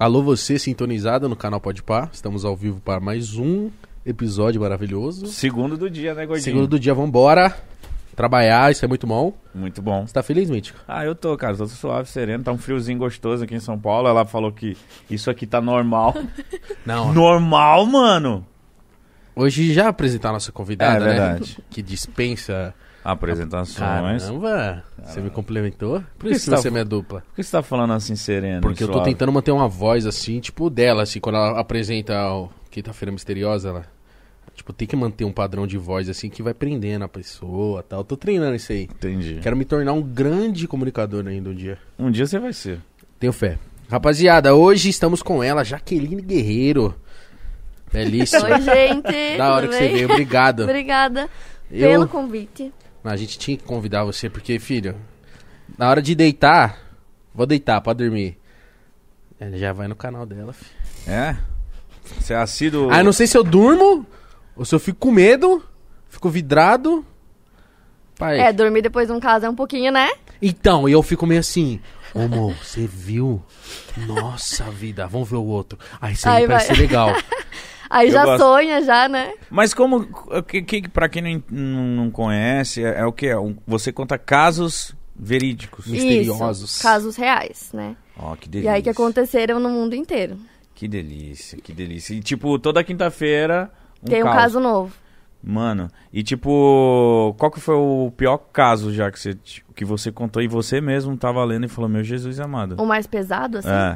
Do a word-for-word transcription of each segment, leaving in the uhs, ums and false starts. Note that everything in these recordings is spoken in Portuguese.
Alô, você sintonizado no canal Podpah. Estamos ao vivo para mais um episódio maravilhoso. Segundo do dia, né, Gordinho? Segundo do dia, vambora. Trabalhar, isso é muito bom. Muito bom. Você tá feliz, Mítico? Ah, eu tô, cara. Tô suave, sereno. Tá um friozinho gostoso aqui em São Paulo. Ela falou que isso aqui tá normal. Não. Normal, mano? Hoje já apresentar a nossa convidada, É verdade. né? Que dispensa... Apresentações. Caramba, você me complementou? Por que isso você que você tá- é minha dupla. Por que você tá falando assim, sereno? Porque e eu tô suave? tentando manter uma voz assim, tipo dela, assim, quando ela apresenta o Quinta-feira Misteriosa, ela... Tipo, tem que manter um padrão de voz assim que vai prendendo a pessoa e tal. Tô treinando isso aí. Entendi. Quero me tornar um grande comunicador ainda um dia. Um dia você vai ser. Tenho fé. Rapaziada, hoje estamos com ela, Jaqueline Guerreiro. Belíssima. Oi, gente. Da hora tudo que você bem? veio, obrigado. Obrigada Eu- pelo convite. A gente tinha que convidar você, porque, filho, na hora de deitar, vou deitar pra dormir. Ela já vai no canal dela, filho. É? Você é assíduo... Ah, eu não sei se eu durmo, ou se eu fico com medo, fico vidrado. Pai. É, dormir depois de um caso é um pouquinho, né? Então, e eu fico meio assim, ô, amor, você viu? Nossa vida, vamos ver o outro. Aí isso aí Aí parece vai. ser legal. Aí Eu já gosto. sonha, já, né? Mas como... Que, que, pra quem não, não, não conhece, é, é o que? É um, você conta casos verídicos. Misteriosos. Isso, casos reais, né? Ó, que E delícia. aí que aconteceram no mundo inteiro. Que delícia, que delícia. E tipo, toda quinta-feira um Tem um caso novo. Mano, e tipo, qual que foi o pior caso já que você, que você contou e você mesmo tava lendo e falou, meu Jesus amado? O mais pesado, assim, É,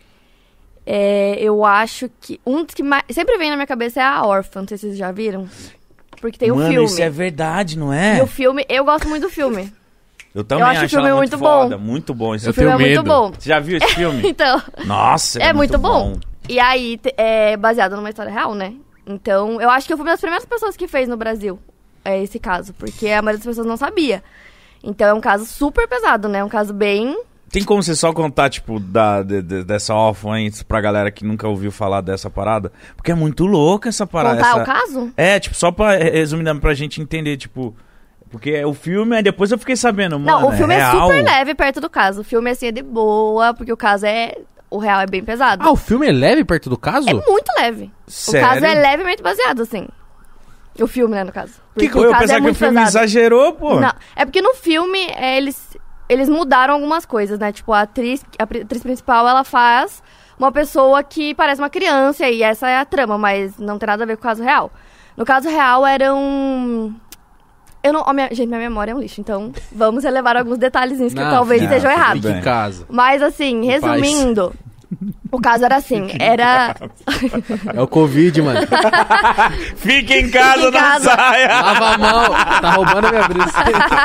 é, eu acho que... Um dos que mais, sempre vem na minha cabeça é a Órfã, não sei se vocês já viram. Porque tem o Mano, filme. isso é verdade, não é? E o filme, eu gosto muito do filme. Eu também eu acho o acho filme ela muito muito bom. foda, muito bom. Esse O filme tenho é muito medo. bom. Você já viu esse filme? Então... Nossa, É muito bom. E aí, te- é baseado numa história real, né? Então, eu acho que eu fui uma das primeiras pessoas que fez no Brasil é, esse caso, porque a maioria das pessoas não sabia. Então, é um caso super pesado, né? Um caso bem... Tem como você só contar, tipo, da, de- de- dessa órfã aí pra galera que nunca ouviu falar dessa parada? Porque é muito louca essa parada. Contar essa... o caso? É, tipo, só pra resumir, pra gente entender, tipo... Porque é o filme, aí depois eu fiquei sabendo, mano, Não, o filme é, real. super leve perto do caso. O filme, assim, é de boa, porque o caso é... O real é bem pesado. Ah, o filme é leve perto do caso? É muito leve. Sério? O caso é levemente baseado, assim. O filme, né, no caso. Que Porque coisa, eu caso pensava é que o muito filme pesado. exagerou, pô. Não, é porque no filme é, eles, eles mudaram algumas coisas, né? Tipo, a atriz, a pri- atriz principal, ela faz uma pessoa que parece uma criança e essa é a trama, mas não tem nada a ver com o caso real. No caso real eram... Eu não... ó, minha, gente, minha memória é um lixo, então vamos relevar alguns detalhezinhos que Não, talvez não, estejam tudo errados. bem. Fique em casa. Mas assim, Em paz. resumindo, o caso era assim, era... É o Covid, mano. Fica em casa, Fica em não casa. saia. Lava a mão. Tá roubando a minha brisa.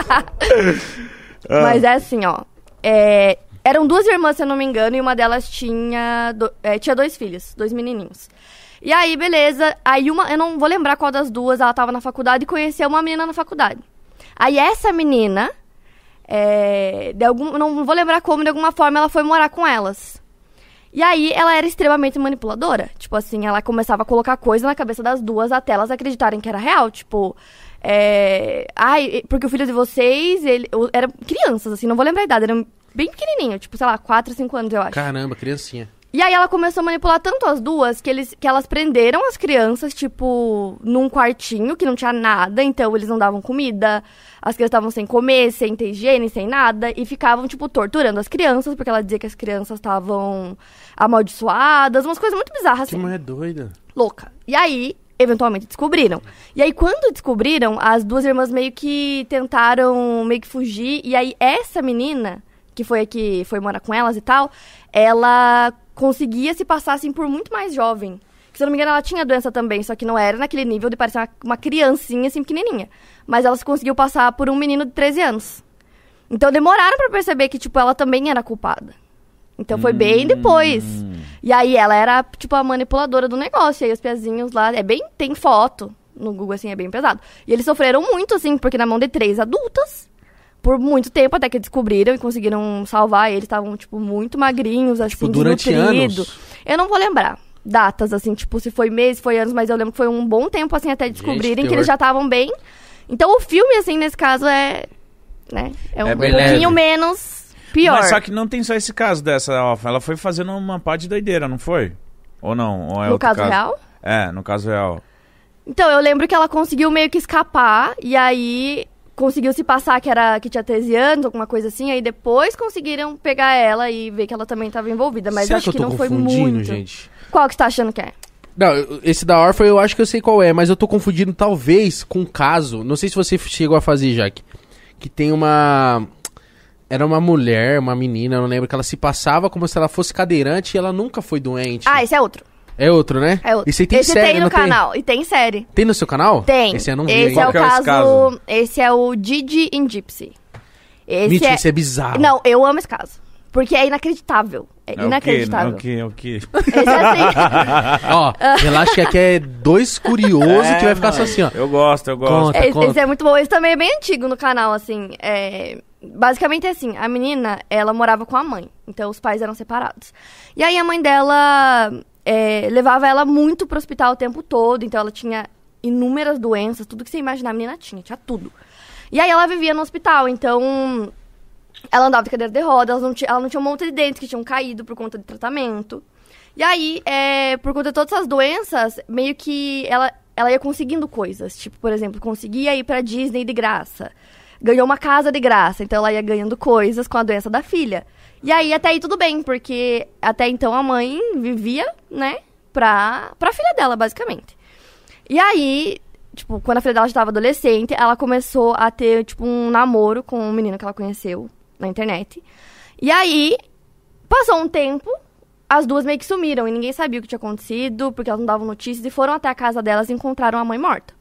Mas é assim, ó. é, eram duas irmãs, se eu não me engano, e uma delas tinha, do- é, tinha dois filhos, dois menininhos. E aí, beleza. Aí uma, eu não vou lembrar qual das duas, ela tava na faculdade e conheceu uma menina na faculdade. Aí essa menina, é, de algum, eu não vou lembrar como, de alguma forma ela foi morar com elas. E aí ela era extremamente manipuladora. Tipo assim, ela começava a colocar coisa na cabeça das duas até elas acreditarem que era real. Tipo, é... ai, porque o filho de vocês, ele... eu- eram crianças, assim, não vou lembrar a idade, eram bem pequenininho, tipo, sei lá, quatro, cinco anos, eu acho. Caramba, criancinha. E aí ela começou a manipular tanto as duas que, eles, que elas prenderam as crianças, tipo, num quartinho que não tinha nada, então eles não davam comida, as crianças estavam sem comer, sem ter higiene, sem nada, e ficavam, tipo, torturando as crianças, porque ela dizia que as crianças estavam amaldiçoadas, umas coisas muito bizarras, Que assim, mulher doida. louca. E aí, eventualmente, descobriram. E aí, quando descobriram, as duas irmãs meio que tentaram meio que fugir, e aí essa menina, que foi a que foi morar com elas e tal, ela conseguia se passar, assim, por muito mais jovem. Que, se eu não me engano, ela tinha doença também, só que não era naquele nível de parecer uma, uma criancinha, assim, pequenininha. Mas ela se conseguiu passar por um menino de treze anos. Então, demoraram pra perceber que, tipo, ela também era culpada. Então, foi bem depois. E aí, ela era, tipo, a manipuladora do negócio. E aí, os pezinhos lá... É bem... Tem foto no Google, assim, é bem pesado. E eles sofreram muito, assim, porque na mão de três adultas... Por muito tempo, até que descobriram e conseguiram salvar. Eles estavam, tipo, muito magrinhos, assim, Tipo, durante desnutridos. anos. Eu não vou lembrar datas, assim, tipo, se foi mês, se foi anos, mas eu lembro que foi um bom tempo, assim, até descobrirem que terror. eles já estavam bem. Então, o filme, assim, nesse caso, é... Né, é um É bem pouquinho leve. menos Pior. Mas só que não tem só esse caso dessa órfã. Ela foi fazendo uma pá de doideira, não foi? Ou não? Ou é No outro caso real? É, no caso real. Então, eu lembro que ela conseguiu meio que escapar, e aí conseguiu se passar que, era, que tinha treze anos, alguma coisa assim, aí depois conseguiram pegar ela e ver que ela também estava envolvida, mas Será acho que que, eu tô não foi confundindo, muito. gente? Qual que você tá achando que é? Não, esse da órfã eu acho que eu sei qual é, mas eu tô confundindo talvez com um caso, não sei se você chegou a fazer, Jaque, que tem uma... Era uma mulher, uma menina, eu não lembro, que ela se passava como se ela fosse cadeirante e ela nunca foi doente. Ah, esse é outro. É outro, né? É outro. Esse aí tem esse série, tem no não canal, e tem série. Tem no seu canal? Tem. Esse eu não vi Esse ainda. é o Qual que é esse caso, caso? esse é o Didi in Gypsy. Esse Mentira, é... isso é bizarro. Não, eu amo esse caso. Porque é inacreditável. É, É inacreditável. o quê? É o quê? Esse é assim. Ó, relaxa que aqui é dois curiosos É, que vai ficar só mano. assim, ó. Eu gosto, eu gosto. Conta. Esse, esse é muito bom. Esse também é bem antigo no canal, assim. É... Basicamente é assim, a menina, ela morava com a mãe. Então os pais eram separados. E aí a mãe dela é, levava ela muito pro hospital o tempo todo. Então ela tinha inúmeras doenças, tudo que você imaginar a menina tinha, tinha tudo. E aí ela vivia no hospital, então... Ela andava de cadeira de rodas, ela não, tinha, ela não tinha um monte de dentes que tinham caído por conta de tratamento. E aí, é, por conta de todas essas doenças, meio que ela, ela ia conseguindo coisas. Tipo, por exemplo, conseguia ir pra Disney de graça. Ganhou uma casa de graça, então ela ia ganhando coisas com a doença da filha. E aí, até aí tudo bem, porque até então a mãe vivia, né, pra, pra filha dela, basicamente. E aí... Tipo, quando a filha dela já estava adolescente, ela começou a ter, tipo, um namoro com um menino que ela conheceu na internet. E aí, passou um tempo, as duas meio que sumiram e ninguém sabia o que tinha acontecido, porque elas não davam notícias, e foram até a casa delas e encontraram a mãe morta.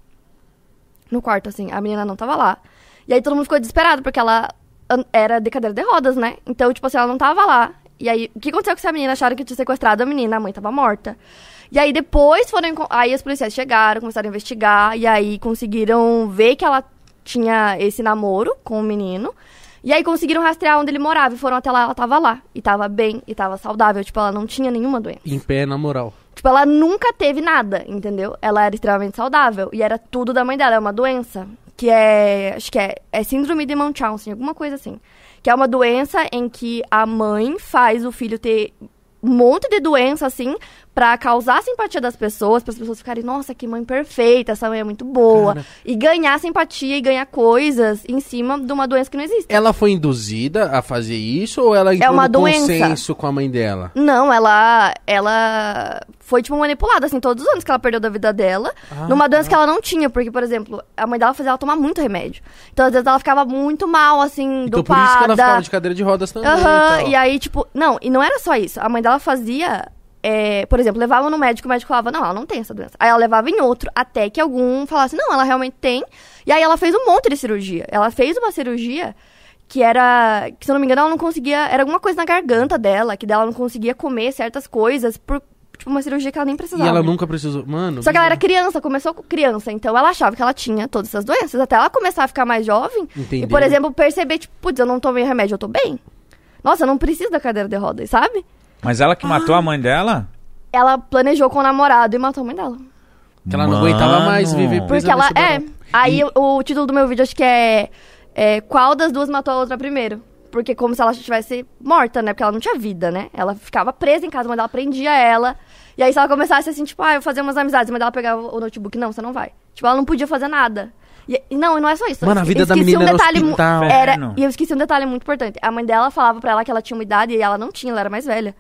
No quarto, assim, a menina não tava lá. E aí todo mundo ficou desesperado, porque ela era de cadeira de rodas, né? Então, tipo assim, ela não tava lá. E aí, o que aconteceu com essa menina? Acharam que tinha sequestrado a menina, a mãe tava morta. E aí depois foram... Aí os policiais chegaram, começaram a investigar. E aí conseguiram ver que ela tinha esse namoro com o menino. E aí conseguiram rastrear onde ele morava. E foram até lá, ela tava lá. E tava bem, e tava saudável. Tipo, ela não tinha nenhuma doença. Em pé, na moral. Tipo, ela nunca teve nada, entendeu? Ela era extremamente saudável. E era tudo da mãe dela. É uma doença que é... Acho que é, é síndrome de Munchausen, alguma coisa assim. Que é uma doença em que a mãe faz o filho ter... um monte de doença, assim, pra causar a simpatia das pessoas, para as pessoas ficarem, nossa, que mãe perfeita, essa mãe é muito boa. Cara. E ganhar simpatia e ganhar coisas em cima de uma doença que não existe. Ela foi induzida a fazer isso ou ela entrou é uma no doença. consenso com a mãe dela? Não, ela ela foi, tipo, manipulada, assim, todos os anos que ela perdeu da vida dela, ah, numa doença ah. que ela não tinha, porque, por exemplo, a mãe dela fazia ela tomar muito remédio. Então, às vezes, ela ficava muito mal, assim, então, dopada. Por isso que ela ficava de cadeira de rodas também. Aham, e, e aí, tipo, não, e não era só isso. A mãe dela fazia... É, por exemplo, levava no médico, o médico falava, não, ela não tem essa doença. Aí ela levava em outro, até que algum falasse, não, ela realmente tem. E aí ela fez um monte de cirurgia. Ela fez uma cirurgia que era, que se eu não me engano, ela não conseguia, era alguma coisa na garganta dela, que dela não conseguia comer certas coisas por, tipo, uma cirurgia que ela nem precisava. E ela nunca precisou, mano... Só que ela era criança, começou criança, então ela achava que ela tinha todas essas doenças, até ela começar a ficar mais jovem. Entendeu? E, por exemplo, perceber, tipo, putz, eu não tomei remédio, eu tô bem. Nossa, eu não preciso da cadeira de rodas, sabe? Mas ela que matou ah. a mãe dela? Ela planejou com o namorado e matou a mãe dela. Que ela não Mano. aguentava mais viver presa. Porque ela, é. Barão. Aí e... o, o título do meu vídeo acho que é, é qual das duas matou a outra primeiro? Porque como se ela estivesse morta, né? Porque ela não tinha vida, né? Ela ficava presa em casa, a mãe dela prendia ela. E aí se ela começasse assim, tipo, ah, eu fazia umas amizades, a mãe dela pegava o notebook. Não, você não vai. Tipo, ela não podia fazer nada. E, e não, e não é só isso. Mano, a vida da menina um era detalhe hospital. era, E eu esqueci um detalhe muito importante. A mãe dela falava pra ela que ela tinha uma idade e ela não tinha, ela era mais velha.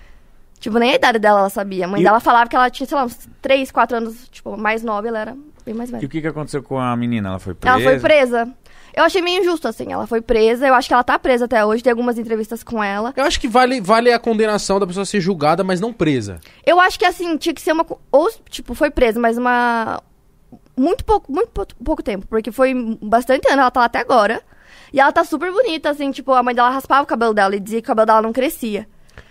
Tipo, nem a idade dela ela sabia. A mãe e dela falava que ela tinha, sei lá, uns três, quatro anos, tipo, mais nova, ela era bem mais velha. E o que que aconteceu com a menina? Ela foi presa? Ela foi presa. Eu achei meio injusto, assim. Ela foi presa. Eu acho que ela tá presa até hoje. Tem algumas entrevistas com ela. Eu acho que vale, vale a condenação da pessoa ser julgada, mas não presa. Eu acho que, assim, tinha que ser uma... Ou, tipo, foi presa, mas uma... Muito pouco, muito pouco tempo. Porque foi bastante ano, ela tá lá até agora. E ela tá super bonita, assim. Tipo, a mãe dela raspava o cabelo dela e dizia que o cabelo dela não crescia.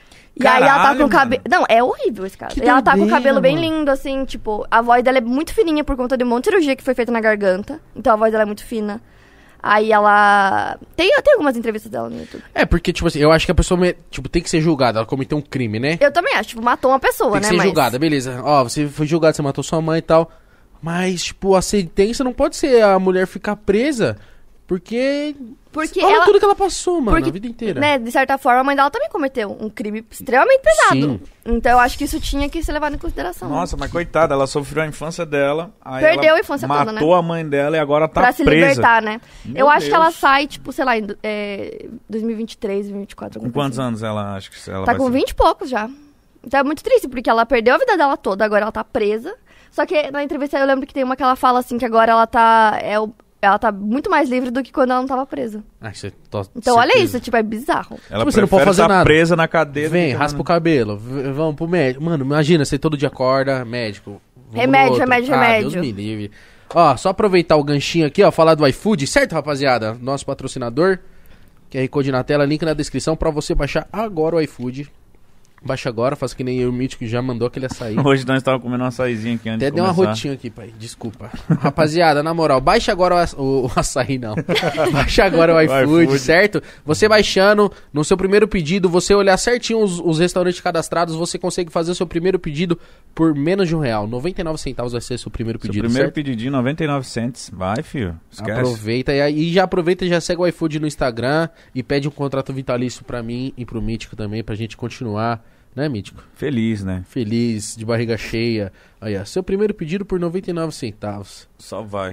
E Caralho, aí ela tá com o cabelo... Não, é horrível esse caso. Que E ela tá com o cabelo bem mano. lindo, assim, tipo... A voz dela é muito fininha por conta de um monte de cirurgia que foi feita na garganta. Então a voz dela é muito fina. Aí ela... Tem, tem algumas entrevistas dela no YouTube. É, porque, tipo assim, eu acho que a pessoa me- tipo, tem que ser julgada. Ela cometeu um crime, né? Eu também acho, tipo, matou uma pessoa, Tem que né? ser mas... julgada, beleza. Ó, você foi julgado, você matou sua mãe e tal. Mas, tipo, a sentença não pode ser a mulher ficar presa Porque... Porque olha ela... tudo que ela passou, mano, porque, a vida inteira. Né, de certa forma, a mãe dela também cometeu um crime extremamente pesado. Sim. Então eu acho que isso tinha que ser levado em consideração. Nossa, mas coitada, ela sofreu a infância dela. Aí Perdeu ela a infância matou toda, né? a mãe dela e agora tá pra se presa. libertar, né? Meu eu acho Deus. que ela sai, tipo, sei lá, em é, dois mil e vinte e três, dois mil e vinte e quatro. Com quantos anos ela acha que ela Tá vai com ser? vinte e poucos já. Então é muito triste, porque ela perdeu a vida dela toda, agora ela tá presa. Só que na entrevista eu lembro que tem uma que ela fala assim, que agora ela tá... É o, ela tá muito mais livre do que quando ela não tava presa. Ah, você tô Então olha certeza. isso, tipo, é bizarro. Ela Tipo, você não pode prefere fazer estar nada. presa na cadeira. Vem, do que raspa ela- o cabelo, v- vamos pro médico. Mano, imagina, você todo dia acorda, médico. vamos no Remédio, outro. remédio, ah, remédio. Deus me livre. Ó, só aproveitar o ganchinho aqui, ó, falar do iFood, certo, rapaziada? Nosso patrocinador, Q R Code na tela, link na descrição pra você baixar agora o iFood. Baixa agora, faça que nem eu e o Mítico já mandou aquele açaí. Hoje nós estávamos comendo um açaizinho aqui antes Até de deu uma começar. rotinha aqui, pai. Desculpa. Rapaziada, na moral, baixa agora o, aç- o, o açaí, não. Baixa agora o iFood, iFood. certo? Você baixando, no seu primeiro pedido, você olhar certinho os, os restaurantes cadastrados, você consegue fazer o seu primeiro pedido por menos de um real. noventa e nove centavos vai ser o seu primeiro Seu pedido, primeiro certo? pedidinho, noventa e nove centos. Vai, filho. Esquece. Aproveita e, aí já aproveita e já segue o iFood no Instagram e pede um contrato vitalício pra mim e pro Mítico também, pra gente continuar, né, Mítico? Feliz, né? Feliz, de barriga cheia. Aí, ó, seu primeiro pedido por noventa e nove centavos. Só vai.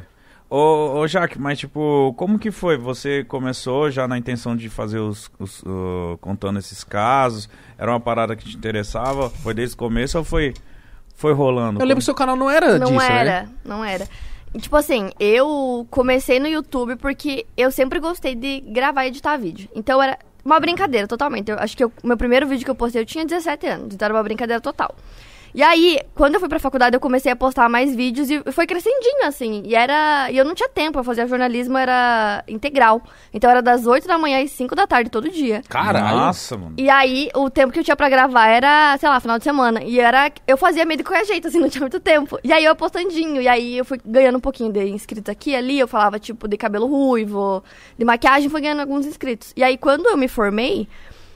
Ô, ô Jaque, mas tipo, como que foi? Você começou já na intenção de fazer os, os uh, contando esses casos? Era uma parada que te interessava? Foi desde o começo ou foi, foi rolando? Eu lembro que seu canal não era Não disso, era, né? não era. E, tipo assim, eu comecei no YouTube porque eu sempre gostei de gravar e editar vídeo. Então era uma brincadeira, totalmente. Eu acho que o meu primeiro vídeo que eu postei, eu tinha dezessete anos. Então era uma brincadeira total. E aí, quando eu fui pra faculdade, eu comecei a postar mais vídeos e foi crescendinho, assim. E era... E eu não tinha tempo, eu fazia jornalismo, era integral. Então era das oito da manhã às cinco da tarde, todo dia. Caralho. Nossa, mano. E aí, o tempo que eu tinha pra gravar era, sei lá, final de semana. E era... Eu fazia meio de qualquer jeito, assim, não tinha muito tempo. E aí, eu postandinho. E aí, eu fui ganhando um pouquinho de inscritos aqui e ali. Eu falava, tipo, de cabelo ruivo, de maquiagem, fui ganhando alguns inscritos. E aí, quando eu me formei...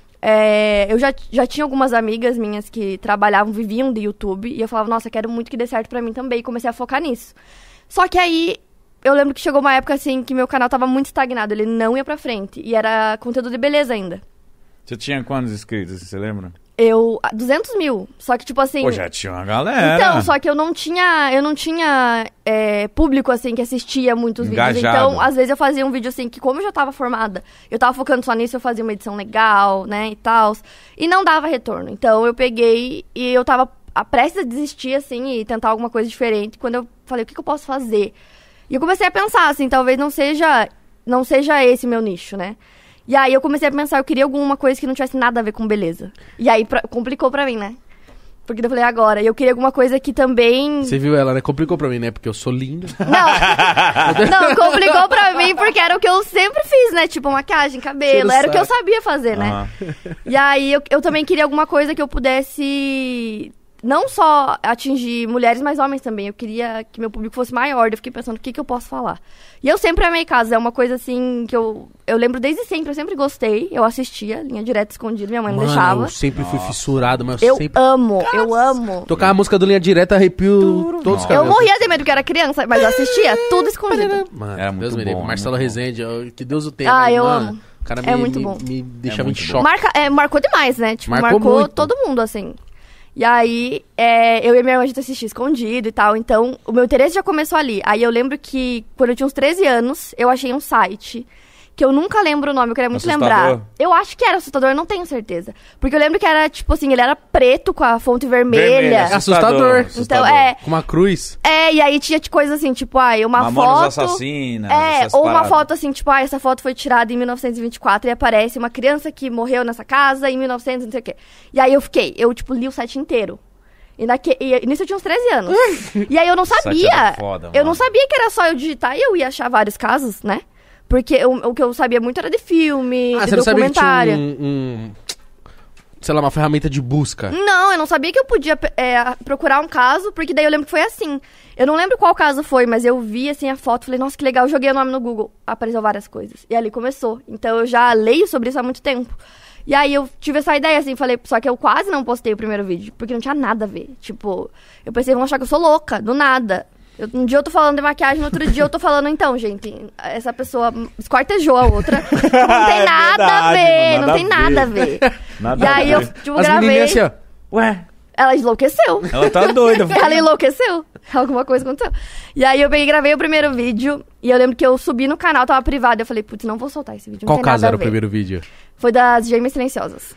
É, eu já, já tinha algumas amigas minhas que trabalhavam, viviam de YouTube. E eu falava, nossa, quero muito que dê certo pra mim também. E comecei a focar nisso. Só que aí, eu lembro que chegou uma época, assim, que meu canal tava muito estagnado. Ele não ia pra frente. E era conteúdo de beleza ainda. Você tinha quantos inscritos, você lembra? Eu... duzentos mil. Só que, tipo assim... Pô, já tinha uma galera. Então, só que eu não tinha, eu não tinha é, público, assim, que assistia muitos vídeos. Engajado. Então, às vezes eu fazia um vídeo, assim, que como eu já tava formada, eu tava focando só nisso, eu fazia uma edição legal, né, e tal. E não dava retorno. Então, eu peguei e eu tava a- prestes a desistir, assim, e tentar alguma coisa diferente. Quando eu falei, o que, que eu posso fazer? E eu comecei a pensar, assim, talvez não seja, não seja esse meu nicho, né? E aí eu comecei a pensar, eu queria alguma coisa que não tivesse nada a ver com beleza. E aí pra- complicou pra mim, né? Porque eu falei, agora, eu queria alguma coisa que também... Você viu ela, né? Complicou pra mim, né? Porque eu sou lindo. Não, não, complicou pra mim porque era o que eu sempre fiz, né? Tipo, maquiagem, cabelo, Tira o era o que eu saco. sabia fazer, né? Aham. E aí eu, eu também queria alguma coisa que eu pudesse... Não só atingir mulheres, mas homens também. Eu queria que meu público fosse maior. Eu fiquei pensando, o que, que eu posso falar? E eu sempre amei casa. É uma coisa, assim, que eu... Eu lembro desde sempre. Eu sempre gostei. Eu assistia, linha direta escondida. Minha mãe não Mano, deixava. eu sempre fui fissurado, mas eu, Eu sempre... amo, eu amo. Tocar a música do Linha Direta, arrepio todos os Eu cabelos. morria de medo porque eu era criança, mas eu assistia tudo escondido. Mano, Era muito Deus me livre. bom, Marcelo muito bom. Resende, eu- que Deus o tenha. Ah, mas, eu mano, amo. O cara É me, muito me, bom. me deixava em muito choque. Marca, é, marcou demais, né? Tipo, Marcou marcou, muito. todo mundo, assim. E aí, é, eu e minha irmã, a gente assistia escondido e tal. Então, o meu interesse já começou ali. Aí eu lembro que, quando eu tinha uns treze anos, eu achei um site que eu nunca lembro o nome, eu queria muito Assustador? lembrar. Eu acho que era assustador, eu não tenho certeza. Porque eu lembro que era, tipo assim, ele era preto com a fonte vermelha. Vermelha, É assustador. Então, é... Com uma cruz. É, e aí tinha coisas assim, tipo, ah, uma Mamonas foto... Assassinas. É, essas ou uma paradas. foto assim, tipo, ah, essa foto foi tirada em mil novecentos e vinte e quatro e aparece uma criança que morreu nessa casa em mil e novecentos, não sei o quê. E aí eu fiquei, eu, tipo, li o site inteiro. E, naque... e nisso eu tinha uns treze anos. E aí eu não site sabia, era foda, eu mano. não sabia que era só eu digitar e eu ia achar vários casos, né? Porque eu- o que eu sabia muito era de filme, Ah, de você não sabia que tinha documentário. um, um... Sei lá, uma ferramenta de busca. Não, eu não sabia que eu podia é, procurar um caso, porque daí eu lembro que foi assim. Eu não lembro qual caso foi, mas eu vi assim a foto, falei, nossa, que legal, joguei o nome no Google, apareceu várias coisas. E ali começou. Então eu já leio sobre isso há muito tempo. E aí eu tive essa ideia, assim, falei, só que eu quase não postei o primeiro vídeo, porque não tinha nada a ver. Tipo, eu pensei, vão achar que eu sou louca, do nada. Eu, um dia eu tô falando de maquiagem, no outro dia eu tô falando, então, gente, essa pessoa esquartejou a outra. Não tem É nada a verdade, ver, mano, não tem nada a nada a ver. Nada E a aí ver. eu, tipo, As gravei. menininhas assim, ó. Ué, Ela enlouqueceu. ela tá doida. Ela enlouqueceu. Alguma coisa aconteceu. E aí eu peguei e gravei o primeiro vídeo. E eu lembro que eu subi no canal, tava privado. Eu falei, putz, não vou soltar esse vídeo. Não Qual tem caso nada era a o ver. primeiro vídeo? Foi das Gêmeas Silenciosas.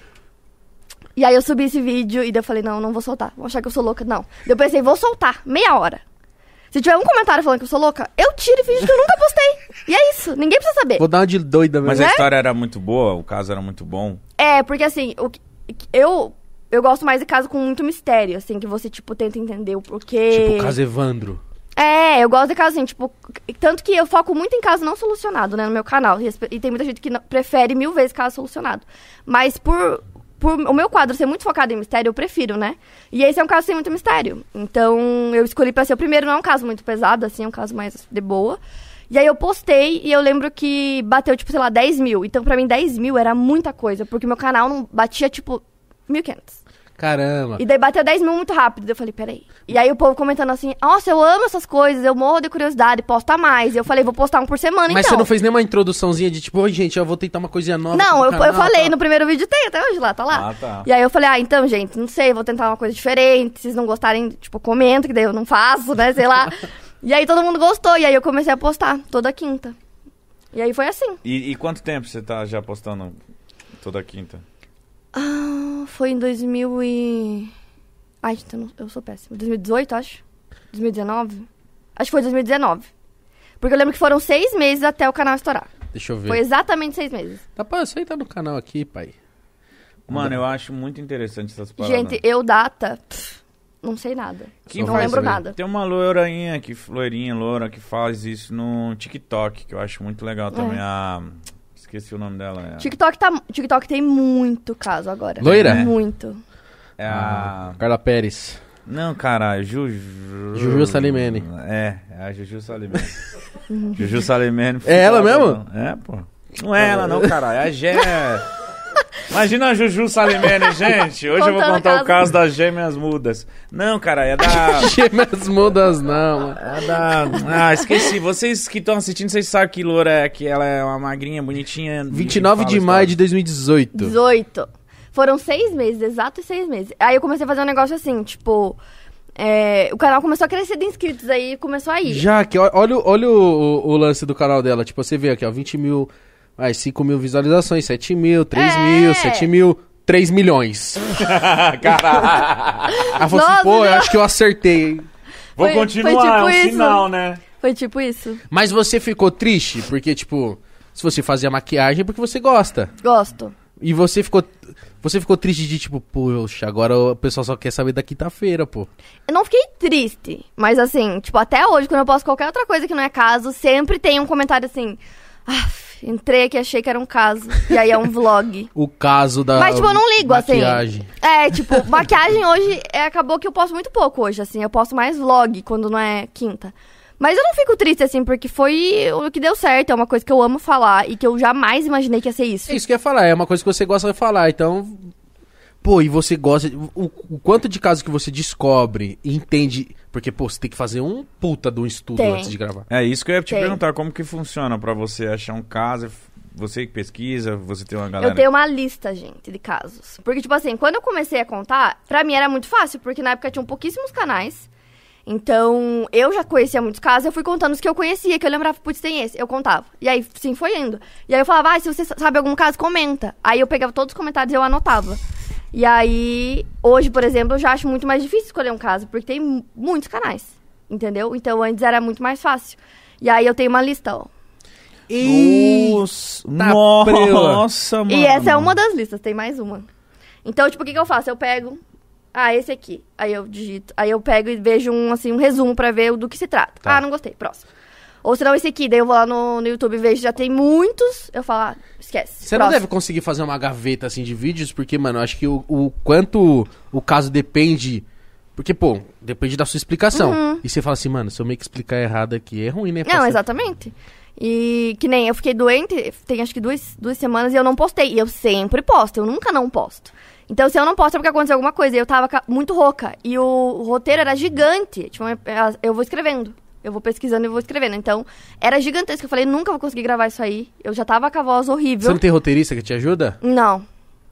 E aí eu subi esse vídeo e daí eu falei, não, não vou soltar. Vão achar que eu sou louca. Não. Daí eu pensei, vou soltar. Meia hora. Se tiver um comentário falando que eu sou louca, eu tiro e finge que eu nunca postei. E é isso. Ninguém precisa saber. Vou dar uma de doida mesmo. Mas a Né? história era muito boa, o caso era muito bom. É, porque assim, o que- eu, eu gosto mais de caso com muito mistério, assim, que você, tipo, tenta entender o porquê. Tipo o caso Evandro. É, eu gosto de caso assim, tipo, tanto que eu foco muito em caso não solucionado, né, no meu canal. E, as pe- e tem muita gente que não- prefere mil vezes caso solucionado. Mas por, por o meu quadro ser muito focado em mistério, eu prefiro, né? E esse é um caso sem muito mistério. Então, eu escolhi pra ser o primeiro, não é um caso muito pesado, assim, é um caso mais de boa. E aí eu postei e eu lembro que bateu, tipo, sei lá, dez mil. Então, pra mim, dez mil era muita coisa, porque meu canal não batia, tipo, mil e quinhentos. Caramba. E daí bateu dez mil muito rápido. Eu falei, peraí. E aí o povo comentando assim, nossa, eu amo essas coisas, eu morro de curiosidade, posta mais. E eu falei, vou postar um por semana, Mas então. você não fez nenhuma introduçãozinha de tipo, oi gente, eu vou tentar uma coisinha nova. Não, aqui eu, no eu canal, falei tá? no primeiro vídeo, tem até hoje lá, tá lá. Ah, tá. E aí eu falei, ah, então, gente, não sei, vou tentar uma coisa diferente. Se vocês não gostarem, tipo, comenta, que daí eu não faço, né, sei lá. E aí todo mundo gostou, e aí eu comecei a postar toda quinta. E aí foi assim. E, e quanto tempo você tá já postando toda quinta? Ah, foi em dois mil e... Ai, gente, eu, não- eu sou péssima. dois mil e dezoito, acho? dois mil e dezenove? Acho que foi dois mil e dezenove. Porque eu lembro que foram seis meses até o canal estourar. Deixa eu ver. Foi exatamente seis meses. Tá, pô, você tá no canal aqui, pai. Mano, eu acho muito interessante essas paradas. Gente, eu data... pff, não sei nada. Quem não faz lembro isso, né? nada. Tem uma loirinha, que, loirinha, loura, que faz isso no TikTok, que eu acho muito legal também. A... Esqueci o nome dela. É, TikTok, tá, TikTok tem muito caso agora. Loira? É. Muito. é a... Carla Pérez. Não, cara, Juju... Juju Salimene. É, é a Juju Salimene. Juju Salimene. É ela mesmo? É, pô. Não é ela não, cara, é a Gé... Imagina a Juju Salimene, gente. Hoje eu vou Contando contar caso. o caso das gêmeas mudas. Não, cara, é da... Gêmeas mudas não. mano. É da... Ah, esqueci. Vocês que estão assistindo, vocês sabem que loura é, que ela é uma magrinha, bonitinha. vinte e nove de maio de dois mil e dezoito. dezoito. Foram seis meses, exatos seis meses. Aí eu comecei a fazer um negócio assim, tipo... é, o canal começou a crescer de inscritos, aí começou a ir. Jaque, ó- olha, o- olha o, o- o lance do canal dela. Tipo, você vê aqui, ó, vinte mil, aí cinco mil visualizações, sete mil, três É. mil, sete mil, três milhões. Caralho. Ela falou assim, Nossa, pô, eu não. acho que eu acertei. Vou Foi- continuar, foi tipo é um isso. sinal, né? Foi tipo isso. Mas você ficou triste? Porque, tipo, se você fazia maquiagem é porque você gosta. Gosto. E você ficou... Você ficou triste de, tipo, poxa, agora o pessoal só quer saber da quinta-feira, pô. Eu não fiquei triste, mas assim, tipo, até hoje, quando eu posto qualquer outra coisa que não é caso, sempre tem um comentário assim... Ah, entrei aqui, achei que era um caso. E aí é um vlog. O caso da Mas, tipo, eu não ligo, maquiagem. assim. É, tipo, maquiagem hoje, é, acabou que eu posto muito pouco hoje, assim. Eu posto mais vlog quando não é quinta. Mas eu não fico triste, assim, porque foi o que deu certo. É uma coisa que eu amo falar e que eu jamais imaginei que ia ser isso. É isso que eu ia falar, é uma coisa que você gosta de falar, então... Pô, e você gosta... O, o quanto de casos que você descobre e entende... Porque, pô, você tem que fazer um puta de um estudo Tem. antes de gravar. É isso que eu ia te Tem. perguntar, como que funciona pra você achar um caso, você que pesquisa, você tem uma galera... Eu tenho uma lista, gente, de casos. Porque, tipo assim, quando eu comecei a contar, pra mim era muito fácil, porque na época tinham pouquíssimos canais. Então, eu já conhecia muitos casos, eu fui contando os que eu conhecia, que eu lembrava, putz, tem esse, eu contava. E aí, sim, foi indo. E aí eu falava, ah, se você sabe algum caso, comenta. Aí eu pegava todos os comentários e eu anotava. E aí, hoje, por exemplo, eu já acho muito mais difícil escolher um caso, porque tem mu- muitos canais, entendeu? Então, antes era muito mais fácil. E aí eu tenho uma lista, ó. Nossa, nossa, mano. E essa é uma das listas, tem mais uma. Então, tipo, o que, que eu faço? Eu pego, ah, esse aqui. Aí eu digito, aí eu pego e vejo um, assim, um resumo pra ver do que se trata. Tá. Ah, não gostei, próximo. Ou se não, esse aqui, daí eu vou lá no, no YouTube e vejo, já tem muitos, eu falo, ah, esquece. Você não próximo. deve conseguir fazer uma gaveta, assim, de vídeos, porque, mano, eu acho que o, o quanto o caso depende... Porque, pô, depende da sua explicação. Uhum. E você fala assim, mano, se eu meio que explicar errado aqui, é ruim, né? Não, parceiro? exatamente. E que nem eu fiquei doente, tem acho que duas, duas semanas e eu não postei. E eu sempre posto, eu nunca não posto. Então, se eu não posto é porque aconteceu alguma coisa. E eu tava ca- muito rouca. E o, o roteiro era gigante. Tipo, eu vou escrevendo. Eu vou pesquisando e vou escrevendo. Então, era gigantesco. Eu falei, nunca vou conseguir gravar isso aí. Eu já tava com a voz horrível. Você não tem roteirista que te ajuda? Não.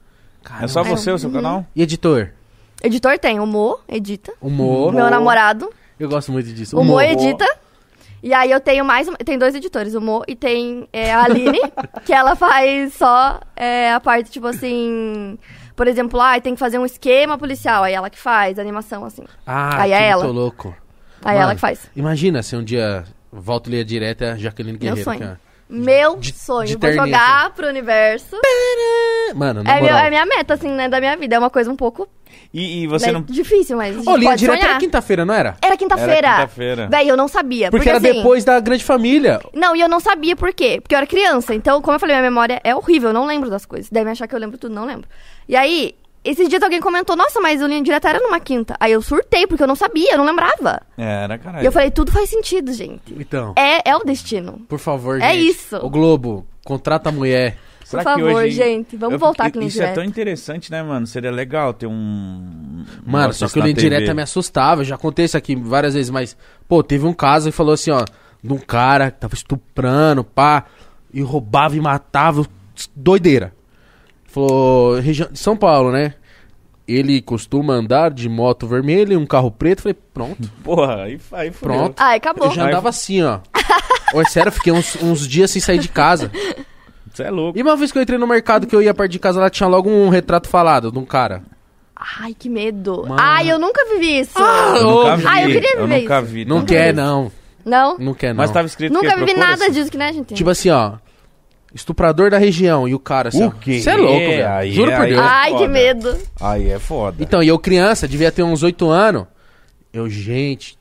É só você, o seu Uhum. canal? E editor? Editor tem. O Mo edita. O Mo. Meu namorado. Eu gosto muito disso. O Mo Mo. edita. E aí eu tenho mais... Tem dois editores. O Mo e tem é, a Aline. Que ela faz só é, a parte, tipo assim... Por exemplo, ah, tem que fazer um esquema policial. Aí ela que faz, animação, assim. Ah, Aí que é ela. muito louco. Aí Mano, ela que faz. Imagina se um dia volta linha direta Jaqueline Meu Guerreiro. sonho. cara. Meu de- sonho. de Vou terninho, jogar pro universo. Mano, na É, meu, moral. é minha meta, assim, né, da minha vida. É uma coisa um pouco E, e você né, não... difícil, mas a gente Ô, linha pode direta sonhar. era quinta-feira, não era? Era quinta-feira. Era quinta-feira. Véi, eu não sabia. Porque, Porque, era assim, depois da Grande Família. Não, e eu não sabia por quê. Porque eu era criança. Então, como eu falei, minha memória é horrível. Eu não lembro das coisas. Devem achar que eu lembro tudo, não lembro. E aí, esses dias alguém comentou, nossa, mas o linha direta era numa quinta. Aí eu surtei, porque eu não sabia, eu não lembrava. Era, caralho. E eu falei, tudo faz sentido, gente. Então, É, é o destino. por favor, É gente. isso. O Globo, contrata a mulher. Será Por que favor, hoje- gente, vamos Eu- voltar i- com o linha Isso é tão direta. interessante, né, mano? Seria legal ter um... Mano, negócio só desse que o na linha T V. direta me assustava. Eu já contei isso aqui várias vezes, mas... Pô, teve um caso e falou assim, ó... De um cara que tava estuprando, pá... E roubava e matava... Doideira. Falou... Região de São Paulo, né? Ele costuma andar de moto vermelha e um carro preto. Falei, pronto, Porra, aí, aí fudeu. pronto. Ai, acabou. Eu já andava assim, ó. Ô, é sério, eu fiquei uns, uns dias sem sair de casa. Você é louco. E uma vez que eu entrei no mercado que eu ia perto de casa, lá tinha logo um retrato falado de um cara. Ai, que medo. Mano. Ai, eu nunca vivi isso. Eu nunca vi. Ah, eu queria eu viver nunca isso. vi. Não também. quer, não. Não? Não quer, não. Mas tava escrito Nunca que vivi procura-se. nada disso, que né, gente? Tipo assim, ó. Estuprador da região. E o cara, assim, O ó. quê? Você é louco, velho. Aí Juro é- por aí Deus. é- Ai, que foda. medo. Aí é foda. Então, e eu criança, devia ter uns oito anos. Eu, gente...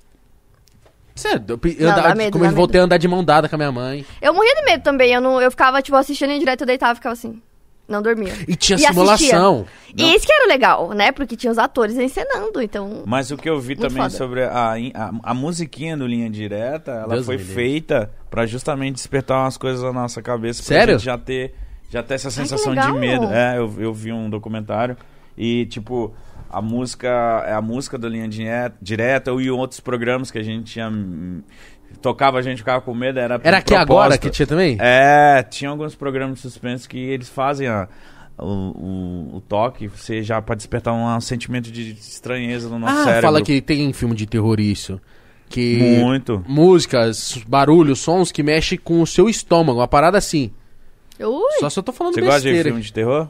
Sério, eu, eu Não, andava, dá medo, como dá eu voltei a andar de mão dada com a minha mãe. Eu morria de medo também. Eu, não, eu ficava, tipo, assistindo em direto, eu deitava e ficava assim. Não dormia. E tinha E simulação. E isso que era o legal, né? Porque tinha os atores encenando, então... Mas o que eu vi Muito também foda. sobre a, a, a musiquinha do Linha Direta, ela Deus foi me livre. feita pra justamente despertar umas coisas na nossa cabeça. Pra Sério? gente já ter, já ter essa que sensação de legal. medo. É, eu, eu vi um documentário e, tipo, a música, é a música do Linha Direta, direta e outros programas que a gente tinha... hum, tocava, a gente ficava com medo, era por Era aqui agora propósito. que tinha também? É, tinha alguns programas de suspense que eles fazem a, o, o, o toque, você já pra despertar um sentimento de estranheza no nosso Ah, cérebro. fala que tem filme de terror isso. Que... Muito. Músicas, barulhos, sons que mexem com o seu estômago. Uma parada assim. Ui, Só se eu tô falando Você gosta de besteira. filme de terror?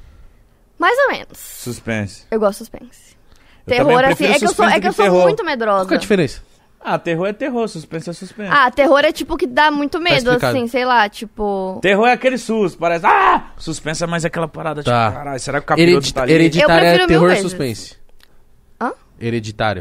mais ou menos. Suspense. Eu gosto de suspense. Eu Terror, também assim, prefiro é que eu sou, suspense é do que eu que sou terror. muito medrosa. Qual que é a diferença? Ah, terror é terror, suspense é suspense. Ah, terror é tipo que dá muito medo, explicado. assim, sei lá, tipo... Terror é aquele susto, parece. Ah! Suspense é mais aquela parada, Tá. tipo, caralho, será que o capiroto Heredita- tá ali? hereditário Eu prefiro é mil terror ou vezes. suspense? Hã? Hereditário.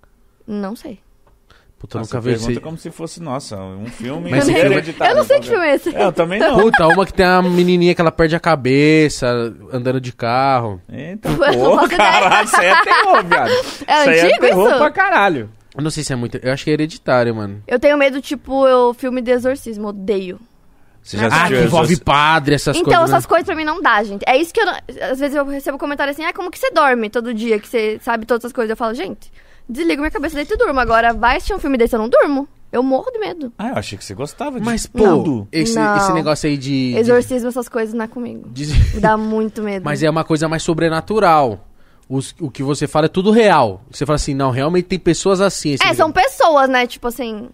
Não sei. Puta, eu Nossa, nunca vi pergunta esse... como se fosse, nossa, um filme Mas eu, esse nem- filme- hereditário. eu não sei que filme é esse. É, eu também não. Puta, uma que tem uma menininha que ela perde a cabeça andando de carro. Eita, Eu não porra, faço ideia. caralho, isso aí é terror, viado. É isso aí é antigo terror isso? pra caralho. Eu não sei se é muito... Eu acho que é hereditário, mano. Eu tenho medo, tipo, eu filme de exorcismo, odeio. Você já Ah, assistiu que envolve Exorc- padre, essas então, coisas, essas né? coisas pra mim não dá, gente. É isso que eu... não- Às vezes eu recebo comentário assim, ah, como que você dorme todo dia, que você sabe todas as coisas. Eu falo, gente, desligo minha cabeça deito e durmo. Agora, vai assistir um filme desse, eu não durmo. Eu morro de medo. Ah, eu achei que você gostava de Mas, pô, tudo. esse, Não. esse negócio aí de... de- Exorcismo, essas coisas não é comigo. de- Me dá muito medo. Mas é uma coisa mais sobrenatural. Os- o que você fala é tudo real. Você fala assim, não, realmente tem pessoas assim. esse É, livro. são pessoas, né? Tipo assim.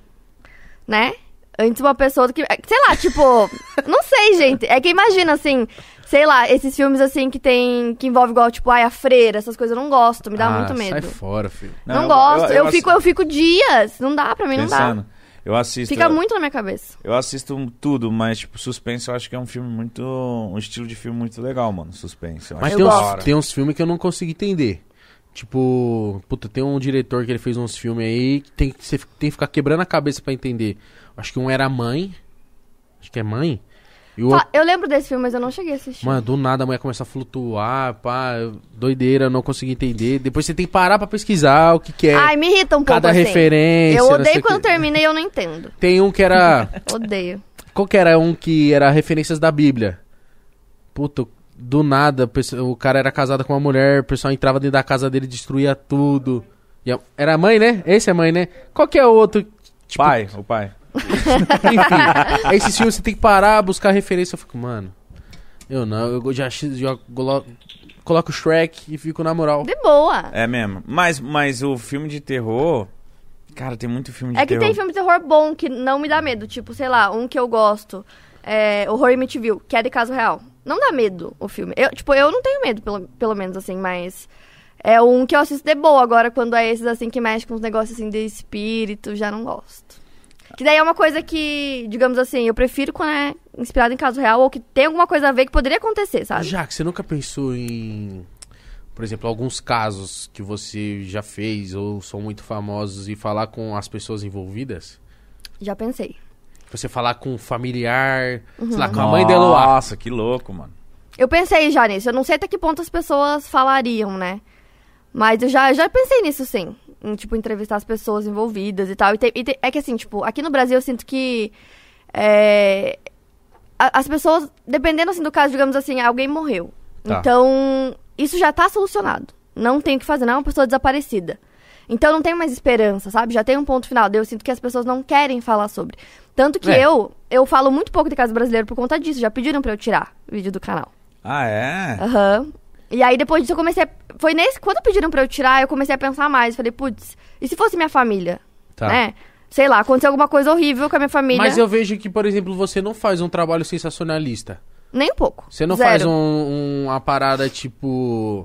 Né? Antes uma pessoa do que. Sei lá, tipo. Não sei, gente. É que imagina, assim. Sei lá, esses filmes assim que tem. Que envolve igual, tipo, ai, a freira, essas coisas eu não gosto. Me dá Ah, muito sai medo. fora, filho. Não, gosto. Eu, fico, eu fico dias. Não dá, pra mim não pensando. dá. Eu assisto. Fica muito na minha cabeça. Eu assisto um- tudo, mas, tipo, suspense eu acho que é um filme muito. Um estilo de filme muito legal, mano. Suspense. Eu Mas acho tem da uns, hora. tem uns filmes que eu não consigo entender. Tipo, puta, tem um diretor que ele fez uns filmes aí que tem que, você tem que ficar quebrando a cabeça pra entender. Acho que um era Mãe. Acho que é Mãe. E o Fa- outro, Eu lembro desse filme, mas eu não cheguei a assistir. mano, do nada a mulher começa a flutuar, pá, doideira, eu não consegui entender. Depois você tem que parar pra pesquisar o que que é. Ai, me irrita um pouco cada assim. referência. Eu não sei odeio o quando que. termina e eu não entendo. Tem um que era... Odeio. Qual que era um que era referências da Bíblia? Puta, do nada, o pessoal- o cara era casado com uma mulher, o pessoal entrava dentro da casa dele e destruía tudo. E a- era a mãe, né? Esse é a mãe, né? Qual que é o outro? Tipo, Pai, o pai. enfim, aí esses filmes você tem que parar, buscar referência. Eu fico, mano, eu não, eu já, já colo- coloco o Shrek e fico na moral. De boa. É mesmo. Mas, mas o filme de terror... Cara, tem muito filme de É que terror. tem filme de terror bom que não me dá medo. Tipo, sei lá, um que eu gosto. É Horror em Amityville, que é de caso real. Não dá medo o filme. Eu, tipo, eu não tenho medo, pelo, pelo menos, assim, mas... É um que eu assisto de boa. Agora, quando é esses, assim, que mexem com uns negócios, assim, de espírito, já não gosto. Que daí é uma coisa que, digamos assim, eu prefiro quando é inspirado em caso real ou que tem alguma coisa a ver que poderia acontecer, sabe? Já que você nunca pensou em, por exemplo, alguns casos que você já fez ou são muito famosos e falar com as pessoas envolvidas? Já pensei. Você falar com um familiar, Uhum. sei lá, com a mãe de Eloá. Nossa, que louco, mano. Eu pensei já nisso. Eu não sei até que ponto as pessoas falariam, né? Mas eu já, já pensei nisso, sim. Em, tipo, entrevistar as pessoas envolvidas e tal. E, te, e te, é que, assim, tipo, aqui no Brasil eu sinto que... É, a, as pessoas, dependendo, assim, do caso, digamos assim, alguém morreu. Tá. Então, isso já tá solucionado. Não tem o que fazer, não é uma pessoa desaparecida. Então, não tem mais esperança, sabe? Já tem um ponto final. Daí eu sinto que as pessoas não querem falar sobre. Tanto que É. eu, eu falo muito pouco de caso brasileiro por conta disso. Já pediram pra eu tirar o vídeo do canal. Ah, é? Aham. E aí, depois disso, eu comecei a... Foi nesse... Quando pediram pra eu tirar, eu comecei a pensar mais. Falei, putz, e se fosse minha família? Tá. Né? Sei lá, aconteceu alguma coisa horrível com a minha família. Mas eu vejo que, por exemplo, você não faz um trabalho sensacionalista. Nem um pouco. Você não Zero. faz um, um- uma parada tipo...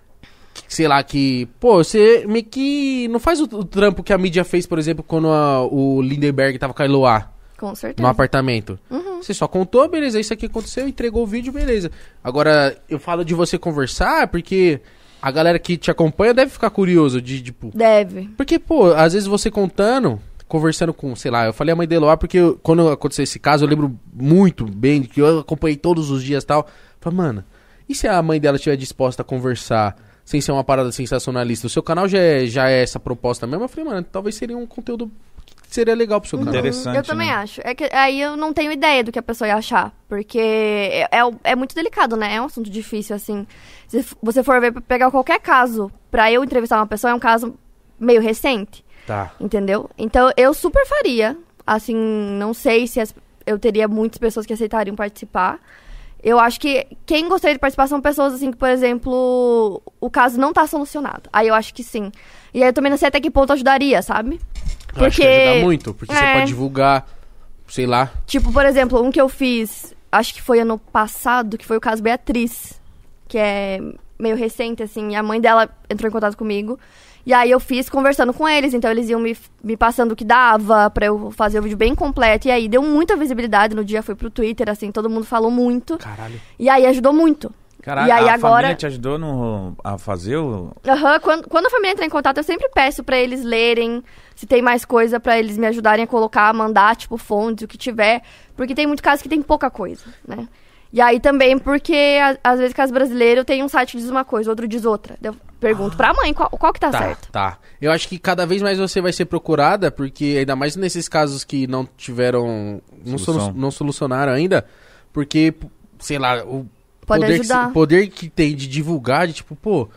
Sei lá, que... Pô, você meio que... Não faz o, o trampo que a mídia fez, por exemplo, quando a- o Lindenberg tava com a Eloá Com certeza. no apartamento. Uhum. Você só contou, beleza, isso aqui aconteceu, entregou o vídeo, beleza. Agora, eu falo de você conversar porque a galera que te acompanha deve ficar curioso de, tipo... Deve. Porque, pô, às vezes você contando, conversando com, sei lá, eu falei a mãe de Eloá porque eu- quando aconteceu esse caso, eu lembro muito bem, que eu acompanhei todos os dias e tal. Falei, mano, e se a mãe dela estiver disposta a conversar sem ser uma parada sensacionalista? O seu canal já é, já é essa proposta mesmo? Eu falei, mano, talvez seria um conteúdo que seria legal pro seu canal. Interessante, Eu também né? acho. É que aí eu não tenho ideia do que a pessoa ia achar. Porque é, é, é muito delicado, né? É um assunto difícil, assim. Se você for ver, pegar qualquer caso pra eu entrevistar uma pessoa, é um caso meio recente. Tá. Entendeu? Então, eu super faria. Assim, não sei se as- eu teria muitas pessoas que aceitariam participar. Eu acho que quem gostaria de participar são pessoas, assim, que, por exemplo, o caso não tá solucionado. Aí eu acho que sim. E aí eu também não sei até que ponto ajudaria, sabe? Eu acho que ajuda muito, porque você É. pode divulgar, sei lá. Tipo, por exemplo, um que eu fiz, acho que foi ano passado, que foi o caso Beatriz. Que é meio recente, assim. E a mãe dela entrou em contato comigo. E aí eu fiz conversando com eles, então eles iam me, me passando o que dava pra eu fazer o vídeo bem completo. E aí deu muita visibilidade no dia, foi pro Twitter, assim, todo mundo falou muito. Caralho. E aí ajudou muito. Caralho, E aí a agora- família te ajudou no, a fazer o... Aham, quando, quando a família entra em contato, eu sempre peço pra eles lerem, se tem mais coisa pra eles me ajudarem a colocar, mandar, tipo, fontes, o que tiver. Porque tem muito caso que tem pouca coisa, né? E aí também porque, a- às vezes, caso brasileiro, tem um site que diz uma coisa, outro diz outra. Eu pergunto pra mãe qual, qual que tá, Tá, certo. tá. Eu acho que cada vez mais você vai ser procurada, porque ainda mais nesses casos que não tiveram, não, Solução. solu- não solucionaram ainda, porque, sei lá, o Pode poder que, ajudar. se- poder que tem de divulgar, de tipo, pô,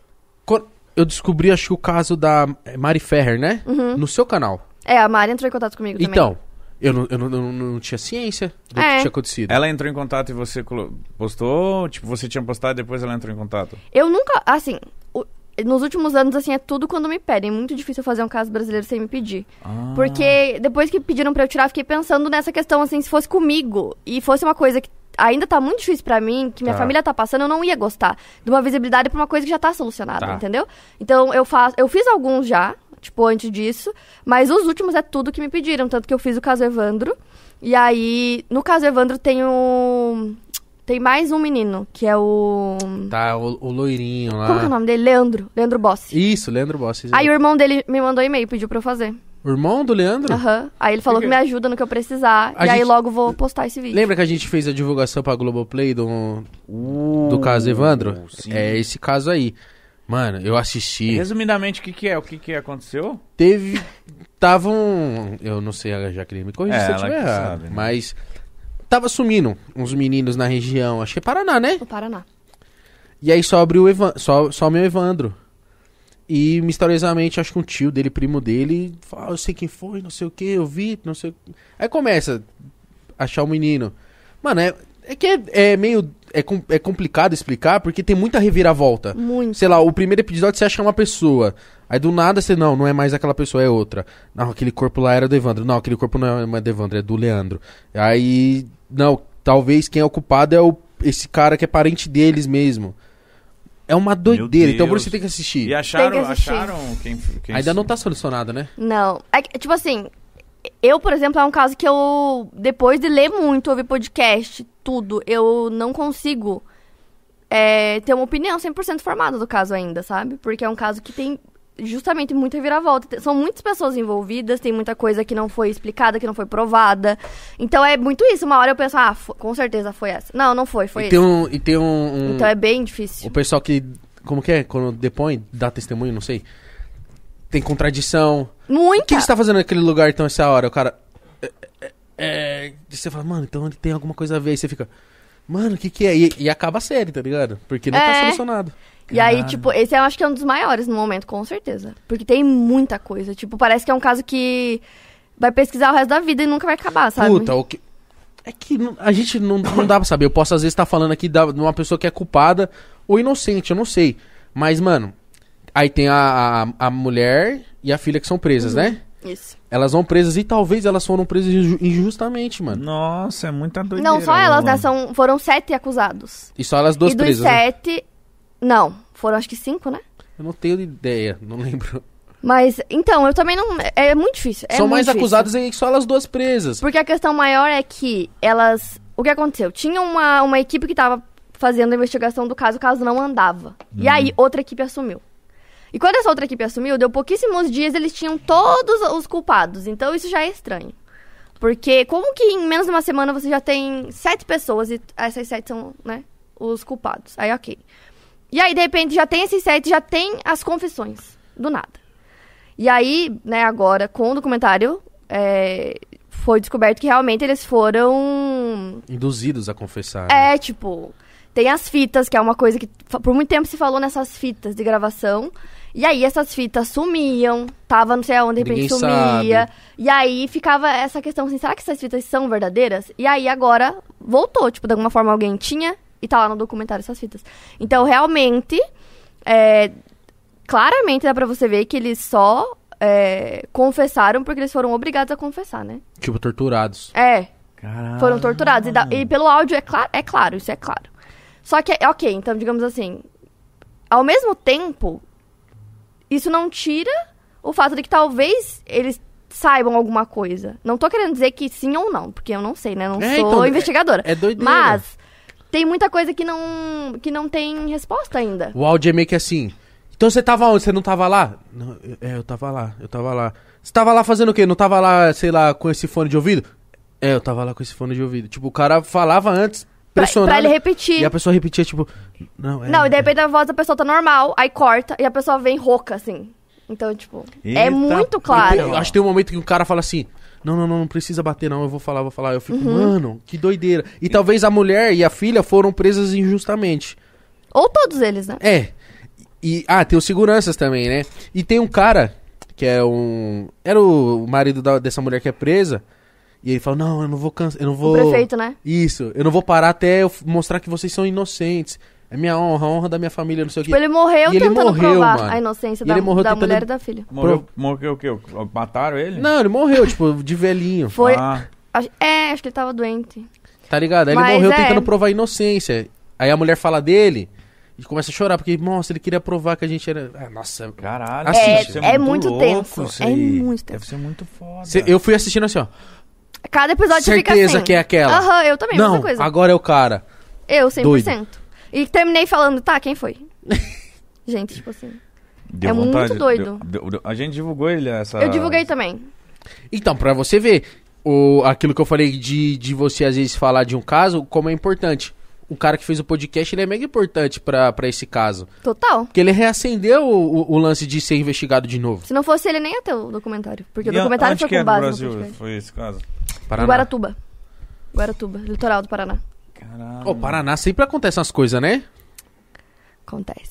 co- eu descobri, acho que o caso da Mari Ferrer, né? No seu canal. É, a Mari entrou em contato comigo também. Então, eu não, eu não, eu não- não tinha ciência do É. que tinha acontecido. Ela entrou em contato e você colo- postou? Tipo, você tinha postado e depois ela entrou em contato? Eu nunca, assim, o- nos últimos anos, assim, é tudo quando me pedem. É muito difícil eu fazer um caso brasileiro sem me pedir. Ah. Porque depois que pediram pra eu tirar, eu fiquei pensando nessa questão, assim, se fosse comigo e fosse uma coisa que ainda tá muito difícil pra mim, que minha Tá. família tá passando, eu não ia gostar de uma visibilidade pra uma coisa que já tá solucionada, Tá. entendeu? Então eu faço, eu fiz alguns já, tipo, antes disso, mas os últimos é tudo que me pediram, tanto que eu fiz o caso Evandro. E aí, no caso Evandro tem o tem mais um menino, que é o Tá, o, o loirinho lá. como que é o nome dele? Leandro, Leandro Bossi. Isso, Leandro Bossi. Aí o irmão dele me mandou e-mail, pediu pra eu fazer. O irmão do Leandro? Aham. Aí ele falou que me ajuda no que eu precisar. A e aí gente- logo vou postar esse vídeo. Lembra que a gente fez a divulgação pra Globoplay do, Uh, do caso Evandro? sim. É esse caso aí. Mano, eu assisti. Resumidamente, o que que é? O que que aconteceu? Teve. Tavam. Eu não sei, a Jaqueline me corrija É, se eu ela estiver que errado. sabe, né? Mas. Tava sumindo uns meninos na região. Acho que é Paraná, né? No Paraná. E aí sobre o Evan, só, some o Evandro. E misteriosamente, acho que um tio dele, primo dele, fala, ah, eu sei quem foi, não sei o que, eu vi, não sei o que. Aí começa a achar o menino. Mano, é, é que é, é meio... É, com, é complicado explicar, porque tem muita reviravolta. Muito. Sei lá, o primeiro episódio você acha que é uma pessoa. Aí do nada você, não, não é mais aquela pessoa, é outra. Não, aquele corpo lá era do Evandro. Não, aquele corpo não é mais do Evandro, é do Leandro. Aí, não, talvez quem é o culpado é o, esse cara que é parente deles mesmo. É uma doideira, então por isso você tem que assistir. E acharam, Tem que assistir. acharam quem, quem... Ainda não tá solucionado, né? Não. É que, tipo assim, eu, por exemplo, é um caso que eu, depois de ler muito, ouvir podcast, tudo, eu não consigo é, ter uma opinião cem por cento formada do caso ainda, sabe? Porque é um caso que tem justamente muita reviravolta. São muitas pessoas envolvidas, tem muita coisa que não foi explicada, que não foi provada. Então é muito isso. Uma hora eu penso, ah, fo- com certeza foi essa. Não, não foi, foi e esse. tem um, e tem um, um- Então é bem difícil. o pessoal que, como que é? Quando depõe, dá testemunho, não sei. Tem contradição. O Muita! que você tá fazendo naquele lugar, então, essa hora? O cara... É, é, é... E você fala, mano, então ele tem alguma coisa a ver. E você fica, mano, o que que é? E, e acaba a série, tá ligado? Porque não tá É. solucionado. E aí, Caralho. tipo, esse eu acho que é um dos maiores no momento, com certeza. Porque tem muita coisa. Tipo, parece que é um caso que vai pesquisar o resto da vida e nunca vai acabar, sabe? Puta, o que... É que não- a gente não, não dá pra saber. Eu posso, às vezes, estar falando aqui da- de uma pessoa que é culpada ou inocente, eu não sei. Mas, mano, aí tem a, a, a mulher e a filha que são presas, né? Isso. Elas vão presas e talvez elas foram presas inju- injustamente, mano. Nossa, é muita doideira. Não, só elas, né? mano. São, foram sete acusados. E só elas duas e dos presas, né? sete... Não, foram acho que cinco, né? Eu não tenho ideia, não lembro. Mas, então, eu também não... É muito difícil. É São muito mais difícil. acusadas e só elas duas presas. Porque a questão maior é que elas... O que aconteceu? Tinha uma, uma equipe que tava fazendo a investigação do caso, o caso não andava. E aí, outra equipe assumiu. E quando essa outra equipe assumiu, deu pouquíssimos dias, eles tinham todos os culpados. Então, isso já é estranho. Porque como que em menos de uma semana você já tem sete pessoas e essas sete são, né, os culpados? Aí, ok. E aí, de repente, já tem esses sete, já tem as confissões. Do nada. E aí, né, agora, com o documentário, é, foi descoberto que realmente eles foram... Induzidos a confessar. né? É, tipo... Tem as fitas, que é uma coisa que fa- por muito tempo se falou nessas fitas de gravação. E aí essas fitas sumiam, tava não sei aonde, de repente Ninguém sumia. sabe. E aí ficava essa questão assim, será que essas fitas são verdadeiras? E aí agora voltou, tipo, de alguma forma alguém tinha e tá lá no documentário essas fitas. Então, realmente, é, claramente dá pra você ver que eles só é, confessaram porque eles foram obrigados a confessar, né? Tipo, torturados. É, Caralho. foram torturados. E, da- e pelo áudio é claro, é claro, isso é claro. Só que, ok, então, digamos assim, ao mesmo tempo, isso não tira o fato de que talvez eles saibam alguma coisa. Não tô querendo dizer que sim ou não, porque eu não sei, né? Não É, sou então, é- investigadora. é doideira. Mas tem muita coisa que não, que não tem resposta ainda. O áudio é meio que assim. Então você tava onde? Você não tava lá? Não, eu- é, eu tava lá, eu tava lá. Você tava lá fazendo o quê? Não tava lá, sei lá, com esse fone de ouvido? É, eu tava lá com esse fone de ouvido. Tipo, o cara falava antes, Pra, pressionando. pra ele repetir. E a pessoa repetia, tipo, não, é. Não, e de é. repente a voz da pessoa tá normal, aí corta e a pessoa vem rouca, assim. Então, tipo, é Eita muito Eu claro. tenho- acho que tem um momento que o cara fala assim: não, não, não, não precisa bater, não, eu vou falar, vou falar. Eu fico, mano, que doideira. E talvez a mulher e a filha foram presas injustamente. Ou todos eles, né? É. E, ah, tem os seguranças também, né? E tem um cara que é um. Era o marido da- dessa mulher que é presa. E ele fala: não, eu não vou cansar. Eu não vou. O prefeito, né? Isso, eu não vou parar até eu f- mostrar que vocês são inocentes. É minha honra, a honra da minha família, não sei o Tipo, quê. ele morreu E ele tentando morreu, provar mano. a inocência E da, ele morreu da tentando- mulher e da filha. Morreu, morreu o quê? Mataram ele? Não, ele morreu, tipo, de velhinho. Foi. Ah, acho- É, acho que ele tava doente. Tá ligado? Aí ele Mas morreu é. tentando provar a inocência. Aí a mulher fala dele e começa a chorar, porque, nossa, ele queria provar que a gente era. Ah, nossa. caralho. Assiste. deve ser É muito louco tenso, isso é aí. muito tenso. Deve ser muito foda. Cê- eu fui assistindo assim, ó. Cada episódio você fica Certeza assim. que é aquela. Aham, eu também, Não, mesma coisa. agora é o cara. Eu, cem por cento. E terminei falando, tá, quem foi? Gente, tipo assim. Deu é muito vontade, doido. deu- deu- deu- a gente divulgou ele essa... Eu divulguei também. Então, pra você ver, o, aquilo que eu falei de, de você às vezes falar de um caso, como é importante. O cara que fez o podcast, ele é mega importante pra, pra esse caso. Total. Porque ele reacendeu o, o- o lance de ser investigado de novo. Se não fosse ele, nem ia ter o documentário. Porque o E a- documentário onde foi que com é no base Brasil no podcast. foi esse caso? Em Paraná. Guaratuba. Guaratuba, litoral do Paraná. Caralho. Ô, Paraná sempre acontecem as coisas, né? Acontece.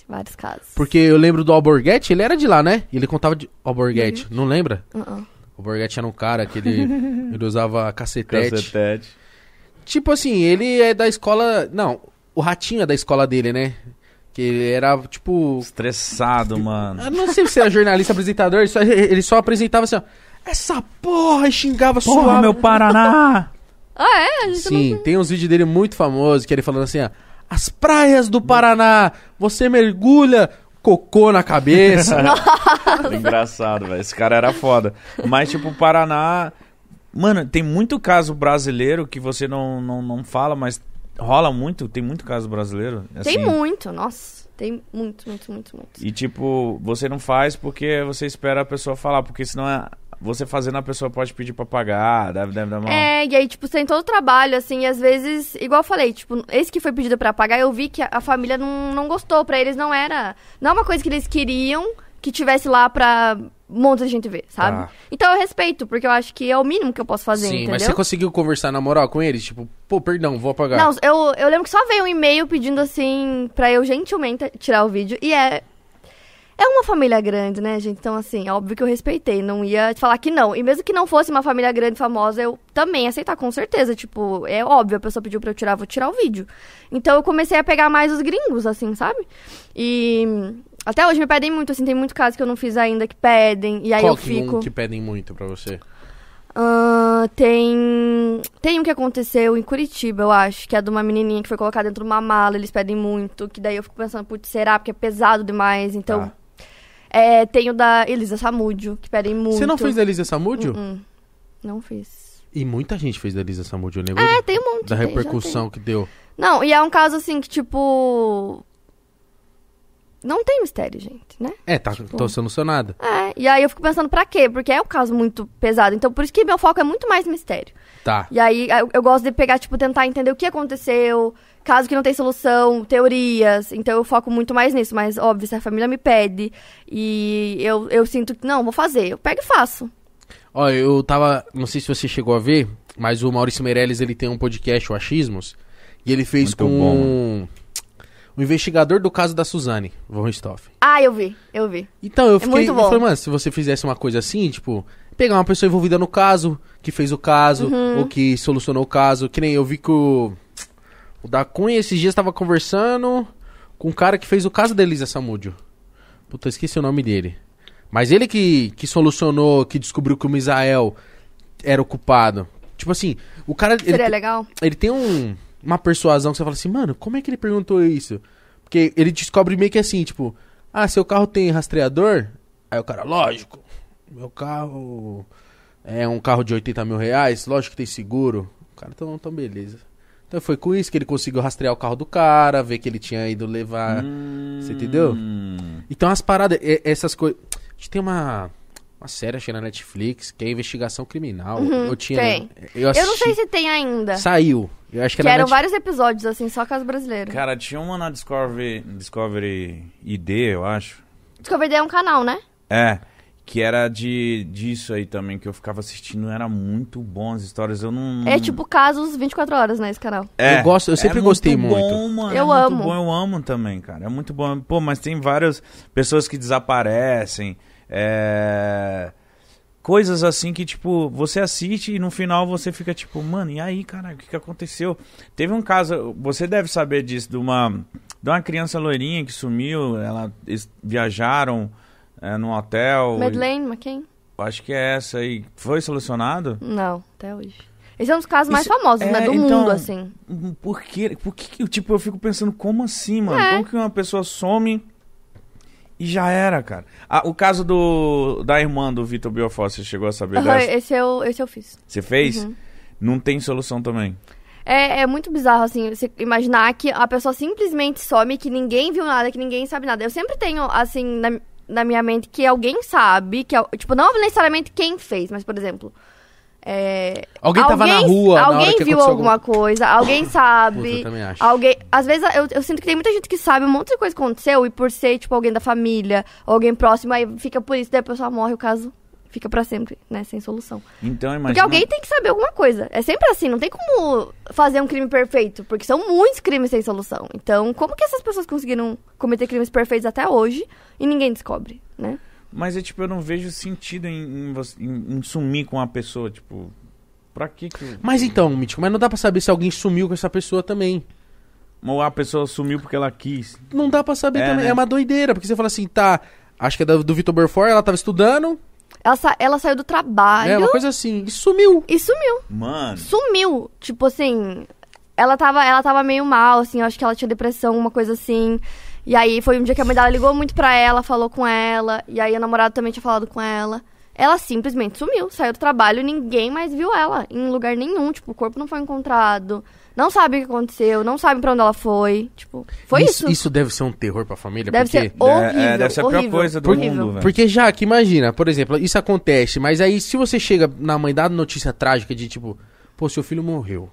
vários casos. Porque eu lembro do Alborguete, ele era de lá, né? Ele contava de Alborguete, não lembra? Uh-uh. O Alborguete era um cara que ele, ele usava cacetete. Cacetete. Tipo assim, ele é da escola... Não, o Ratinho é da escola dele, né? Que ele era, tipo... Estressado, mano. Eu não sei se era jornalista, apresentador, ele só, ele só apresentava assim, ó. Essa porra, e xingava Porra, suave. meu Paraná! Ah, é? A gente Sim, não... tem uns vídeos dele muito famosos, que ele falando assim, ó. As praias do Paraná, você mergulha, cocô na cabeça. Engraçado, velho. Esse cara era foda. Mas, tipo, o Paraná... Mano, tem muito caso brasileiro que você não, não, não fala, mas rola muito. Tem muito caso brasileiro. Assim. Tem muito, nossa. Tem muito, muito, muito, muito. E, tipo, você não faz porque você espera a pessoa falar. Porque senão é... Você fazendo, a pessoa pode pedir pra pagar, deve, deve dar uma... É, e aí, tipo, você tem todo o trabalho, assim, e às vezes, igual eu falei, tipo, esse que foi pedido pra pagar, eu vi que a, a família não, não gostou, pra eles não era... Não é uma coisa que eles queriam que tivesse lá pra um monte de gente ver, sabe? Tá. Então eu respeito, porque eu acho que é o mínimo que eu posso fazer, Sim, entendeu? mas você conseguiu conversar na moral com eles? Tipo, pô, perdão, vou apagar. Não, eu, eu lembro que só veio um e-mail pedindo, assim, pra eu gentilmente tirar o vídeo, e é... É uma família grande, né, gente? Então, assim, óbvio que eu respeitei. Não ia falar que não. E mesmo que não fosse uma família grande, famosa, eu também ia aceitar, com certeza. Tipo, é óbvio, a pessoa pediu pra eu tirar, vou tirar o vídeo. Então, eu comecei a pegar mais os gringos, assim, sabe? E até hoje me pedem muito, assim, tem muito caso que eu não fiz ainda que pedem. E aí Qual eu que fico... um que pedem muito pra você? Uh, tem... Tem um que aconteceu em Curitiba, eu acho, que é de uma menininha que foi colocada dentro de uma mala, eles pedem muito, que daí eu fico pensando, putz, será? Porque é pesado demais, então... Tá. É, tem o da Elisa Samúdio, que pedem muito. Você não fez da Elisa Samúdio? Uh-uh. Não fiz. E muita gente fez da Elisa Samúdio, eu lembro É, tem um monte. da tem, repercussão que deu. Não, e é um caso assim que, tipo... Não tem mistério, gente, né? É, tá Tipo- tô solucionado. É, e aí eu fico pensando pra quê? Porque é um caso muito pesado. Então, por isso que meu foco é muito mais mistério. Tá. E aí eu, eu gosto de pegar, tipo, tentar entender o que aconteceu, caso que não tem solução, teorias. Então eu foco muito mais nisso. Mas, óbvio, se a família me pede e eu, eu sinto que, não, vou fazer. Eu pego e faço. Ó, eu tava... Não sei se você chegou a ver, mas o Maurício Meirelles, ele tem um podcast, o Achismos, e ele fez Muito com bom. um, o investigador do caso da Suzane von Richthofen. Ah, eu vi, eu vi. Então, eu fiquei... muito eu bom. falei, mano, se você fizesse uma coisa assim, tipo... Pegar uma pessoa envolvida no caso, que fez o caso, Uhum. ou que solucionou o caso. Que nem eu vi que o... O da Cunha esses dias tava conversando com um cara que fez o caso da Elisa Samúdio. Puta, eu esqueci o nome dele. Mas ele que, que solucionou, que descobriu que o Misael era o culpado. Tipo assim, o cara... Ele, Seria te- legal? ele tem um, uma persuasão que você fala assim, mano, como é que ele perguntou isso? Porque ele descobre meio que assim, tipo... Ah, seu carro tem rastreador? Aí o cara, lógico. Meu carro é um carro de oitenta mil reais, lógico que tem seguro. O cara, então, então beleza. Então foi com isso que ele conseguiu rastrear o carro do cara, ver que ele tinha ido levar... Você entendeu? Hum. Então as paradas, e- essas coisas... A gente tem uma, uma série, achei na Netflix, que é Investigação Criminal. eu tinha... tem. Eu, Eu assisti, não sei se tem ainda. Saiu. Eu acho que, Que era eram na Net- vários episódios, assim, só caso brasileiro. Cara, tinha uma na Discovery, Discovery I D, eu acho. Discovery é um canal, né? É, que era de disso aí também, que eu ficava assistindo, era muito bom as histórias, eu não... É tipo casos vinte e quatro horas, né, esse canal. É, Eu gosto- eu sempre é gostei muito. muito. Bom, mano, Eu é amo. Muito bom, eu amo também, cara. É muito bom. Pô, mas tem várias pessoas que desaparecem, é... coisas assim que, tipo, você assiste e no final você fica tipo, mano, e aí, cara, o que, que aconteceu? Teve um caso, você deve saber disso, de uma, de uma criança loirinha que sumiu, ela, eles viajaram é, num hotel. Madeleine McCann? Acho que é essa aí. Foi solucionado? Não, até hoje. Esse é um dos casos mais Isso- famosos, é, né, do então, mundo, assim. Por que, por que, tipo, eu fico pensando, como assim, mano? É. Como que uma pessoa some e já era, cara? Ah, o caso do, da irmã do Vitor Belfort, você chegou a saber Aham, dessa? esse, eu, esse eu fiz. Você fez? Uhum. Não tem solução também. É, é muito bizarro, assim, você imaginar que a pessoa simplesmente some, que ninguém viu nada, que ninguém sabe nada. Eu sempre tenho, assim, na, na minha mente que alguém sabe, que, al- tipo, não necessariamente quem fez, mas, por exemplo... É, Alguém tava na rua na hora Alguém que viu aconteceu alguma alguma- coisa, alguém Puta, sabe. eu também acho. Alguém, às vezes eu, eu sinto que tem muita gente que sabe um monte de coisa que aconteceu e por ser, tipo, alguém da família, ou alguém próximo, aí fica por isso, daí a pessoa morre, o caso fica pra sempre, né, sem solução. Então, imagina... Porque alguém tem que saber alguma coisa. É sempre assim, não tem como fazer um crime perfeito, porque são muitos crimes sem solução. Então, como que essas pessoas conseguiram cometer crimes perfeitos até hoje e ninguém descobre, né? Mas é tipo, eu não vejo sentido em, em, você- em- em sumir com uma pessoa, tipo... Pra que que... Mas então, Mítico, mas não dá pra saber se alguém sumiu com essa pessoa também. Ou a pessoa sumiu porque ela quis. Não dá pra saber É, também. né? É uma doideira, porque você fala assim, tá... Acho que é da- do Vitor Belfort, ela tava estudando, Ela, sa- ela saiu do trabalho é uma coisa assim, e sumiu. e sumiu. Mano... Sumiu. Tipo assim, ela tava, ela tava meio mal, assim, eu acho que ela tinha depressão, uma coisa assim. E aí foi um dia que a mãe dela ligou muito pra ela, falou com ela, e aí o namorado também tinha falado com ela. Ela simplesmente sumiu, saiu do trabalho, ninguém mais viu ela em lugar nenhum, tipo, o corpo não foi encontrado, não sabe o que aconteceu, não sabe pra onde ela foi, tipo, foi isso. Isso deve ser um terror pra família, Deve porque... ser horrível, é, deve ser a pior horrível, coisa do horrível. mundo, velho. Porque, Jaque, imagina, por exemplo, isso acontece, mas aí se você chega na mãe dá notícia trágica de tipo, pô, seu filho morreu.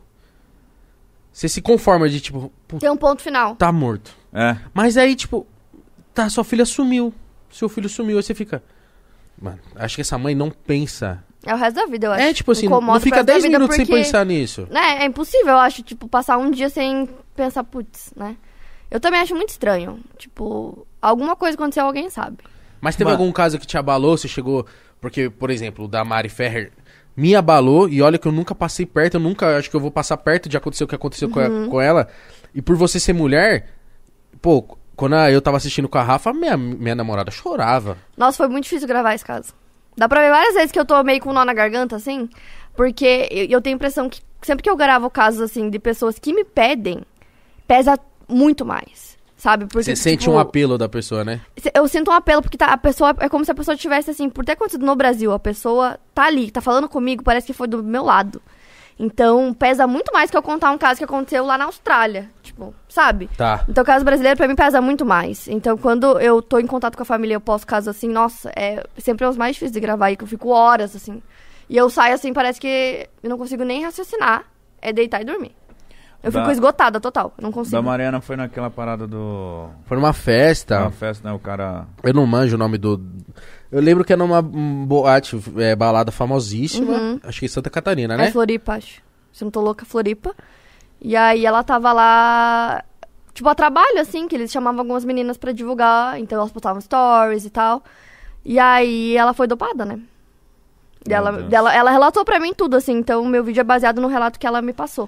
Você se conforma de tipo, pô, Tem um ponto final. tá morto. É. Mas aí, tipo, tá, sua filha sumiu. Seu filho sumiu, aí você fica... Mano, acho que essa mãe não pensa. É o resto da vida, eu acho. É, tipo assim, Incomoda não pro fica resto da dez vida minutos sem porque- pensar nisso. É, é impossível, eu acho, tipo, passar um dia sem pensar, putz, né? Eu também acho muito estranho. Tipo, alguma coisa aconteceu, alguém sabe. Mas teve Mano. algum caso que te abalou? Você chegou... Porque, por exemplo, o da Mari Ferrer me abalou. E olha que eu nunca passei perto. Eu nunca acho que eu vou passar perto de acontecer o que aconteceu com, a- com ela. E por você ser mulher... Pô, quando a- eu tava assistindo com a Rafa, minha, minha namorada chorava. Nossa, foi muito difícil gravar esse caso. Dá pra ver várias vezes que eu tô meio com um nó na garganta, assim. Porque eu, eu tenho a impressão que sempre que eu gravo casos, assim, de pessoas que me pedem, pesa muito mais, sabe? Porque, Você sente tipo, um apelo da pessoa, né? Se- Eu sinto um apelo, porque tá, a pessoa. É como se a pessoa tivesse, assim, por ter acontecido no Brasil, a pessoa tá ali, tá falando comigo, parece que foi do meu lado. Então, pesa muito mais que eu contar um caso que aconteceu lá na Austrália. Tipo, sabe? Tá. Então, o caso brasileiro, pra mim, pesa muito mais. Então, quando eu tô em contato com a família e eu posto casos assim, nossa, é sempre os mais difíceis de gravar aí, que eu fico horas, assim. E eu saio, assim, parece que eu não consigo nem raciocinar. É deitar e dormir. Eu Da- fico esgotada, total. Eu não consigo. Da Mariana foi naquela parada do... Foi numa festa. Uma festa, né? O cara... Eu não manjo o nome do... Eu lembro que era numa um, boate, é, balada famosíssima. Uhum. Acho que em Santa Catarina, É né? Floripa, acho. Se eu não tô louca, Floripa. E aí ela tava lá, tipo, a trabalho, assim, que eles chamavam algumas meninas pra divulgar. Então elas postavam stories e tal. E aí ela foi dopada, né? E Meu ela, Deus. ela, ela relatou pra mim tudo, assim. Então o meu vídeo é baseado no relato que ela me passou.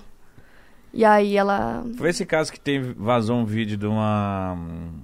E aí ela... Foi esse caso que teve, vazou um vídeo de uma...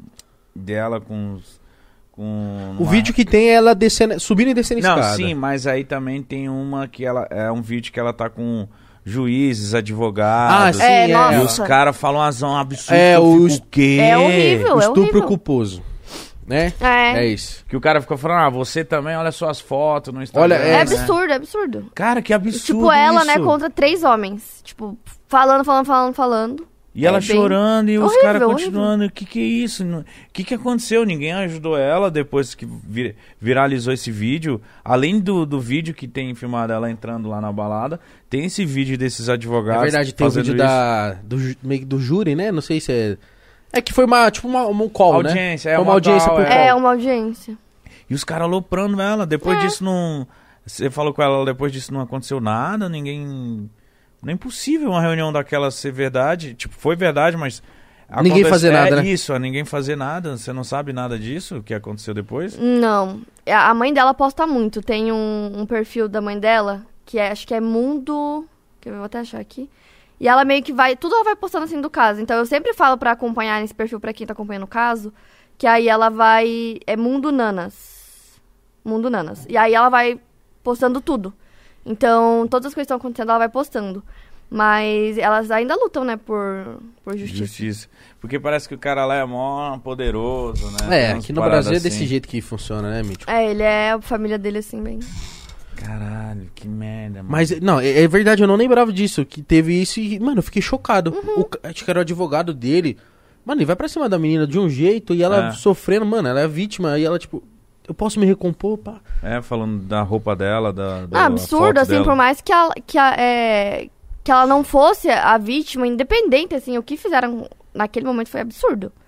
Dela com... os- com O uma- vídeo que tem é ela descendo, subindo e descendo Não, escada. sim, mas aí também tem uma que ela... É um vídeo que ela tá com juízes, advogados. Ah, sim, É, é. nossa. E os caras falam umas um absurdo. É, que eu o fico, est- o quê? É horrível. O é estupro horrível. culposo. Né? É. É isso. Que o cara ficou falando, ah, você também, olha suas fotos no Instagram. Olha, É, é, absurdo, é absurdo. Cara, que E, absurdo tipo, ela, né, isso. contra três homens. Tipo, falando, falando, falando, falando. E ela É bem chorando e os horrível, caras horrível. continuando. O que que é isso? O que que aconteceu? Ninguém ajudou ela depois que vir- viralizou esse vídeo. Além do, do vídeo que tem filmado ela entrando lá na balada, tem esse vídeo desses É advogados verdade, tem o fazendo vídeo isso. da, do, ju- meio que do júri, né? Não sei se é... É que foi uma, tipo uma, um call, né? Audiência, é Foi uma uma audiência call, por é. call. É, uma audiência. E os caras aloprando ela. Depois É. disso não... Você falou com ela, depois disso não aconteceu nada, ninguém... Não é impossível uma reunião daquela ser verdade. Tipo, foi verdade, mas... Ninguém acontece- fazer é nada, né? Isso, ninguém fazer nada. Você não sabe nada disso, o que aconteceu depois? Não. A mãe dela posta muito. Tem um, um perfil da mãe dela, que é, acho que é Mundo... Que eu vou até achar aqui. E ela meio que vai... Tudo ela vai postando assim do caso. Então eu sempre falo pra acompanhar nesse perfil, pra quem tá acompanhando o caso, que aí ela vai... É Mundo Nanas. Mundo Nanas. E aí ela vai postando tudo. Então, todas as coisas que estão acontecendo, ela vai postando. Mas elas ainda lutam, né, por, por justiça. Justiça. Porque parece que o cara lá é mó poderoso, né? É, Tem umas aqui no paradas Brasil é desse assim. jeito que funciona, né, Mítico? É, ele é a família dele, assim, bem... Caralho, que merda, mano. Mas, não, é, é verdade, eu não lembrava disso, que teve isso e, mano, eu fiquei chocado. Uhum. O, ca- acho que era o advogado dele. Mano, ele vai pra cima da menina de um jeito e ela É. sofrendo, mano, ela é vítima e ela, tipo, eu posso me recompor, pá. É, falando da roupa dela, da, da Ah, da absurdo, foto assim, dela. por mais que ela, que, a, é, que ela não fosse a vítima, independente, assim, o que fizeram naquele momento foi absurdo.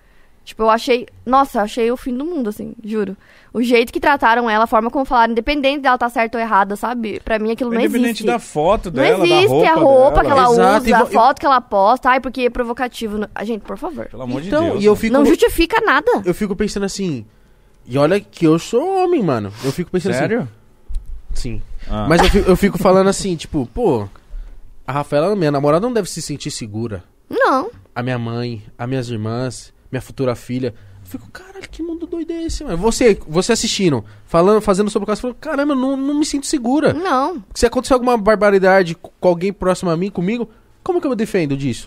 Tipo, eu achei... Nossa, eu achei o fim do mundo, assim, juro. O jeito que trataram ela, a forma como falaram, independente dela tá certa ou errada, sabe? Pra mim aquilo não existe. Independente da foto dela, não existe da roupa a roupa dela. que ela Exato, usa, a e vo- foto que ela posta. Ai, porque é provocativo. Não- Ah, gente, por favor. Pelo amor Então, de Deus. e eu né? fico... Não justifica nada. Eu fico pensando assim... E olha que eu sou homem, mano. Eu fico pensando Sério? assim... Sim. Ah. Mas eu fico, eu fico falando assim, tipo... Pô... A Rafaela, minha namorada, não deve se sentir segura. Não. A minha mãe, as minhas irmãs, minha futura filha. Eu fico, caralho, que mundo doido é esse, mano? Você, você assistindo, falando, fazendo sobre o caso, falando, caramba, eu não, não me sinto segura. Não. Se acontecer alguma barbaridade com alguém próximo a mim, comigo, como que eu me defendo disso?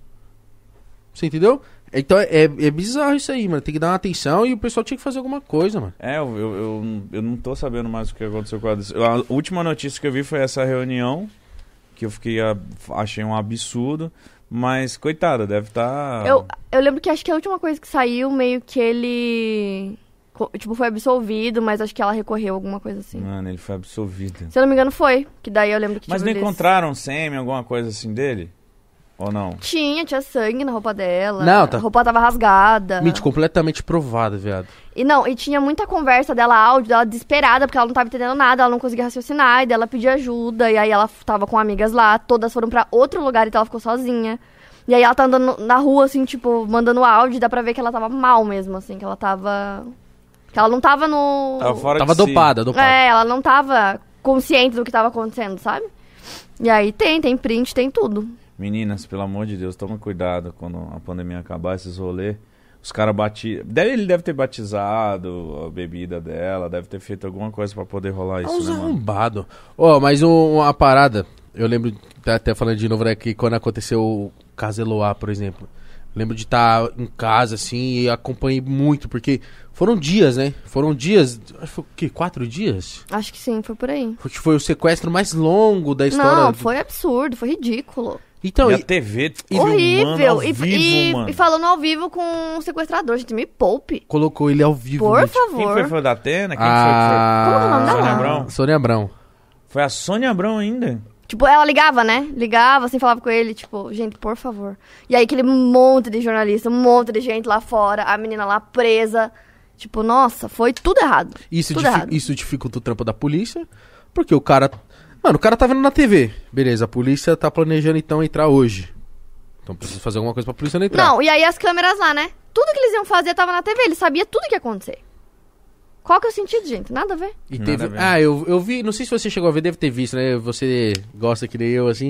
Você entendeu? Então é, é bizarro isso aí, mano. Tem que dar uma atenção e o pessoal tinha que fazer alguma coisa, mano. É, eu, eu, eu, eu não tô sabendo mais o que aconteceu com ela. A última notícia que eu vi foi essa reunião, que eu fiquei, a- achei um absurdo, mas coitada, deve estar... Tá... Eu, eu lembro que acho que a última coisa que saiu, meio que ele... co- Tipo, foi absolvido, mas acho que ela recorreu, alguma coisa assim. Mano, ele foi absolvido. Se eu não me engano, foi. Que daí eu lembro que Mas tipo, não eles- encontraram sêmen, alguma coisa assim dele? Ou não? Tinha, tinha sangue na roupa dela. Não, tá- A roupa tava rasgada. Mídia completamente provada, viado. E não, e tinha muita conversa dela, áudio dela desesperada, porque ela não tava entendendo nada, ela não conseguia raciocinar, e daí ela pedia ajuda, e aí ela tava com amigas lá, todas foram pra outro lugar, então ela ficou sozinha. E aí ela tá andando na rua, assim, tipo, mandando áudio, e dá pra ver que ela tava mal mesmo, assim, que ela tava... Que ela não tava no... Tava fora Tava de si. dopada, dopada. É, ela não tava consciente do que tava acontecendo, sabe? E aí tem, tem print, tem tudo. Meninas, pelo amor de Deus, toma cuidado quando a pandemia acabar, esses rolês. Os caras bati... deve, ele deve ter batizado a bebida dela, deve ter feito alguma coisa pra poder rolar É isso, uns né, mano? arrombados. Ó, mas um- uma parada, eu lembro, tá até falando de novo, né, que quando aconteceu o caso Eloá, por exemplo. Lembro de estar em casa, assim, e acompanhei muito, porque foram dias, né? Foram dias, acho que foi o quê? Quatro dias? Acho que sim, foi por aí. Foi, foi o sequestro mais longo da história. Não, do- foi absurdo, foi ridículo. Então, E a e- T V Horrível. filmando ao E, vivo, e- mano. e falando ao vivo com um sequestrador, gente, me poupe. colocou ele ao vivo. Por né? favor. Quem foi? Foi o da Atena? Quem A... Como que é o nome dela? Sônia Abrão? Sônia Abrão. foi? Foi a Sônia Abrão ainda? Tipo, ela ligava, né? Ligava, assim, falava com ele, tipo, gente, por favor. E aí aquele monte de jornalista, um monte de gente lá fora, a menina lá presa. Tipo, nossa, foi tudo errado. Isso, tudo difi- errado. isso dificulta o trampo da polícia, porque o cara... Mano, o cara tá vendo na T V. Beleza, a polícia tá planejando então entrar hoje. Então precisa fazer alguma coisa pra polícia não entrar. Não, e aí as câmeras lá, né? Tudo que eles iam fazer tava na T V, eles sabiam tudo que ia acontecer. Qual que é o sentido, gente? Nada a ver. E Nada teve... a ver. Ah, eu, eu vi, não sei se você chegou a ver, deve ter visto, né? Você gosta que nem eu, assim.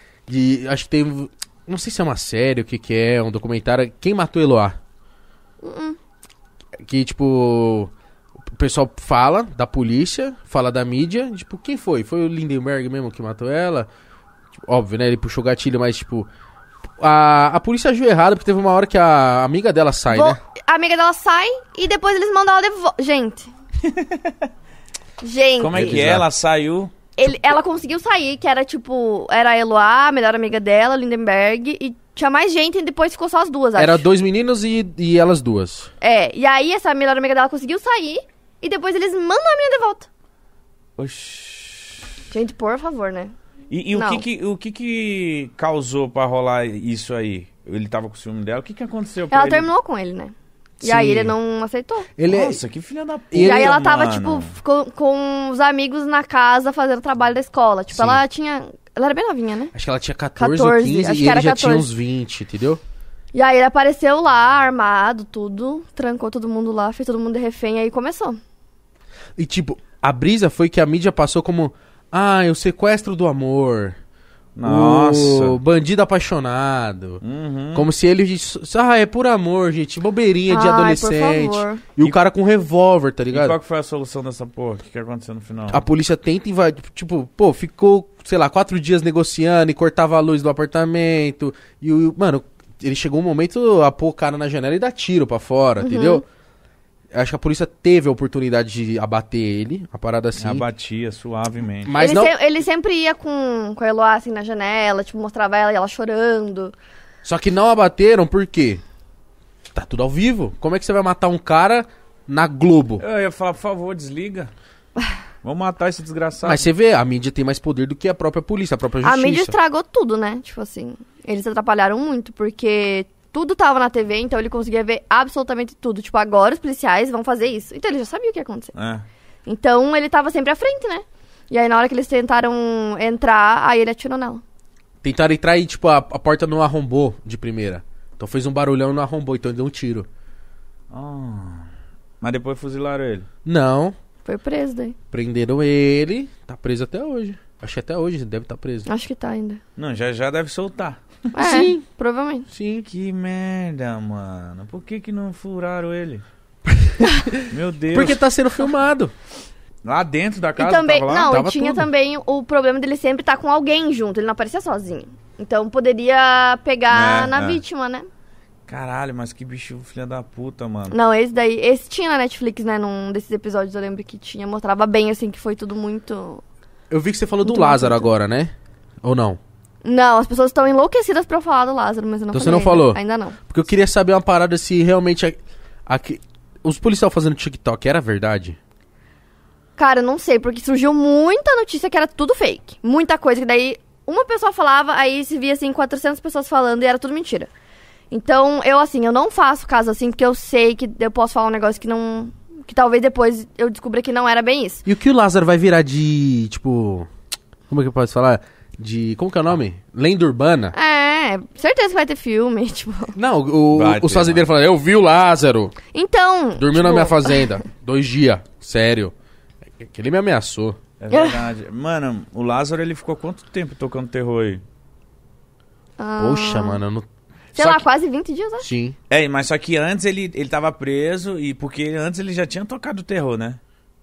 De, acho que tem, não sei se é uma série, o que que é, um documentário. Quem matou Eloá? Uh-uh. Que, tipo, o pessoal fala da polícia, fala da mídia, tipo, quem foi? Foi o Lindenberg mesmo que matou ela? Tipo, óbvio, né? Ele puxou o gatilho, mas, tipo, a, a polícia agiu errado, porque teve uma hora que a amiga dela sai, Vou- né? A amiga dela sai e depois eles mandam ela de volta. Gente. Gente. Como é que é? Exato. Ela saiu... Ele, ela conseguiu sair, que era tipo, era a Eloá, a melhor amiga dela, Lindenberg, e tinha mais gente e depois ficou só as duas, acho. Era dois meninos e, e elas duas. É, e aí essa melhor amiga dela conseguiu sair e depois eles mandam a menina de volta. Oxi. Gente, por favor, né? E, e o, Não. que que, o que que causou pra rolar isso aí? Ele tava com ciúme dela? O que que aconteceu pra Ela ele? terminou com ele, né? E Sim. aí ele não aceitou. Ele é- Nossa, que filha da puta, E aí ela tava, mano. tipo, com, com os amigos na casa fazendo trabalho da escola. Tipo, Sim. ela tinha... Ela era bem novinha, né? Acho que ela tinha catorze, catorze, ou quinze acho e que ele era já tinha catorze. uns vinte, entendeu? E aí ele apareceu lá, armado, tudo. Trancou todo mundo lá, fez todo mundo de refém, aí começou. E tipo, a brisa foi que a mídia passou como... Ah, o sequestro do amor. Nossa. O bandido apaixonado. Uhum. Como se ele... Ah, é por amor, gente. Bobeirinha de Ai, adolescente. por favor. E o cara com revólver, tá E ligado? qual que foi a solução dessa porra? O que que aconteceu no final? A polícia tenta invadir, tipo, pô, ficou, sei lá, quatro dias negociando e cortava a luz do apartamento. E o, mano, ele chegou um momento a pôr o cara na janela e dar tiro pra fora, Uhum. entendeu? Acho que a polícia teve a oportunidade de abater ele, a parada assim. Abatia suavemente. Mas ele, não, se- ele sempre ia com, com a Eloá, assim, na janela, tipo, mostrava ela e ela chorando. só que não abateram por quê? Tá tudo ao vivo. Como é que você vai matar um cara na Globo? Eu ia falar, por favor, desliga. Vamos matar esse desgraçado. Mas você vê, a mídia tem mais poder do que a própria polícia, a própria A justiça. mídia estragou tudo, né? Tipo assim, eles atrapalharam muito, porque tudo tava na T V, então ele conseguia ver absolutamente tudo. Tipo, agora os policiais vão fazer isso. Então ele já sabia o que ia acontecer. É. Então ele tava sempre à frente, né? E aí na hora que eles tentaram entrar, aí ele atirou nela. Tentaram entrar e, tipo, a, a porta não arrombou de primeira. Então fez um barulhão e não arrombou, então ele deu um tiro. Ah. Mas depois fuzilaram ele. Não, Foi preso daí. prenderam ele, tá preso até hoje. Acho que até hoje deve estar preso. Acho que tá ainda. Não, já já deve soltar. É, Sim. provavelmente. Sim. Que merda, mano. Por que que não furaram ele? Meu Deus. Porque tá sendo filmado. Lá dentro da E casa também, tava lá? não, Tava e tinha tudo. também o problema dele sempre estar com alguém junto, ele não aparecia sozinho. Então poderia pegar É, na é. vítima, né? Caralho, mas que bicho filha da puta, mano. Não, esse daí, esse tinha na Netflix, né, num desses episódios, eu lembro que tinha, mostrava bem, assim, que foi tudo muito... Eu vi que você falou do Muito Lázaro bonito. agora, né? Ou não? Não, as pessoas estão enlouquecidas pra eu falar do Lázaro, mas eu não Então você falei não falou? ainda. Ainda não. Porque eu queria saber uma parada se realmente... a- aqui- os policiais fazendo TikTok era verdade? Cara, eu não sei, porque surgiu muita notícia que era tudo fake. Muita coisa, que daí uma pessoa falava, aí se via, assim, quatrocentas pessoas falando e era tudo mentira. Então, eu, assim, eu não faço caso assim, porque eu sei que eu posso falar um negócio que não... Que talvez depois eu descubra que não era bem isso. E o que o Lázaro vai virar de, tipo... Como é que eu posso falar? De... Como que é o nome? Lenda urbana? É, certeza que vai ter filme, tipo... Não, o, Vai os ter, fazendeiros falaram, eu vi o Lázaro. Então... Dormiu tipo, na minha fazenda. Dois dias. Sério. É que ele me ameaçou. É verdade. Mano, o Lázaro, ele ficou quanto tempo tocando terror aí? ah, Poxa, mano, eu não... Sei Só lá, que- quase vinte dias, né? Sim. É, mas só que antes ele, ele tava preso e porque antes ele já tinha tocado terror, né?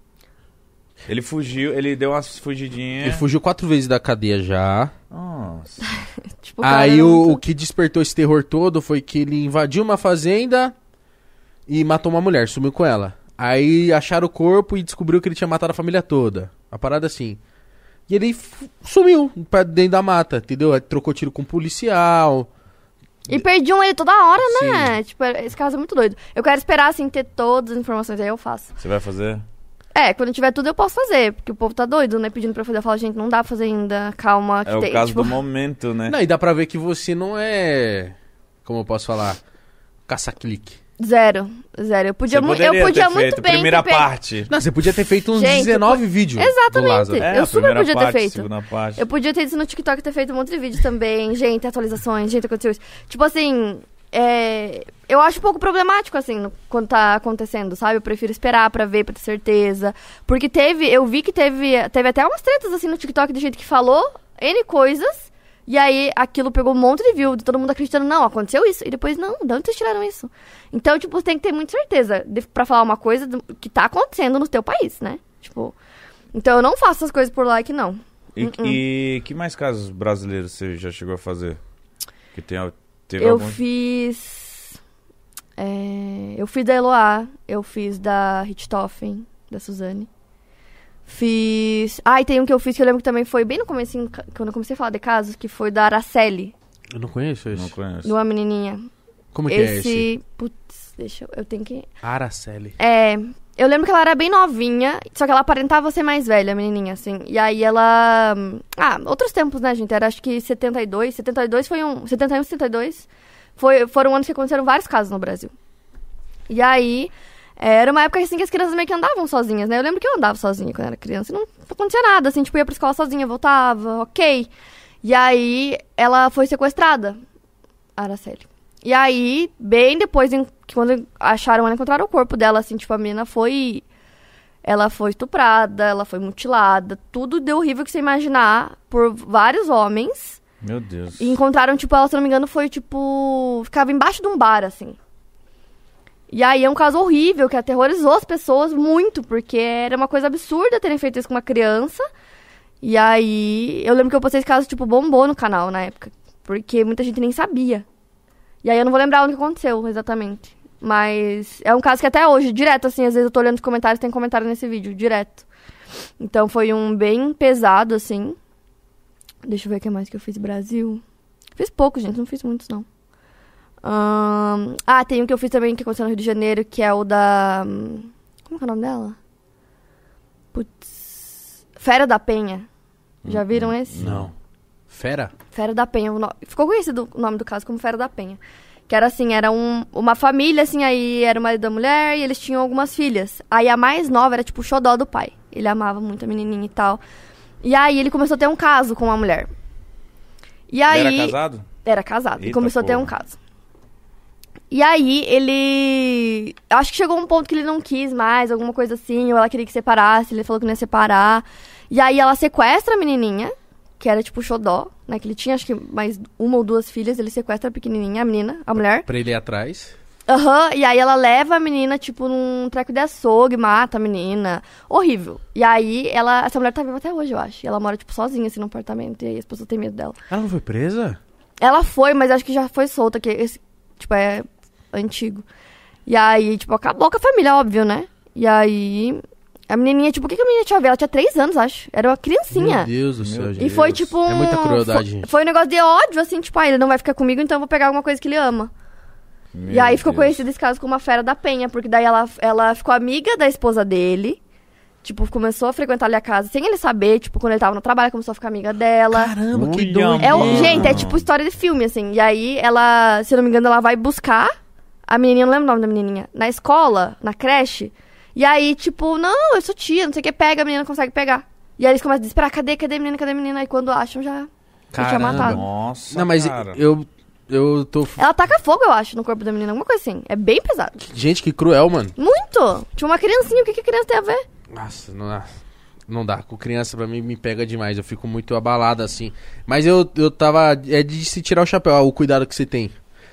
Ele fugiu, ele deu umas fugidinhas. Ele fugiu quatro vezes da cadeia já. Nossa. Tipo, cara, Aí era o, muito- o que despertou esse terror todo foi que ele invadiu uma fazenda e matou uma mulher, sumiu com ela. Aí acharam o corpo e descobriu que ele tinha matado a família toda. A parada assim. E ele f- sumiu pra dentro da mata, entendeu? Aí trocou tiro com um policial. E perdiam ele toda hora, né? Tipo, esse caso é muito doido. Eu quero esperar, assim, ter todas as informações, aí eu faço. Você vai fazer? É, quando tiver tudo eu posso fazer, porque o povo tá doido, né? Pedindo pra eu fazer. Eu falo, gente, não dá pra fazer ainda, calma. Que É o tem, caso tipo... do momento, né? Não, e dá pra ver que você não é... Como eu posso falar? Caça-clique. Zero, zero. Eu podia, Você mu- poderia eu podia ter muito feito bem primeira ter pego- parte. Não, você podia ter feito uns Gente, dezenove vídeos Exatamente. do Lázaro. É, Eu a super primeira podia ter parte, feito. segunda parte. Eu podia ter isso no TikTok e ter feito um monte de vídeo também. Gente, atualizações, gente, aconteceu isso. Tipo assim, é... eu acho um pouco problemático, assim, no- quando tá acontecendo, sabe? Eu prefiro esperar pra ver, pra ter certeza. Porque teve, eu vi que teve, teve até umas tretas, assim, no TikTok de gente que falou N coisas. E aí, aquilo pegou um monte de view, de todo mundo acreditando, não, aconteceu isso. E depois, não, de onde vocês tiraram isso? Então, tipo, você tem que ter muita certeza de, pra falar uma coisa do- que tá acontecendo no teu país, né? Tipo, então eu não faço essas coisas por like, não. E, Uh-uh. e que mais casos brasileiros você já chegou a fazer? Que tem, teve Eu algum... fiz... é, eu fiz da Eloá, eu fiz da Richthofen, da Suzane. Fiz... Ah, e tem um que eu fiz que eu lembro que também foi bem no comecinho, ca- quando eu comecei a falar de casos, que foi da Araceli, Eu não conheço esse. Não conheço. de uma menininha. Como que é esse? esse... Putz, deixa eu... Eu tenho que... Araceli. É, eu lembro que ela era bem novinha, só que ela aparentava ser mais velha, a menininha, assim. E aí ela... Ah, outros tempos, né, gente? Era acho que setenta e dois. setenta e dois foi um... setenta e um, setenta e dois. Foi, foram anos que aconteceram vários casos no Brasil. E aí... é, era uma época assim que as crianças meio que andavam sozinhas, né? Eu lembro que eu andava sozinha quando era criança e não acontecia nada, assim. Tipo, ia pra escola sozinha, voltava, ok. E aí, ela foi sequestrada, a Araceli. E aí, bem depois, em- que quando acharam ela, encontraram o corpo dela, assim, tipo, a menina foi... Ela foi estuprada, ela foi mutilada, tudo de horrível que você imaginar por vários homens. Meu Deus. E encontraram, tipo, ela, se não me engano, foi, tipo... Ficava embaixo de um bar, assim. E aí é um caso horrível, que aterrorizou as pessoas muito, porque era uma coisa absurda terem feito isso com uma criança. E aí, eu lembro que eu postei esse caso, tipo, bombou no canal na época. Porque muita gente nem sabia. E aí eu não vou lembrar onde que aconteceu, exatamente. Mas é um caso que até hoje, direto, assim, às vezes eu tô olhando os comentários, tem comentário nesse vídeo, direto. Então foi um bem pesado, assim. Deixa eu ver o que mais que eu fiz Brasil. Fiz pouco, gente, não fiz muitos, não. Ahn, Ah, tem um que eu fiz também que aconteceu no Rio de Janeiro, que é o da... Como que é o nome dela? Putz... Fera da Penha. Já viram esse? Não. Fera? Fera da Penha. o no- Ficou conhecido o nome do caso como Fera da Penha. Que era assim, era um, uma família, assim, aí era o marido da mulher e eles tinham algumas filhas. Aí a mais nova era, tipo, o xodó do pai. Ele amava muito a menininha e tal. E aí ele começou a ter um caso com uma mulher. E aí... Ele era casado? Era casado. Eita, e começou porra. a ter um caso. E aí ele... Acho que chegou um ponto que ele não quis mais, alguma coisa assim. Ou ela queria que separasse, ele falou que não ia separar. E aí ela sequestra a menininha, que era tipo o xodó, né? Que ele tinha, acho que mais uma ou duas filhas. Ele sequestra a pequenininha, a menina, a mulher. Pra ele ir atrás. Aham, uhum, e aí ela leva a menina, tipo, num treco de açougue, mata a menina. Horrível. E aí, ela, essa mulher tá viva até hoje, eu acho. E ela mora, tipo, sozinha, assim, num apartamento. E aí as pessoas têm medo dela. Ela não foi presa? Ela foi, mas acho que já foi solta, que esse, tipo, é antigo. E aí, tipo, acabou com a família, óbvio, né? E aí, a menininha, tipo, o que, que a menina tinha a ver? Ela tinha três anos, acho. Era uma criancinha. Meu Deus do céu, gente. E foi, tipo, um... É muita crueldade, foi, gente. foi um negócio de ódio, assim, tipo, ah, ele não vai ficar comigo, então eu vou pegar alguma coisa que ele ama. Meu e aí ficou Deus. conhecido esse caso como a Fera da Penha, porque daí ela, ela ficou amiga da esposa dele, tipo, começou a frequentar ali a casa sem ele saber, tipo, quando ele tava no trabalho, começou a ficar amiga dela. Caramba, que Uia, doido. É, o- mano. gente, é tipo história de filme, assim. E aí ela, se eu não me engano, ela vai buscar a menininha, não lembro o nome da menininha, na escola, na creche. E aí, tipo, não, eu sou tia, não sei o que, pega, a menina não consegue pegar. E aí eles começam a desesperar, cadê, cadê a menina, cadê a menina? E quando acham, já, já tinha Caramba. matado. Nossa, Não, mas cara. eu... Eu tô... Ela taca fogo, eu acho, no corpo da menina, alguma coisa assim. É bem pesado. Gente, que cruel, mano. Muito! Tinha uma criancinha, o que, que a criança tem a ver? Nossa, não dá. Não dá. Com criança, pra mim, me pega demais. Eu fico muito abalado, assim. Mas eu, eu tava... É de se tirar o chapéu, ó, o cuidado que você tem.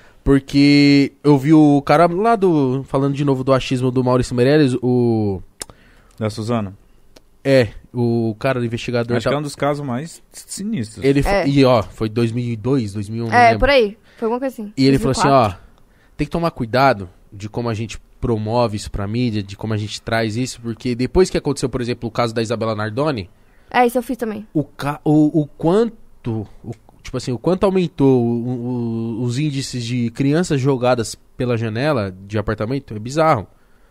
Porque eu vi o cara lá do... Falando de novo do achismo do Maurício Meirelles, o... Da Suzana? É, o cara, o investigador... Acho tá- que é um dos casos mais sinistros. Ele É. fo- E, ó, foi dois mil e dois, dois mil e um, não É, lembro. por aí. Foi alguma coisa assim. E ele falou assim, dois mil e quatro. ó, tem que tomar cuidado de como a gente promove isso pra mídia, de como a gente traz isso, porque depois que aconteceu, por exemplo, o caso da Isabela Nardoni, É, isso eu fiz também. o, ca o, o quanto, o, tipo assim, o quanto aumentou o- o- os índices de crianças jogadas pela janela de apartamento é bizarro.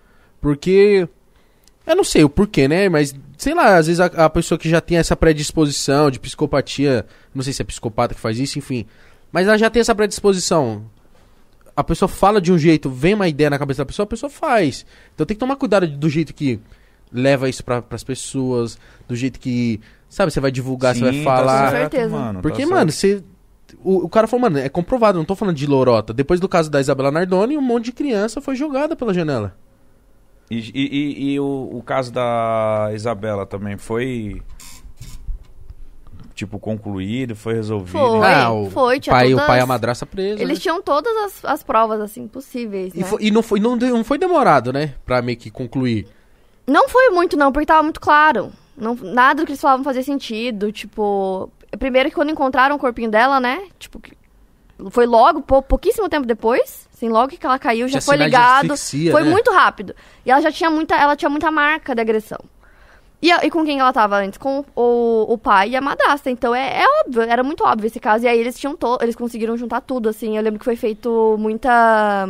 Porque, eu não sei o porquê, né, mas, sei lá, às vezes a, a pessoa que já tem essa predisposição de psicopatia, não sei se é psicopata que faz isso, enfim, mas ela já tem essa predisposição. A pessoa fala de um jeito, vem uma ideia na cabeça da pessoa, a pessoa faz. Então tem que tomar cuidado do jeito que leva isso pra, pras pessoas, do jeito que, sabe, você vai divulgar, Sim, você vai tá falar. certo, certeza. mano, Porque, tá mano, certo. você... O, o cara falou, mano, é comprovado, não tô falando de lorota. Depois do caso da Isabela Nardoni, um monte de criança foi jogada pela janela. E, e, e- e o, o caso da Isabela também foi... Tipo, concluído, foi resolvido? Foi. ah, o foi, tinha pai, todas- o pai e a madraça presa. Eles né? tinham todas as, as provas, assim, possíveis, E, né? foi- e não, foi, não, de- não foi demorado, né? Pra meio que concluir. Não foi muito, não, porque tava muito claro. Não, nada do que eles falavam fazia sentido. Tipo, primeiro que quando encontraram o corpinho dela, né? Tipo, que- foi logo, pou- pouquíssimo tempo depois. Assim, logo que ela caiu, já Tinha foi sinais de ligado. asfixia, Foi né? muito rápido. E ela já tinha muita, ela tinha muita marca de agressão. E, a- e com quem ela tava antes? Com o, o pai e a madrasta. Então é, é óbvio, era muito óbvio esse caso. E aí eles tinham to eles conseguiram juntar tudo, assim. Eu lembro que foi feito muita.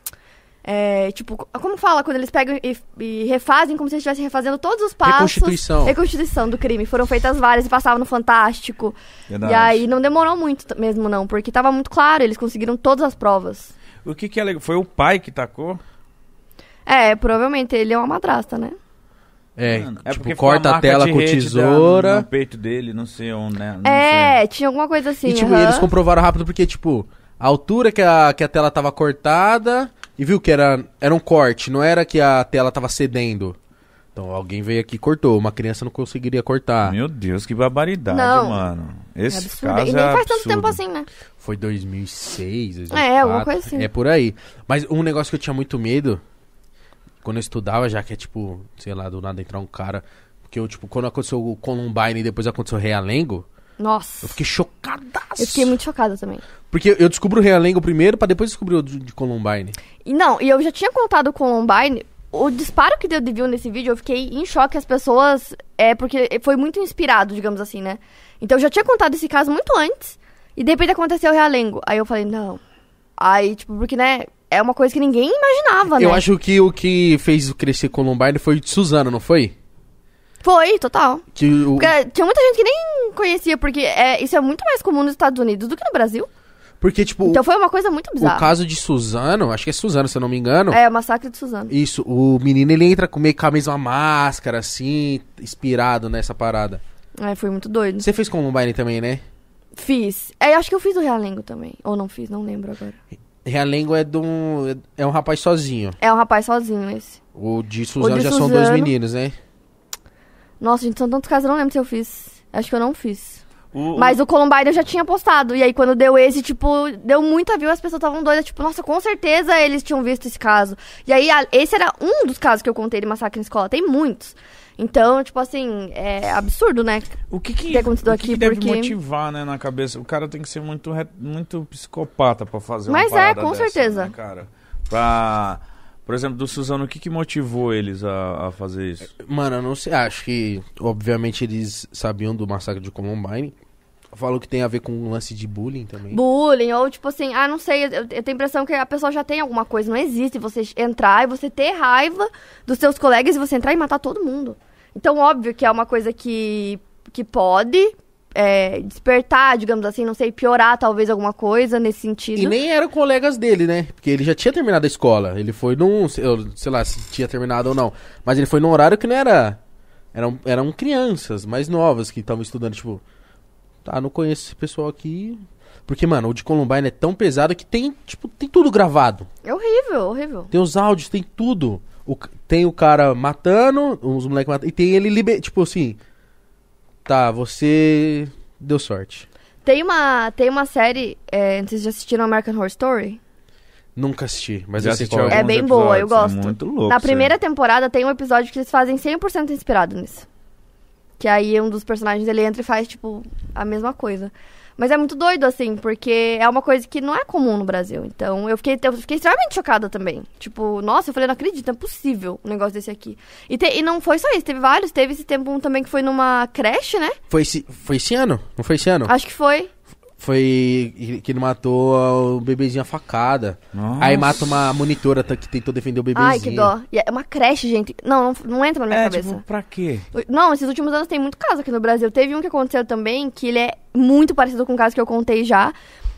É, tipo, como fala? Quando eles pegam e, e refazem como se eles estivessem refazendo todos os passos. Reconstituição. Reconstituição do crime. Foram feitas várias e passavam no Fantástico. Verdade. E aí não demorou muito t- mesmo, não, porque tava muito claro, eles conseguiram todas as provas. O que que é legal? Foi o pai que tacou? É, provavelmente ele é uma madrasta, né? É, Mano, tipo, porque corta ficou a marca tela de com rede tesoura. da- no peito dele, não sei onde, né? Não É, tinha alguma coisa assim. E, tipo, aham. eles comprovaram rápido porque, tipo, a altura que a, que a tela tava cortada e viu que era, era um corte, não era que a tela tava cedendo. Então alguém veio aqui e cortou. Uma criança não conseguiria cortar. sei. Meu Deus, que barbaridade, Não. mano. É Esse absurdo. caso E nem é faz tanto absurdo. tempo assim, né? Foi dois mil e seis, dois mil e quatro. É, alguma coisa assim. É por aí. Mas um negócio que eu tinha muito medo, quando eu estudava, já que é tipo, sei lá, do nada entrar um cara. Porque eu, tipo, quando aconteceu o Columbine e depois aconteceu o Realengo, Nossa. eu fiquei chocadaço. Eu fiquei muito chocada também. Porque eu descubro o Realengo primeiro pra depois descobrir o de de Columbine. E não, e eu já tinha contado o Columbine. O disparo que deu de view nesse vídeo, eu fiquei em choque. As pessoas. É porque foi muito inspirado, digamos assim, né? Então eu já tinha contado esse caso muito antes. E de repente aconteceu o Realengo. Aí eu falei, não. Aí, tipo, porque, né? É uma coisa que ninguém imaginava, né? Eu acho que o que fez crescer Columbine foi Suzano, não foi? Foi, total. Que o... Porque tinha muita gente que nem conhecia, porque é, isso é muito mais comum nos Estados Unidos do que no Brasil. Porque, tipo, Então foi uma coisa muito o bizarra. caso de Suzano, acho que é Suzano, se eu não me engano. É, o massacre de Suzano. Isso, o menino ele entra com meio com a mesma máscara, assim, inspirado nessa parada. É, foi muito doido. Você fez Columbine também, né? Fiz. É, acho que eu fiz o Realengo também. Ou não fiz, não lembro agora. Realengo é de um, é um rapaz sozinho. É um rapaz sozinho esse. O de Suzano O de já são dois Suzano- meninos, né? Nossa, gente, são tantos casos, eu não lembro se eu fiz. Acho que eu não fiz. O, Mas o Columbine eu já tinha postado. E aí, quando deu esse, tipo, deu muita view, as pessoas estavam doidas. Tipo, nossa, com certeza eles tinham visto esse caso. E aí, a- esse era um dos casos que eu contei de massacre na escola. Tem muitos. Então, tipo assim, é absurdo, né? o que que, ter acontecido o que aqui, que deve porque- motivar, né, na cabeça? O cara tem que ser muito, re- muito psicopata pra fazer Mas uma é, parada com dessa, certeza. né, cara? Pra... Por exemplo, do Suzano, o que que motivou eles a, a fazer isso? Mano, eu não sei, acho que, obviamente, eles sabiam do massacre de Columbine. Falou que tem a ver com um lance de bullying também. Bullying, ou tipo assim, ah, não sei, eu, eu tenho a impressão que a pessoa já tem alguma coisa. Não existe você entrar e você ter raiva dos seus colegas e você entrar e matar todo mundo. Então, óbvio que é uma coisa que, que pode é, despertar, digamos assim, não sei, piorar talvez alguma coisa nesse sentido. E nem eram colegas dele, né? Porque ele já tinha terminado a escola. Ele foi num, eu sei lá se tinha terminado ou não. Mas ele foi num horário que não era... Eram, eram crianças mais novas que estavam estudando, tipo... Tá, não conheço esse pessoal aqui... Porque, mano, o de Columbine é tão pesado que tem, tipo, tem tudo gravado. É horrível, horrível. Tem os áudios, tem tudo. O, c- tem o cara matando, uns moleques matando. E tem ele liber... Tipo assim... Tá, você... Deu sorte. Tem uma, tem uma série, é, vocês já assistiram American Horror Story? Nunca assisti, mas Já eu sei assisti qual é. É alguns bem boa, eu episódios, gosto. É muito louco. Na isso aí. primeira temporada tem um episódio que eles fazem cem por cento inspirado nisso. Que aí um dos personagens, ele entra e faz, tipo, a mesma coisa. Mas é muito doido, assim, porque é uma coisa que não é comum no Brasil. Então, eu fiquei, eu fiquei extremamente chocada também. Tipo, nossa, eu falei, não acredito, não é possível um negócio desse aqui. E, te- e não foi só isso, teve vários. Teve esse tempo um também que foi numa creche, né? Foi esse, foi esse ano? Não foi esse ano? Acho que foi. Foi que ele matou o bebezinho a facada. Nossa. Aí mata uma monitora tá- que tentou defender o bebezinho. Ai, que dó. E é uma creche, gente. Não, não, não entra na minha É, cabeça. tipo, pra quê? Não, esses últimos anos tem muito caso aqui no Brasil. Teve um que aconteceu também, que ele é muito parecido com o caso que eu contei já.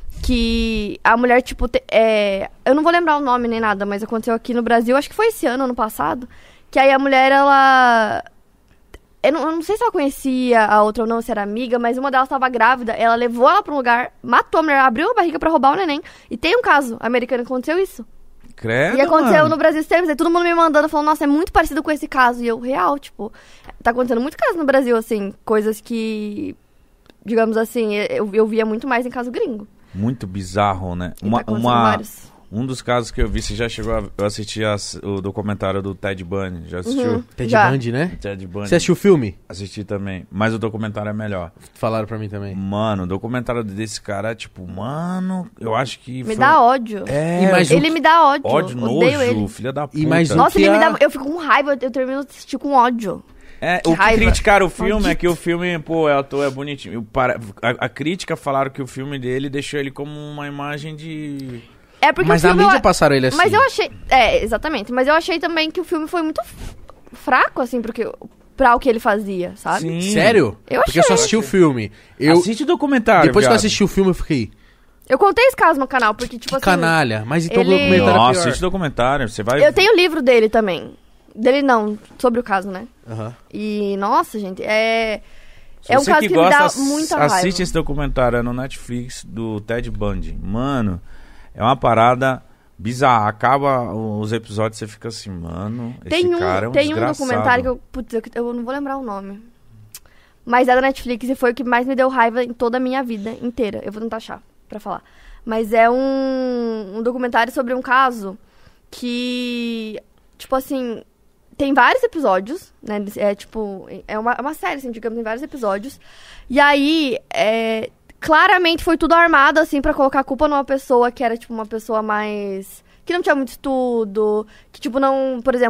Que a mulher, tipo, te- é... eu não vou lembrar o nome nem nada, mas aconteceu aqui no Brasil, acho que foi esse ano, ano passado. Que aí a mulher, ela... Eu não, eu não sei se ela conhecia a outra ou não, se era amiga, mas uma delas estava grávida, ela levou ela pra um lugar, matou a mulher, abriu a barriga pra roubar o neném. E tem um caso americano que aconteceu isso. Credo, E aconteceu mano. no Brasil sempre, aí todo mundo me mandando, falando, nossa, é muito parecido com esse caso. E eu, real, tipo, tá acontecendo muito caso no Brasil, assim, coisas que, digamos assim, eu, eu via muito mais em caso gringo. Muito bizarro, né? E Uma, tá acontecendo uma, vários. um dos casos que eu vi, você já chegou a eu assisti as- o documentário do Ted Bundy, já assistiu? Uhum. Ted Já. Bundy, né? Ted Bundy. Você assistiu o filme? Assisti também, mas o documentário é melhor. Falaram pra mim também. Mano, o documentário desse cara, tipo, mano, eu acho que... Me foi- dá ódio. É, E mais um Ele me dá ódio. ódio, Odeio nojo, ele. filha da puta. E mais um Nossa, que ele me a- dá. Eu fico com raiva, eu termino de assistir com ódio. É, Que o que raiva. criticaram o filme é Maldito. que o filme, pô, o ator é bonitinho. O para- A, a crítica falaram que o filme dele deixou ele como uma imagem de... É porque Mas o na filme. mídia eu- passaram ele assim. Mas eu achei. É, exatamente. Mas eu achei também que o filme foi muito f- fraco, assim, porque, pra o que ele fazia, sabe? Sim. Sério? Eu Porque eu só achei. assisti o filme. Eu, Assiste o documentário, depois que eu viado. assisti o filme, eu fiquei... Eu contei esse caso no canal, porque, tipo Que assim. canalha. Mas então o ele- documentário é Nossa, pior. assiste o documentário, você vai... Eu tenho o livro dele também. Dele não, sobre o caso, né? Aham. E, nossa, gente, é. Se É um você caso que que, gosta, me dá ass- muita raiva. assiste esse documentário é no Netflix do Ted Bundy. Mano, é uma parada bizarra. Acaba os episódios e você fica assim, mano, Tem esse um, cara é um tem um desgraçado. documentário que eu. Putz, eu, eu não vou lembrar o nome. Mas é da Netflix e foi o que mais me deu raiva em toda a minha vida inteira. Eu vou tentar achar pra falar. Mas é um, um documentário sobre um caso que, tipo assim, tem vários episódios, né? É tipo, é uma, uma série, assim, digamos, tem vários episódios. E aí, é, claramente foi tudo armado, assim, pra colocar a culpa numa pessoa que era, tipo, uma pessoa mais... que não tinha muito estudo, que, tipo, não... Por exemplo,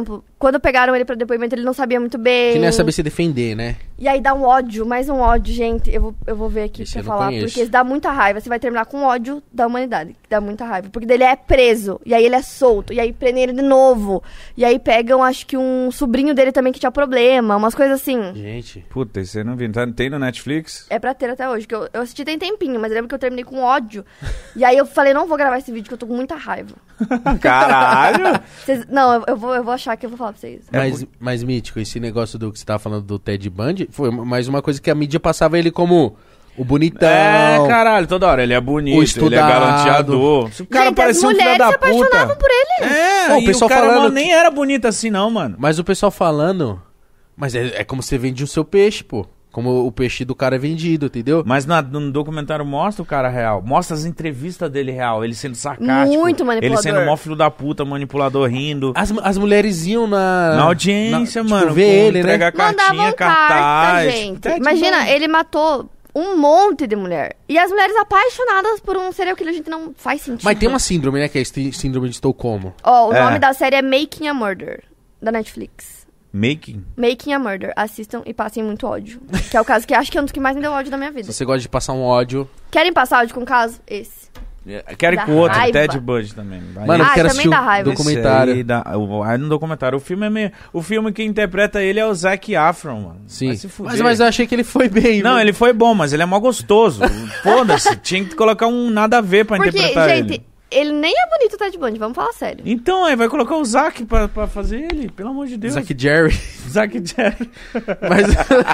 quando pegaram ele pra depoimento, ele não sabia muito bem. Que não é saber se defender, né? E aí dá um ódio, mais um ódio, gente. Eu vou, eu vou ver aqui Esse pra eu não falar, conheço. porque dá muita raiva. Você vai terminar com ódio da humanidade. Dá muita raiva. Porque dele é preso, e aí ele é solto, e aí prendem ele de novo. E aí pegam, acho que um sobrinho dele também que tinha problema, umas coisas assim. Gente. Puta, isso eu não vi. Tá- Tem no Netflix? É pra ter até hoje, que eu, eu assisti tem tempinho, mas eu lembro que eu terminei com ódio. E aí eu falei, não vou gravar esse vídeo, que eu tô com muita raiva. Caralho! Vocês- não, eu, eu vou, eu vou achar que eu vou falar pra vocês. Mas, mas, Mítico, esse negócio do que você tava falando do Ted Bundy foi mais uma coisa que a mídia passava ele como o bonitão. É, caralho, toda hora. Ele é bonito, O ele é estudado. galanteador. Se o cara Gente, as parecia um filho mulheres da se apaixonavam puta. por ele. É, Pô, o e pessoal o cara falando não, que- nem era bonito assim não, mano. Mas o pessoal falando... Mas é, é como você vende o seu peixe, pô. Como o peixe do cara é vendido, entendeu? Mas na- no documentário mostra o cara real. Mostra as entrevistas dele real. Ele sendo sarcástico. Muito manipulador. Ele sendo mó filho da puta, manipulador, rindo. As, as mulheres iam na... Na audiência, na- mano. Tipo, ver com- ele, né? entregar cartinha, Mandavam cartaz. carta, gente. Ted Imagina, Bundy. ele matou um monte de mulher. E as mulheres apaixonadas por um serial killer, a gente não faz sentido. Mas tem uma síndrome, né? Que é a sí- síndrome de Estocolmo. Ó, o É. nome da série é Making a Murder, da Netflix. Making? Making a Murder. Assistam e passem muito ódio. Que é o caso que acho que é um dos que mais me deu ódio da minha vida. Se você gosta de passar um ódio... Querem passar ódio com o caso? Esse. Quero ir Dá com o outro, raiva. Ted Bundy também. Vai. Mano, eu Ah, quero também assistir dá o raiva. documentário. Esse Aí, dá, o, aí no documentário. O filme é meio. O filme que interpreta ele é o Zac Efron, mano. Sim. Vai se fuder. Mas, mas eu achei que ele foi bem. Não, viu? ele foi bom, mas ele é mó gostoso. Foda-se. Tinha que colocar um nada a ver pra Porque, interpretar gente, ele. ele nem é bonito o Ted Bundy, vamos falar sério. Então, aí vai colocar o Zac pra, pra fazer ele. Pelo amor de Deus. Zack Jerry. Zac Jerry. Mas,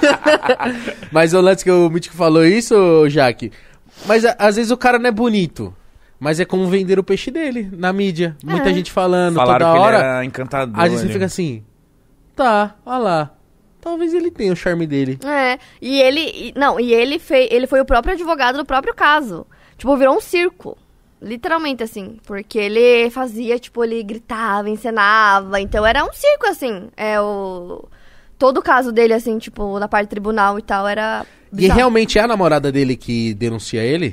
mas o lance que o Mítico falou isso, ô, Jaque. Mas a- às vezes o cara não é bonito. Mas é como vender o peixe dele na mídia. Muita É. gente falando Falaram toda que hora. ele era encantador. Às vezes você ele. fica assim. Tá, olha lá. Talvez ele tenha o charme dele. É, e ele, e- não, e ele, fei, ele foi o próprio advogado do próprio caso. Tipo, virou um circo. Literalmente, assim. Porque ele fazia, tipo, ele gritava, encenava. Então era um circo, assim. É o... Todo o caso dele, assim, tipo, na parte do tribunal e tal, era E bizarro. realmente é a namorada dele que denuncia ele?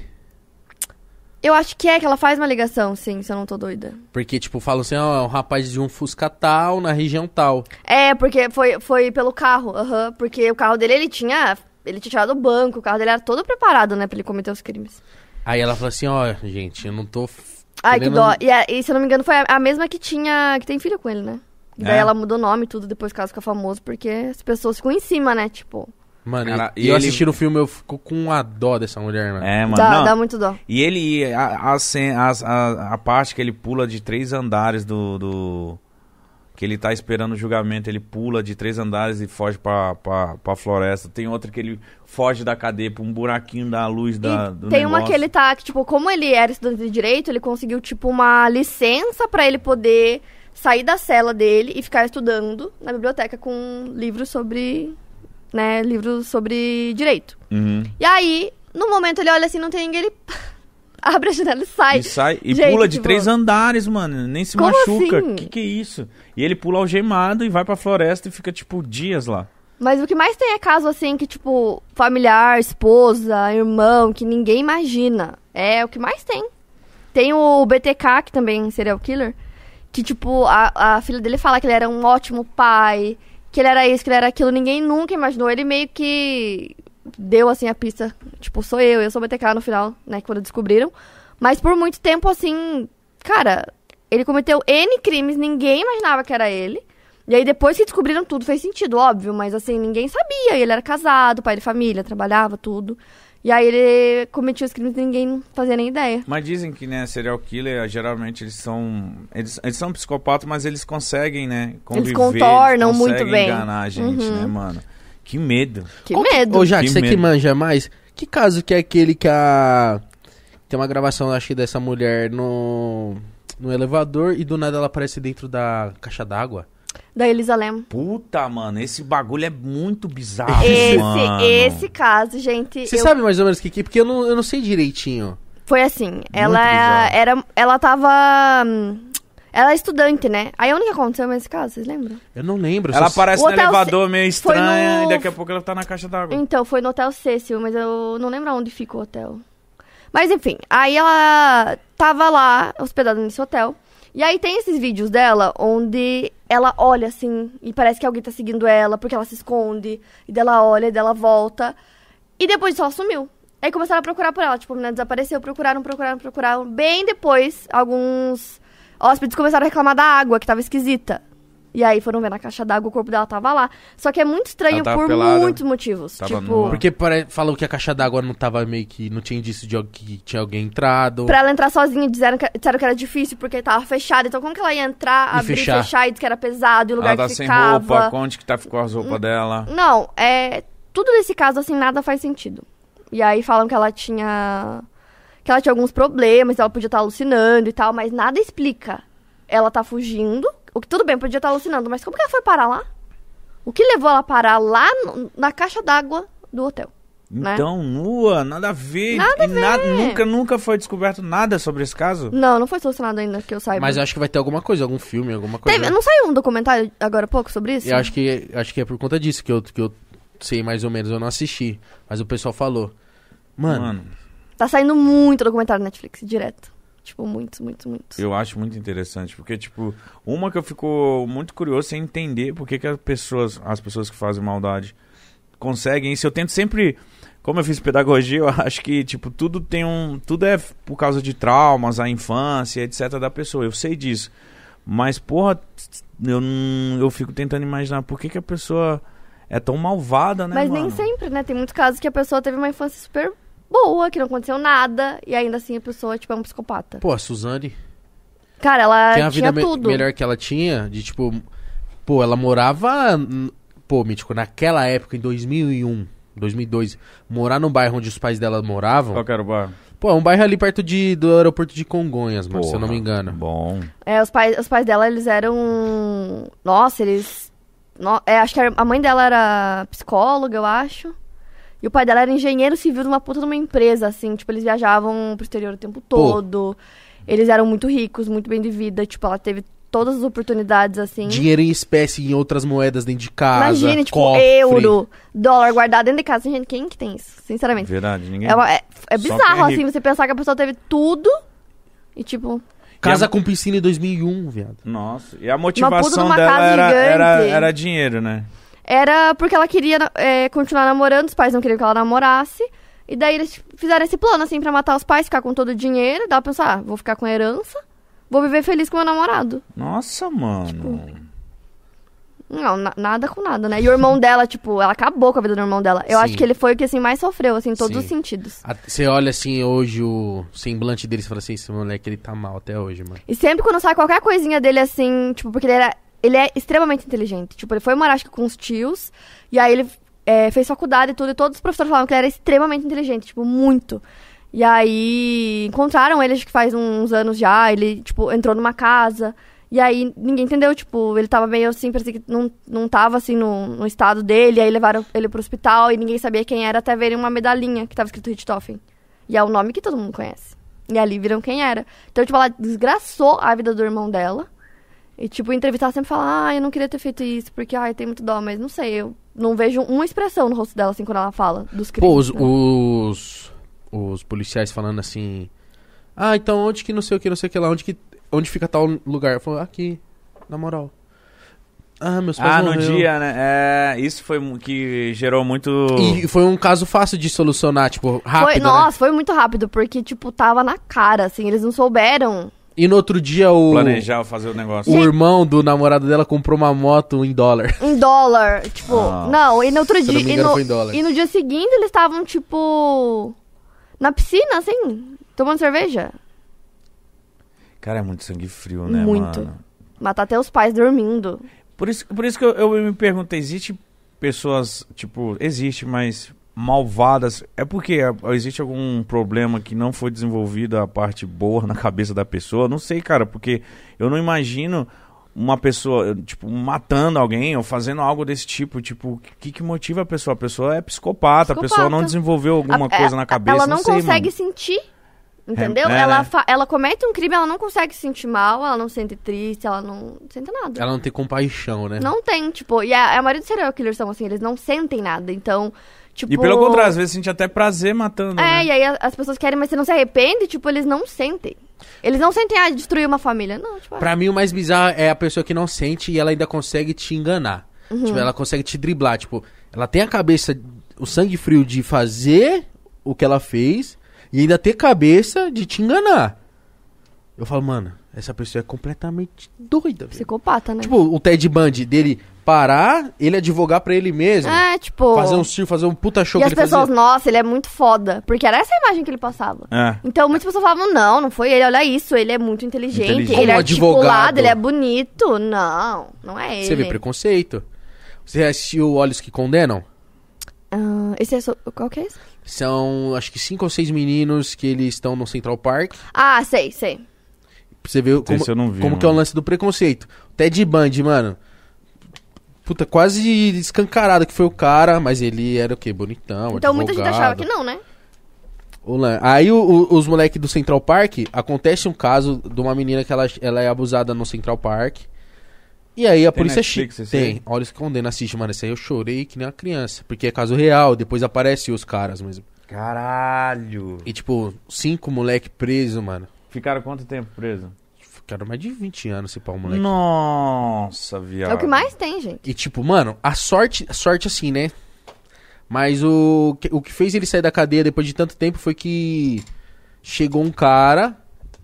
Eu acho que é que ela faz uma ligação, sim, se eu não tô doida. Porque, tipo, falam assim, ó, é um rapaz de um Fusca tal, na região tal. É, porque foi, foi pelo carro, aham. Porque o carro dele, ele tinha... Ele tinha tirado do banco, o carro dele era todo preparado, né, pra ele cometer os crimes. Aí ela fala assim, ó, gente, eu não tô... f- Ai, que querendo- dó. E, a- e se eu não me engano, foi a, a mesma que tinha... Que tem filho com ele, né? E daí É. ela mudou o nome e tudo, depois que o caso ficou famoso, porque as pessoas ficam em cima, né? Tipo, Mano, Cara, e e eu ele- assistindo o filme, eu fico com a dó dessa mulher, mano. É, mano. dá, não. dá muito dó. E ele, a, a, cen- as- a, a parte que ele pula de três andares do, do... Que ele tá esperando o julgamento, ele pula de três andares e foge pra, pra, pra floresta. Tem outra que ele foge da cadeia pra um buraquinho da luz da, E do tem uma negócio. que ele tá, que, tipo, como ele era estudante de direito, ele conseguiu, tipo, uma licença pra ele poder sair da cela dele e ficar estudando na biblioteca com livros sobre, né, livros sobre direito. Uhum. E aí, no momento ele olha assim, não tem ninguém, ele abre a janela e sai. E sai e Gente, pula de tipo, três andares, mano. Nem se como machuca. assim? Que que é isso? E ele pula algemado e vai pra floresta e fica, tipo, dias lá. Mas o que mais tem é caso, assim, que, tipo, familiar, esposa, irmão, que ninguém imagina. É o que mais tem. Tem o B T K, que também é serial killer, que, tipo, a, a filha dele fala que ele era um ótimo pai, que ele era isso, que ele era aquilo. Ninguém nunca imaginou. Ele meio que deu, assim, a pista. Tipo, sou eu, eu sou o B T K no final, né, quando descobriram. Mas por muito tempo, assim, cara, ele cometeu N crimes, ninguém imaginava que era ele. E aí, depois que descobriram tudo, fez sentido, óbvio, mas assim, ninguém sabia. Ele era casado, pai de família, trabalhava, tudo. E aí ele cometia os crimes e ninguém fazia nem ideia. Mas dizem que, né, serial killer, geralmente eles são... Eles, eles são psicopatas, mas eles conseguem, né, conviver. contornam eles muito conseguem bem. enganar a gente, Uhum. né, mano? Que medo. Que Qual medo. Ô, Jaque, Que você que medo. manja mais, que caso que é aquele que a... Tem uma gravação, acho que, dessa mulher no... no elevador e do nada ela aparece dentro da caixa d'água? Da Elisa Lam. Puta, mano, esse bagulho é muito bizarro, Esse, mano. esse caso, gente. Você eu- sabe mais ou menos o que que é? Porque eu não, eu não sei direitinho. Foi assim, ela bizarro. era. Ela tava. hum, Ela é estudante, né? Aí onde que aconteceu nesse caso, vocês lembram? Eu não lembro. Ela só- aparece O no hotel elevador meio foi estranha no- e daqui a pouco ela tá na caixa d'água. Então, foi no Hotel Cecil, mas eu não lembro onde fica o hotel. Mas enfim, aí ela tava lá, hospedada nesse hotel. E aí tem esses vídeos dela onde ela olha assim e parece que alguém tá seguindo ela porque ela se esconde. E dela olha e dela volta. E depois disso ela sumiu. Aí começaram a procurar por ela. Tipo, a menina desapareceu, procuraram, procuraram, procuraram. Bem depois, alguns hóspedes começaram a reclamar da água, que tava esquisita. E aí foram ver na caixa d'água, o corpo dela tava lá. Só que é muito estranho por pelada, muitos motivos. Tipo, nua. Porque pare... falou que a caixa d'água não tava meio que... Não tinha indício de que tinha alguém entrado. Pra ela entrar sozinha, disseram que, disseram que era difícil porque tava fechada. Então como que ela ia entrar, E abrir, fechar. fechar e disse que era pesado e o lugar ela tá que sem ficava. roupa, onde que tá, ficou as roupas dela? Não, é... Tudo nesse caso, assim, nada faz sentido. E aí falam que ela tinha... Que ela tinha alguns problemas, ela podia estar alucinando e tal, mas nada explica. Ela tá fugindo... O que tudo bem, podia estar alucinando, mas como que ela foi parar lá? O que levou ela a parar lá no, na caixa d'água do hotel? Então, né? Nua, nada a ver. Nada e a ver. Nada, nunca, nunca foi descoberto nada sobre esse caso? Não, não foi solucionado ainda, que eu saiba. Mas eu acho que vai ter alguma coisa, algum filme, alguma coisa. Teve, não saiu um documentário agora há pouco sobre isso? Eu acho que, acho que é por conta disso que eu, que eu sei mais ou menos. Eu não assisti, mas o pessoal falou. Mano, Mano, Tá saindo muito documentário na Netflix, direto. Tipo, muitos, muitos, muitos. eu acho muito interessante, porque, tipo, uma que eu fico muito curioso é entender por que, que as pessoas, as pessoas que fazem maldade conseguem isso. Eu tento sempre, como eu fiz pedagogia, eu acho que, tipo, tudo tem um, tudo é por causa de traumas, a infância, etcétera da pessoa. Eu sei disso. Mas, porra, eu, não, eu fico tentando imaginar por que, que a pessoa é tão malvada, né, Mas mano? nem sempre, né? Tem muitos casos que a pessoa teve uma infância super boa, que não aconteceu nada, e ainda assim a pessoa, tipo, é um psicopata. pô, a Suzane Cara, ela tem a tinha vida me- tudo. melhor que ela tinha, de tipo, pô, ela morava, n- pô, Mítico, naquela época, em dois mil e um, dois mil e dois, morar no bairro onde os pais dela moravam, Qual que era o bar? pô, é um bairro ali perto de, do aeroporto de Congonhas, mano, se eu não me Porra, engano. Bom. É, os pais, os pais dela, eles eram... Nossa, eles... No... É, acho que a mãe dela era psicóloga, eu acho. E o pai dela era engenheiro civil de uma puta de uma empresa, assim. Tipo, eles viajavam pro exterior o tempo todo. Eles eram muito ricos, muito bem de vida. Tipo, ela teve todas as oportunidades, assim. Dinheiro em espécie em outras moedas dentro de casa, Imagine, tipo, cofre. euro, dólar guardado dentro de casa. Gente, quem que tem isso? Sinceramente. Verdade, ninguém... É, uma- é, é Só bizarro, quem é assim, rico. você pensar que a pessoa teve tudo e, tipo... Casa E a- com piscina em dois mil e um, viado. Nossa, e a puta de motivação uma dela casa era, era, gigante. era dinheiro, né? Era porque ela queria é, continuar namorando, os pais não queriam que ela namorasse. E daí eles fizeram esse plano, assim, pra matar os pais, ficar com todo o dinheiro. Dá pra pensar, ah, vou ficar com a herança, vou viver feliz com meu namorado. Nossa, mano. Tipo, Não, na- nada com nada, né? E o irmão dela, tipo, ela acabou com a vida do irmão dela. Eu Sim. acho que ele foi o que, assim, mais sofreu, assim, em todos Sim. os sentidos. A- Você olha assim hoje o semblante dele e fala assim, esse moleque ele tá mal até hoje, mano. E sempre quando sai qualquer coisinha dele, assim, tipo, porque ele era... Ele é extremamente inteligente. Tipo, ele foi morar, acho que com os tios. E aí ele é, fez faculdade e tudo. E todos os professores falavam que ele era extremamente inteligente. Tipo, muito. E aí encontraram ele, acho que faz uns anos já. Ele, tipo, entrou numa casa. E aí ninguém entendeu. Tipo, ele tava meio assim, parecia que não, não tava, assim, no, no estado dele. E aí levaram ele pro hospital e ninguém sabia quem era. Até verem uma medalhinha que tava escrito Richthofen. E é o nome que todo mundo conhece. E ali viram quem era. Então, tipo, ela desgraçou a vida do irmão dela. E, tipo, em entrevista ela sempre fala, ah, eu não queria ter feito isso, porque, ai, tem muito dó, mas não sei, eu não vejo uma expressão no rosto dela, assim, quando ela fala dos crimes. Pô, os, né? os, os policiais falando assim, ah, então onde que não sei o que, não sei o que lá, onde que, onde fica tal lugar? Falou, aqui, na moral. Ah, meus pais Ah, no morreu. dia, né? É, isso foi mu- que gerou muito... E foi um caso fácil de solucionar, tipo, rápido, foi, né? Nossa, foi muito rápido, porque, tipo, tava na cara, assim, eles não souberam. E no outro dia o, Planejar fazer o negócio. o irmão do namorado dela comprou uma moto em dólar. Em dólar, tipo, Nossa. não, e no outro Se eu dia, não me e engano, no, foi em dólar. e no dia seguinte eles estavam, tipo, na piscina, assim, tomando cerveja. Cara, é muito sangue frio, né, Muito. mano? Matar até os pais dormindo. Por isso, por isso que eu, eu me pergunto, existe pessoas, tipo, existe, mas malvadas, é porque é- existe algum problema que não foi desenvolvido a parte boa na cabeça da pessoa? Não sei, cara, porque eu não imagino uma pessoa, tipo, matando alguém ou fazendo algo desse tipo, tipo, o que que motiva a pessoa? A pessoa é psicopata, a pessoa não Psicopata. desenvolveu alguma A- coisa é- na cabeça, Ela não, sei, consegue mano. sentir Entendeu? É, é, ela, né? fa- ela comete um crime, ela não consegue se sentir mal, ela não se sente triste, ela não sente nada. Ela não tem compaixão, né? Não tem, tipo, e a, a maioria dos serial killers são assim, eles não sentem nada, então, tipo... E pelo contrário, às vezes sente até prazer matando, É, né? e aí a- as pessoas querem, mas você não se arrepende, tipo, eles não sentem. Eles não sentem, ah, destruir uma família, não, tipo... Pra mim, o mais bizarro é a pessoa que não sente e ela ainda consegue te enganar. Uhum. Tipo, ela consegue te driblar. Tipo, ela tem a cabeça, o sangue frio de fazer o que ela fez e ainda ter cabeça de te enganar. Eu falo, mano, essa pessoa é completamente doida, velho. Psicopata, né? Tipo, o Ted Bundy dele parar, ele advogar pra ele mesmo. é, tipo... Fazer um circo, fazer um puta show E que as ele pessoas, fazia. nossa, ele é muito foda. Porque era essa a imagem que ele passava. É. Então muitas pessoas falavam, não, não foi ele, olha isso, ele é muito inteligente, Inteligente. ele é Como articulado, advogado. ele é bonito. Não, não é ele. Você vê preconceito. Você assistiu Olhos que Condenam? Ah, esse é so... Qual que é esse? São, acho que cinco ou seis meninos que eles estão no Central Park. Ah, sei, sei. Pra você ver como, Esse eu não vi, como que é o mano. lance do preconceito. Ted Bundy, mano. Puta, quase escancarado que foi o cara, mas ele era o quê? Bonitão, Então muita gente achava advogado. que não, né? O lan- Aí o- o- os moleques do Central Park, acontece um caso de uma menina que ela, ela é abusada no Central Park. E aí a Tem polícia... Netflix chi- esse Tem. aí? Olha, se condena, assiste, mano. Esse aí eu chorei que nem uma criança. Porque é caso real, depois aparece os caras mesmo. Caralho. E tipo, cinco moleque preso, mano. Ficaram quanto tempo preso? Ficaram mais de vinte anos esse pau, moleque. Nossa, viado. É o que mais tem, gente. E tipo, mano, a sorte, a sorte assim, né? Mas o, que- o que fez ele sair da cadeia depois de tanto tempo foi que chegou um cara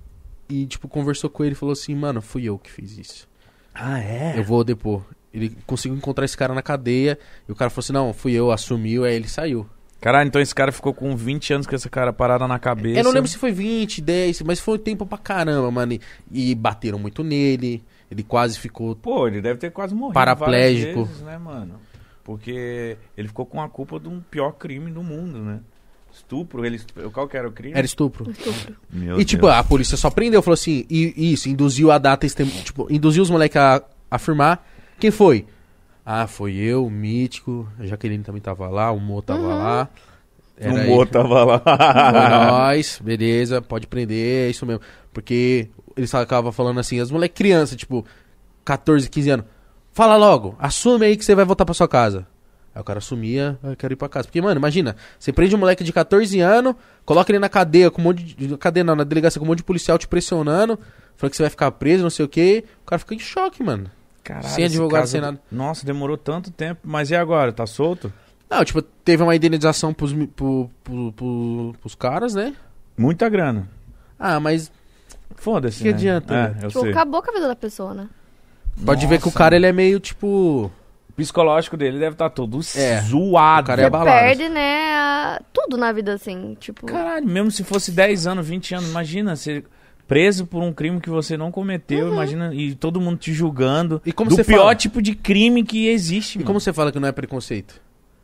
e, tipo, conversou com ele e falou assim, mano, fui eu que fiz isso. Ah, é? Eu vou depor. Ele conseguiu encontrar esse cara na cadeia e o cara falou assim, não, fui eu, assumiu, aí ele saiu. Caralho, então esse cara ficou com vinte anos com essa cara parada na cabeça. Eu não lembro se foi vinte, dez, mas foi tempo pra caramba, mano. E, e bateram muito nele, ele quase ficou... Pô, ele deve ter quase morrido Paraplégico. várias vezes, né, mano? Porque ele ficou com a culpa de um pior crime do mundo, né? Estupro, ele... estu- Qual que era o crime? Era estupro. Meu E tipo, Deus. a polícia só prendeu, falou assim, e isso, induziu a data, tipo, induziu os moleques a afirmar. Quem foi? Ah, foi eu, o Mítico, a Jaqueline também tava lá, o Mo tava lá. Era o aí. Mo tava lá. Foi nós, beleza, pode prender, é isso mesmo. Porque eles acabavam falando assim, as moleques crianças, tipo, catorze, quinze anos. Fala logo, assume aí que você vai voltar pra sua casa. Aí o cara assumia, "Ah, eu quero ir pra casa. Porque, mano, imagina, você prende um moleque de catorze anos, coloca ele na cadeia com um monte de... Cadeia não, na delegacia com um monte de policial te pressionando, falando que você vai ficar preso, não sei o quê. O cara fica em choque, mano. Caralho, Sem esse advogado, caso- sem nada. Nossa, demorou tanto tempo. Mas e agora? Tá solto? Não, tipo, teve uma indenização pros, mi- pro, pro, pro, pros caras, né? Muita grana. Ah, mas Foda-se, Que né? adianta, É, né? eu Tipo, sei. acabou com a vida da pessoa, né? pode ver que o cara, ele é meio, tipo... O psicológico dele deve estar todo É, zoado. o cara é Você abalado. perde, né, a- tudo na vida, assim, tipo... Caralho, mesmo se fosse dez anos, vinte anos, imagina ser preso por um crime que você não cometeu, imagina, e todo mundo te julgando. E como do você pior fala? tipo de crime que existe, E mano. como você fala que não é preconceito?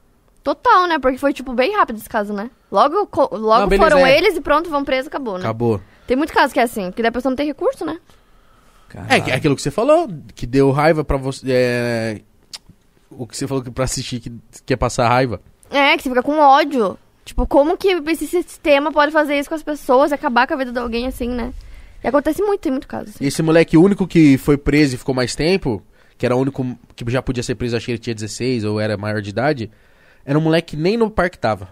Total, né? Porque foi, tipo, bem rápido esse caso, né? Logo, co- logo Não, beleza, foram é. eles e pronto, vão preso, acabou, né? Acabou. Tem muito caso que é assim, porque daí a pessoa não tem recurso, né? Caralho. É, que- é aquilo que você falou, que deu raiva pra você... É... O que você falou que pra assistir que quer passar raiva. É, que você fica com ódio. Tipo, como que esse sistema pode fazer isso com as pessoas e acabar com a vida de alguém assim, né? E acontece muito, tem muito caso. Assim. E esse moleque único que foi preso e ficou mais tempo, que era o único que já podia ser preso, acho que ele tinha dezesseis ou era maior de idade, era um moleque que nem no parque tava.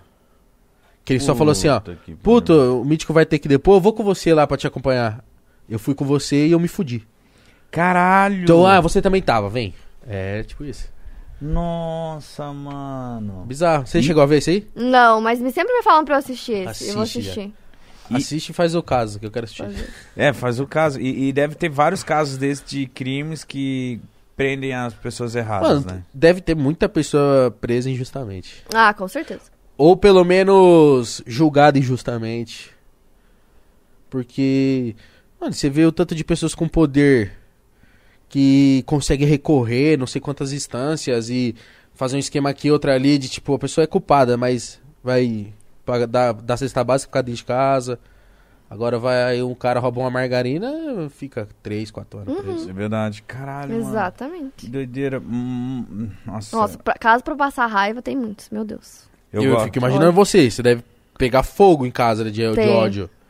Que ele só falou assim, ó, Puta que pariu. puta, o Mítico vai ter que depor, eu vou com você lá pra te acompanhar. Eu fui com você e eu me fudi. Caralho. Então, ah, você também tava, vem. É, tipo isso. Nossa, mano. Bizarro. Você E- chegou a ver isso aí? Não, mas me sempre me falam pra eu assistir esse. eu vou Assiste, assistir. E- Assiste e faz o caso, que eu quero assistir. Fazer. É, faz o caso. E, e deve ter vários casos desses de crimes que prendem as pessoas erradas, Mano, né? deve ter muita pessoa presa injustamente. Ah, com certeza. Ou pelo menos julgada injustamente. Porque, mano, você vê o tanto de pessoas com poder que conseguem recorrer não sei quantas instâncias e fazer um esquema aqui, outra ali, de tipo, a pessoa é culpada, mas vai pagar- dar, dar cesta básica, ficar dentro de casa. Agora vai aí um cara rouba uma margarina, fica três, quatro anos preso. Isso é verdade. Caralho, mano. Que Exatamente. doideira. Hum, nossa. Nossa, pra, caso pra passar raiva, tem muitos, meu Deus. eu, Eu, gosto. fico imaginando você, você deve pegar fogo em casa de, de Tem. ódio.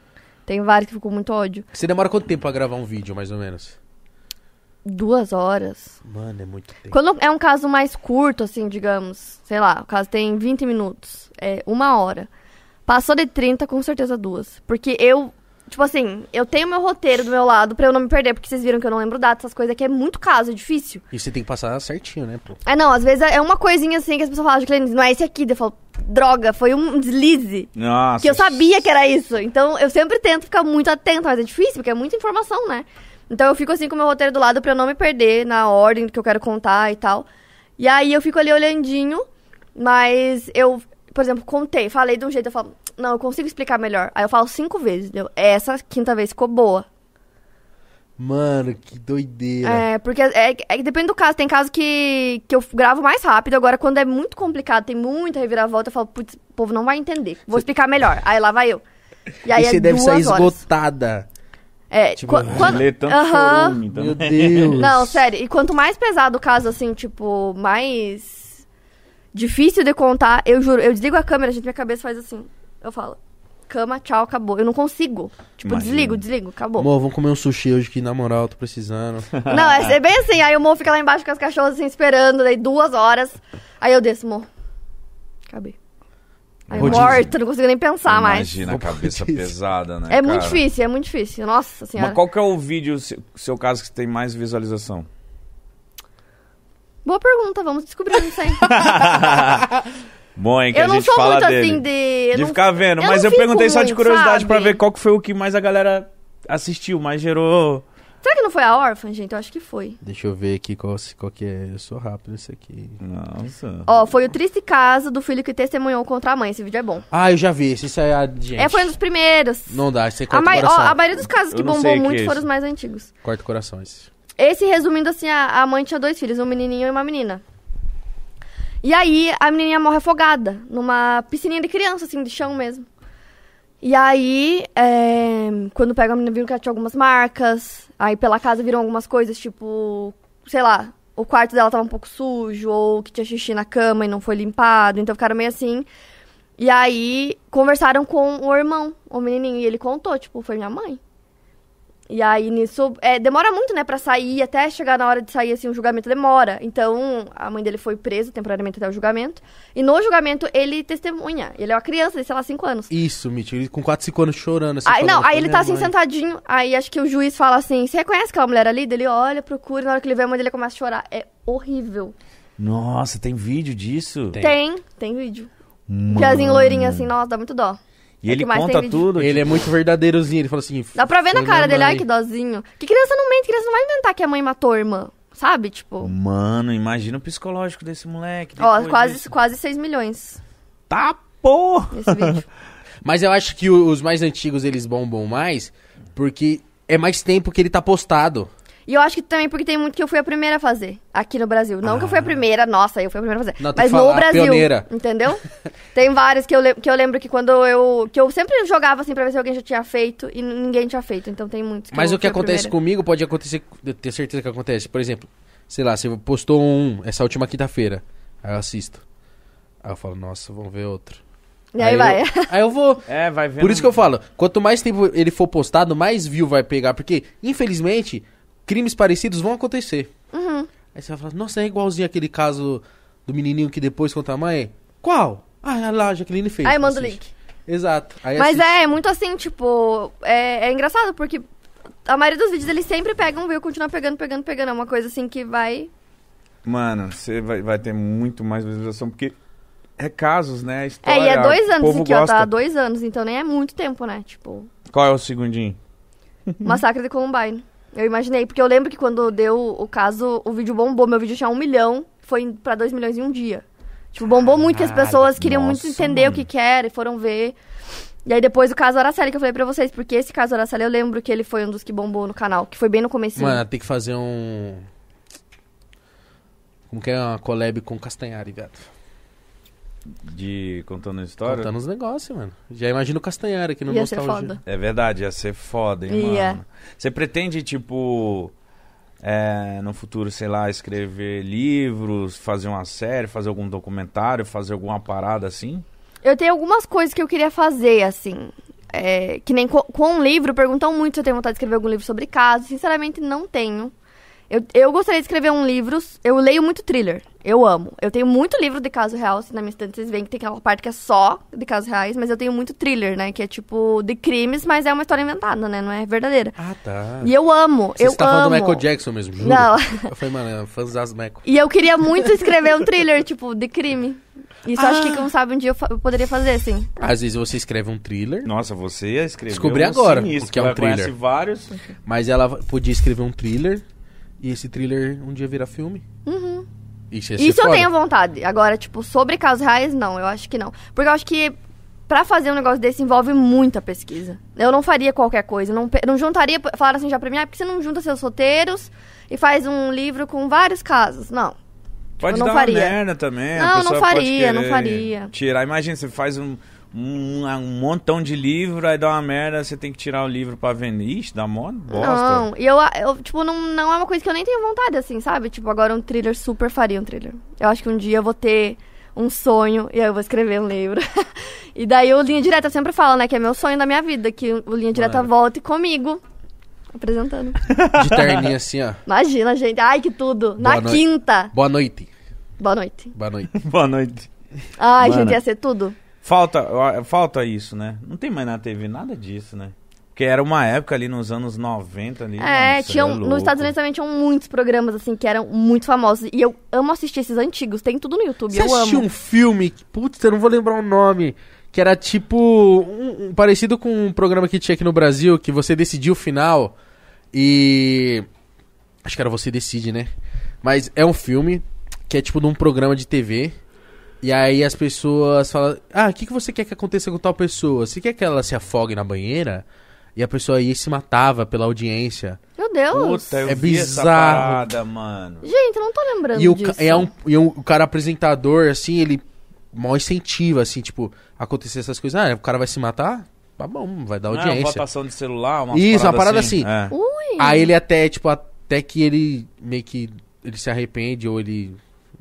Tem vários que ficam com muito ódio. Você demora quanto tempo pra gravar um vídeo, mais ou menos? Duas horas. Mano, é muito tempo. Quando é um caso mais curto, assim, digamos, sei lá, o caso tem vinte minutos, é uma hora. Passou de trinta, com certeza duas. Porque eu, tipo assim, eu tenho meu roteiro do meu lado pra eu não me perder, porque vocês viram que eu não lembro data, essas coisas aqui é muito caso, é difícil. E você tem que passar certinho, né, pô? É, não, às vezes é uma coisinha assim que as pessoas falam, Jacqueline, não é esse aqui. Daí eu falo, droga, foi um deslize. Nossa. Que eu sabia que era isso. Então eu sempre tento ficar muito atenta, mas é difícil, porque é muita informação, né? Então eu fico assim com o meu roteiro do lado pra eu não me perder na ordem que eu quero contar e tal. E aí eu fico ali olhandinho, mas eu, por exemplo, contei, falei de um jeito, eu falo, não, eu consigo explicar melhor. Aí eu falo cinco vezes, entendeu? Essa quinta vez ficou boa. Mano, que doideira. É, porque é, é, depende do caso. Tem caso que, que eu gravo mais rápido. Agora, quando é muito complicado, tem muita reviravolta, eu falo, putz, o povo não vai entender. Vou explicar melhor. Aí lá vai eu. E aí e você é deve sair duas horas. esgotada. É, Tipo, qu- de quando... Ler tanto Aham. chorume, então. Meu Deus. Não, sério. E quanto mais pesado o caso, assim, tipo, mais difícil de contar, eu juro, eu desligo a câmera, gente, minha cabeça faz assim. Eu falo, cama, tchau, acabou. Eu não consigo. Tipo, Imagina. desligo, desligo, acabou. Amor, vamos comer um sushi hoje que, na moral, eu tô precisando. Não, é, é bem assim. Aí o Mo fica lá embaixo com as cachorras, assim, esperando, daí duas horas. Aí eu desço, Mo. Acabei. Aí Rodízio. morto, não consigo nem pensar mais. Imagina a cabeça Rodízio. pesada, né, É muito cara? difícil, é muito difícil. Nossa senhora. Mas qual que é o vídeo, seu, seu caso, que tem mais visualização? Boa pergunta, vamos descobrir isso aí. Bom, hein, que Eu a não gente sou fala muito dele. assim de... eu De não- ficar vendo, eu mas não eu perguntei fico só de muito, curiosidade sabe? pra ver qual que foi o que mais a galera assistiu, mais gerou... Será que não foi a órfã, gente? Eu acho que foi. Deixa eu ver aqui qual, qual que é. Eu sou rápido nesse aqui. Nossa. Ó, foi o triste caso do filho que testemunhou contra a mãe. Esse vídeo é bom. Ah, eu já vi. Esse isso é a gente. É, foi um dos primeiros. Não dá, você A, corta mai- o ó, coração. a maioria dos casos que Eu não bombou sei o que muito é foram isso. os mais antigos. Corta o coração esse. Esse, resumindo assim, a, a mãe tinha dois filhos, um menininho e uma menina. E aí, a menininha morre afogada, numa piscininha de criança, assim, de chão mesmo. E aí, é, quando pega a menina, viram que ela tinha algumas marcas. Aí, pela casa, viram algumas coisas, tipo, sei lá, o quarto dela tava um pouco sujo, ou que tinha xixi na cama e não foi limpado. Então, ficaram meio assim. E aí, conversaram com o irmão, o menininho, e ele contou, tipo, foi minha mãe. E aí, nisso, é, demora muito, né, pra sair, até chegar na hora de sair, assim, o julgamento demora. Então, a mãe dele foi presa temporariamente até o julgamento. E no julgamento, ele testemunha. Ele é uma criança, de, sei lá, cinco anos. Isso, Mitch. Ele com quatro, cinco anos chorando. Assim, Aí, falando, não, "Foi aí ele minha tá assim, mãe." sentadinho. Aí, acho que o juiz fala assim, você reconhece aquela mulher ali? Daí ele olha, procura, e na hora que ele vê a mãe dele, começa a chorar. É horrível. Nossa, tem vídeo disso? Tem. Tem, tem vídeo. Mano. Piazinho loirinho assim, nossa, dá muito dó. E É ele que mais conta tem vídeo. tudo? Ele é muito verdadeirozinho. Ele fala assim... Dá pra ver "Foi na cara minha dele, mãe." ai, que dózinho. Que criança não mente, criança não vai inventar que a mãe matou a irmã. Sabe, tipo... Mano, imagina o psicológico desse moleque. Ó, depois quase, disso. quase seis milhões Tá, porra! nesse vídeo. Mas eu acho que o- os mais antigos, eles bombam mais, porque é mais tempo que ele tá postado. E eu acho que também porque tem muito que eu fui a primeira a fazer aqui no Brasil. Não que eu fui a primeira, nossa, eu fui a primeira a fazer. Não, tem mas que no falar, Brasil, pioneira. entendeu? Tem vários que eu, le- que eu lembro que quando eu... Que eu sempre jogava assim pra ver se alguém já tinha feito e ninguém tinha feito. Então tem muitos que Mas eu o que fui a acontece primeira. comigo pode acontecer, eu tenho certeza que acontece. Por exemplo, sei lá, você postou um essa última quinta-feira, aí eu assisto. Aí eu falo, nossa, vamos ver outro. E aí, vai. Eu, aí eu vou... É, vai vendo. Por isso que eu falo, quanto mais tempo ele for postado, mais view vai pegar. Porque, infelizmente, crimes parecidos vão acontecer. Uhum. Aí você vai falar, nossa, é igualzinho aquele caso do menininho que depois conta a mãe. Qual? Ah, lá, a Jaqueline fez. Aí manda o Assiste. link. Exato. Aí Mas assiste. é, é muito assim, tipo... É, é engraçado porque a maioria dos vídeos eles sempre pegam, viu? Continua pegando, pegando, pegando. É uma coisa assim que vai... Mano, você vai, vai ter muito mais visualização, porque é casos, né? É, História, e é dois o anos povo aqui, ó. gosta. Tá há dois anos, então nem é muito tempo, né? Tipo... Qual é o segundinho? Massacre de Columbine. Eu imaginei, porque eu lembro que quando deu o caso, o vídeo bombou. Meu vídeo tinha um milhão, foi pra dois milhões em um dia. Tipo, bombou muito, que as Caralho, pessoas queriam nossa, muito entender mano. o que que era e foram ver. E aí depois o caso Araceli, que eu falei pra vocês, porque esse caso Araceli eu lembro que ele foi um dos que bombou no canal, que foi bem no comecinho. Mano, tem que fazer um... Como que é uma collab com Castanhari, viado? De contando a história? Contando os negócios, mano. Já imagina o Castanhari aqui no Ia ser Nostalgia. foda. É verdade, ia ser foda, hein, Ia. mano. Você pretende, tipo, é, no futuro, sei lá, escrever livros, fazer uma série, fazer algum documentário, fazer alguma parada assim? Eu tenho algumas coisas que eu queria fazer, assim. é, que nem co- com um livro, perguntam muito se eu tenho vontade de escrever algum livro sobre casos. Sinceramente, não tenho. Eu, eu gostaria de escrever um livro... Eu leio muito thriller. Eu amo. Eu tenho muito livro de caso real. Assim, na minha estante vocês veem que tem aquela parte que é só de casos reais. Mas eu tenho muito thriller, né? Que é tipo de crimes, mas é uma história inventada, né? Não é verdadeira. Ah, tá. E eu amo. Você eu tá amo. falando do Michael Jackson mesmo, juro? Não. Eu falei, mano, fãzás do Michael. E eu queria muito escrever um thriller, tipo, de crime. Isso eu Ah. acho que, quem sabe, um dia eu, fa- eu poderia fazer, assim. Às vezes você escreve um thriller, Nossa, você ia escrever Descobri um agora sinistro, o que é um vai conhece thriller. vários. mas ela podia escrever um thriller e esse thriller um dia virar filme. Uhum. Isso ia ser Isso eu foda. tenho vontade. Agora, tipo, sobre casos reais, não. Eu acho que não. Porque eu acho que pra fazer um negócio desse envolve muita pesquisa. Eu não faria qualquer coisa. Não, pe- não juntaria... Falaram assim já pra mim, ah, por que você não junta seus roteiros e faz um livro com vários casos? Não. Pode Eu não dar faria. uma merda também. a Não, não pessoa pode faria, não querer faria. Tirar, imagina, você faz um, um, um montão de livro, aí dá uma merda, você tem que tirar o livro pra vender. Ixi, dá mó bosta. Não, e eu, eu tipo, não, não é uma coisa que eu nem tenho vontade, assim, sabe? Tipo, agora um thriller, super faria um thriller. Eu acho que um dia eu vou ter um sonho e aí eu vou escrever um livro. E daí o Linha Direta, eu sempre falo, né, que é meu sonho da minha vida, que o Linha Direta Mano. volte comigo, apresentando. De terninho assim, ó. Imagina, gente, ai, que tudo. Boa Na noite. quinta. Boa noite. Boa noite. Boa noite. Boa noite. Ai, Mano. gente, ia ser tudo. Falta, falta isso, né? Não tem mais na T V nada disso, né? Porque era uma época ali nos anos noventa ali. É, mano, isso tinham, é nos louco. Estados Unidos também tinham muitos programas, assim, que eram muito famosos. E eu amo assistir esses antigos, tem tudo no YouTube, Você eu assistiu amo. um filme, que- putz, eu não vou lembrar o nome, que era tipo um, um- parecido com um programa que tinha aqui no Brasil, que você decidia o final e... Acho que era Você Decide, né? Mas é um filme que é tipo de um programa de T V e aí as pessoas falam, ah, o que, que você quer que aconteça com tal pessoa? Você quer que ela se afogue na banheira? E a pessoa ia e se matava pela audiência. Meu Deus. Puta, eu É vi essa bizarro. parada, mano. Gente, eu não tô lembrando E o, disso. ca- é um, e um- o cara apresentador, assim, ele mal incentiva, assim, tipo, acontecer essas coisas. Ah, o cara vai se matar? Tá bom, vai dar Não é uma audiência. votação de celular, uma Isso, uma parada assim. É. Ui. Aí ele até, tipo, até que ele meio que ele se arrepende ou ele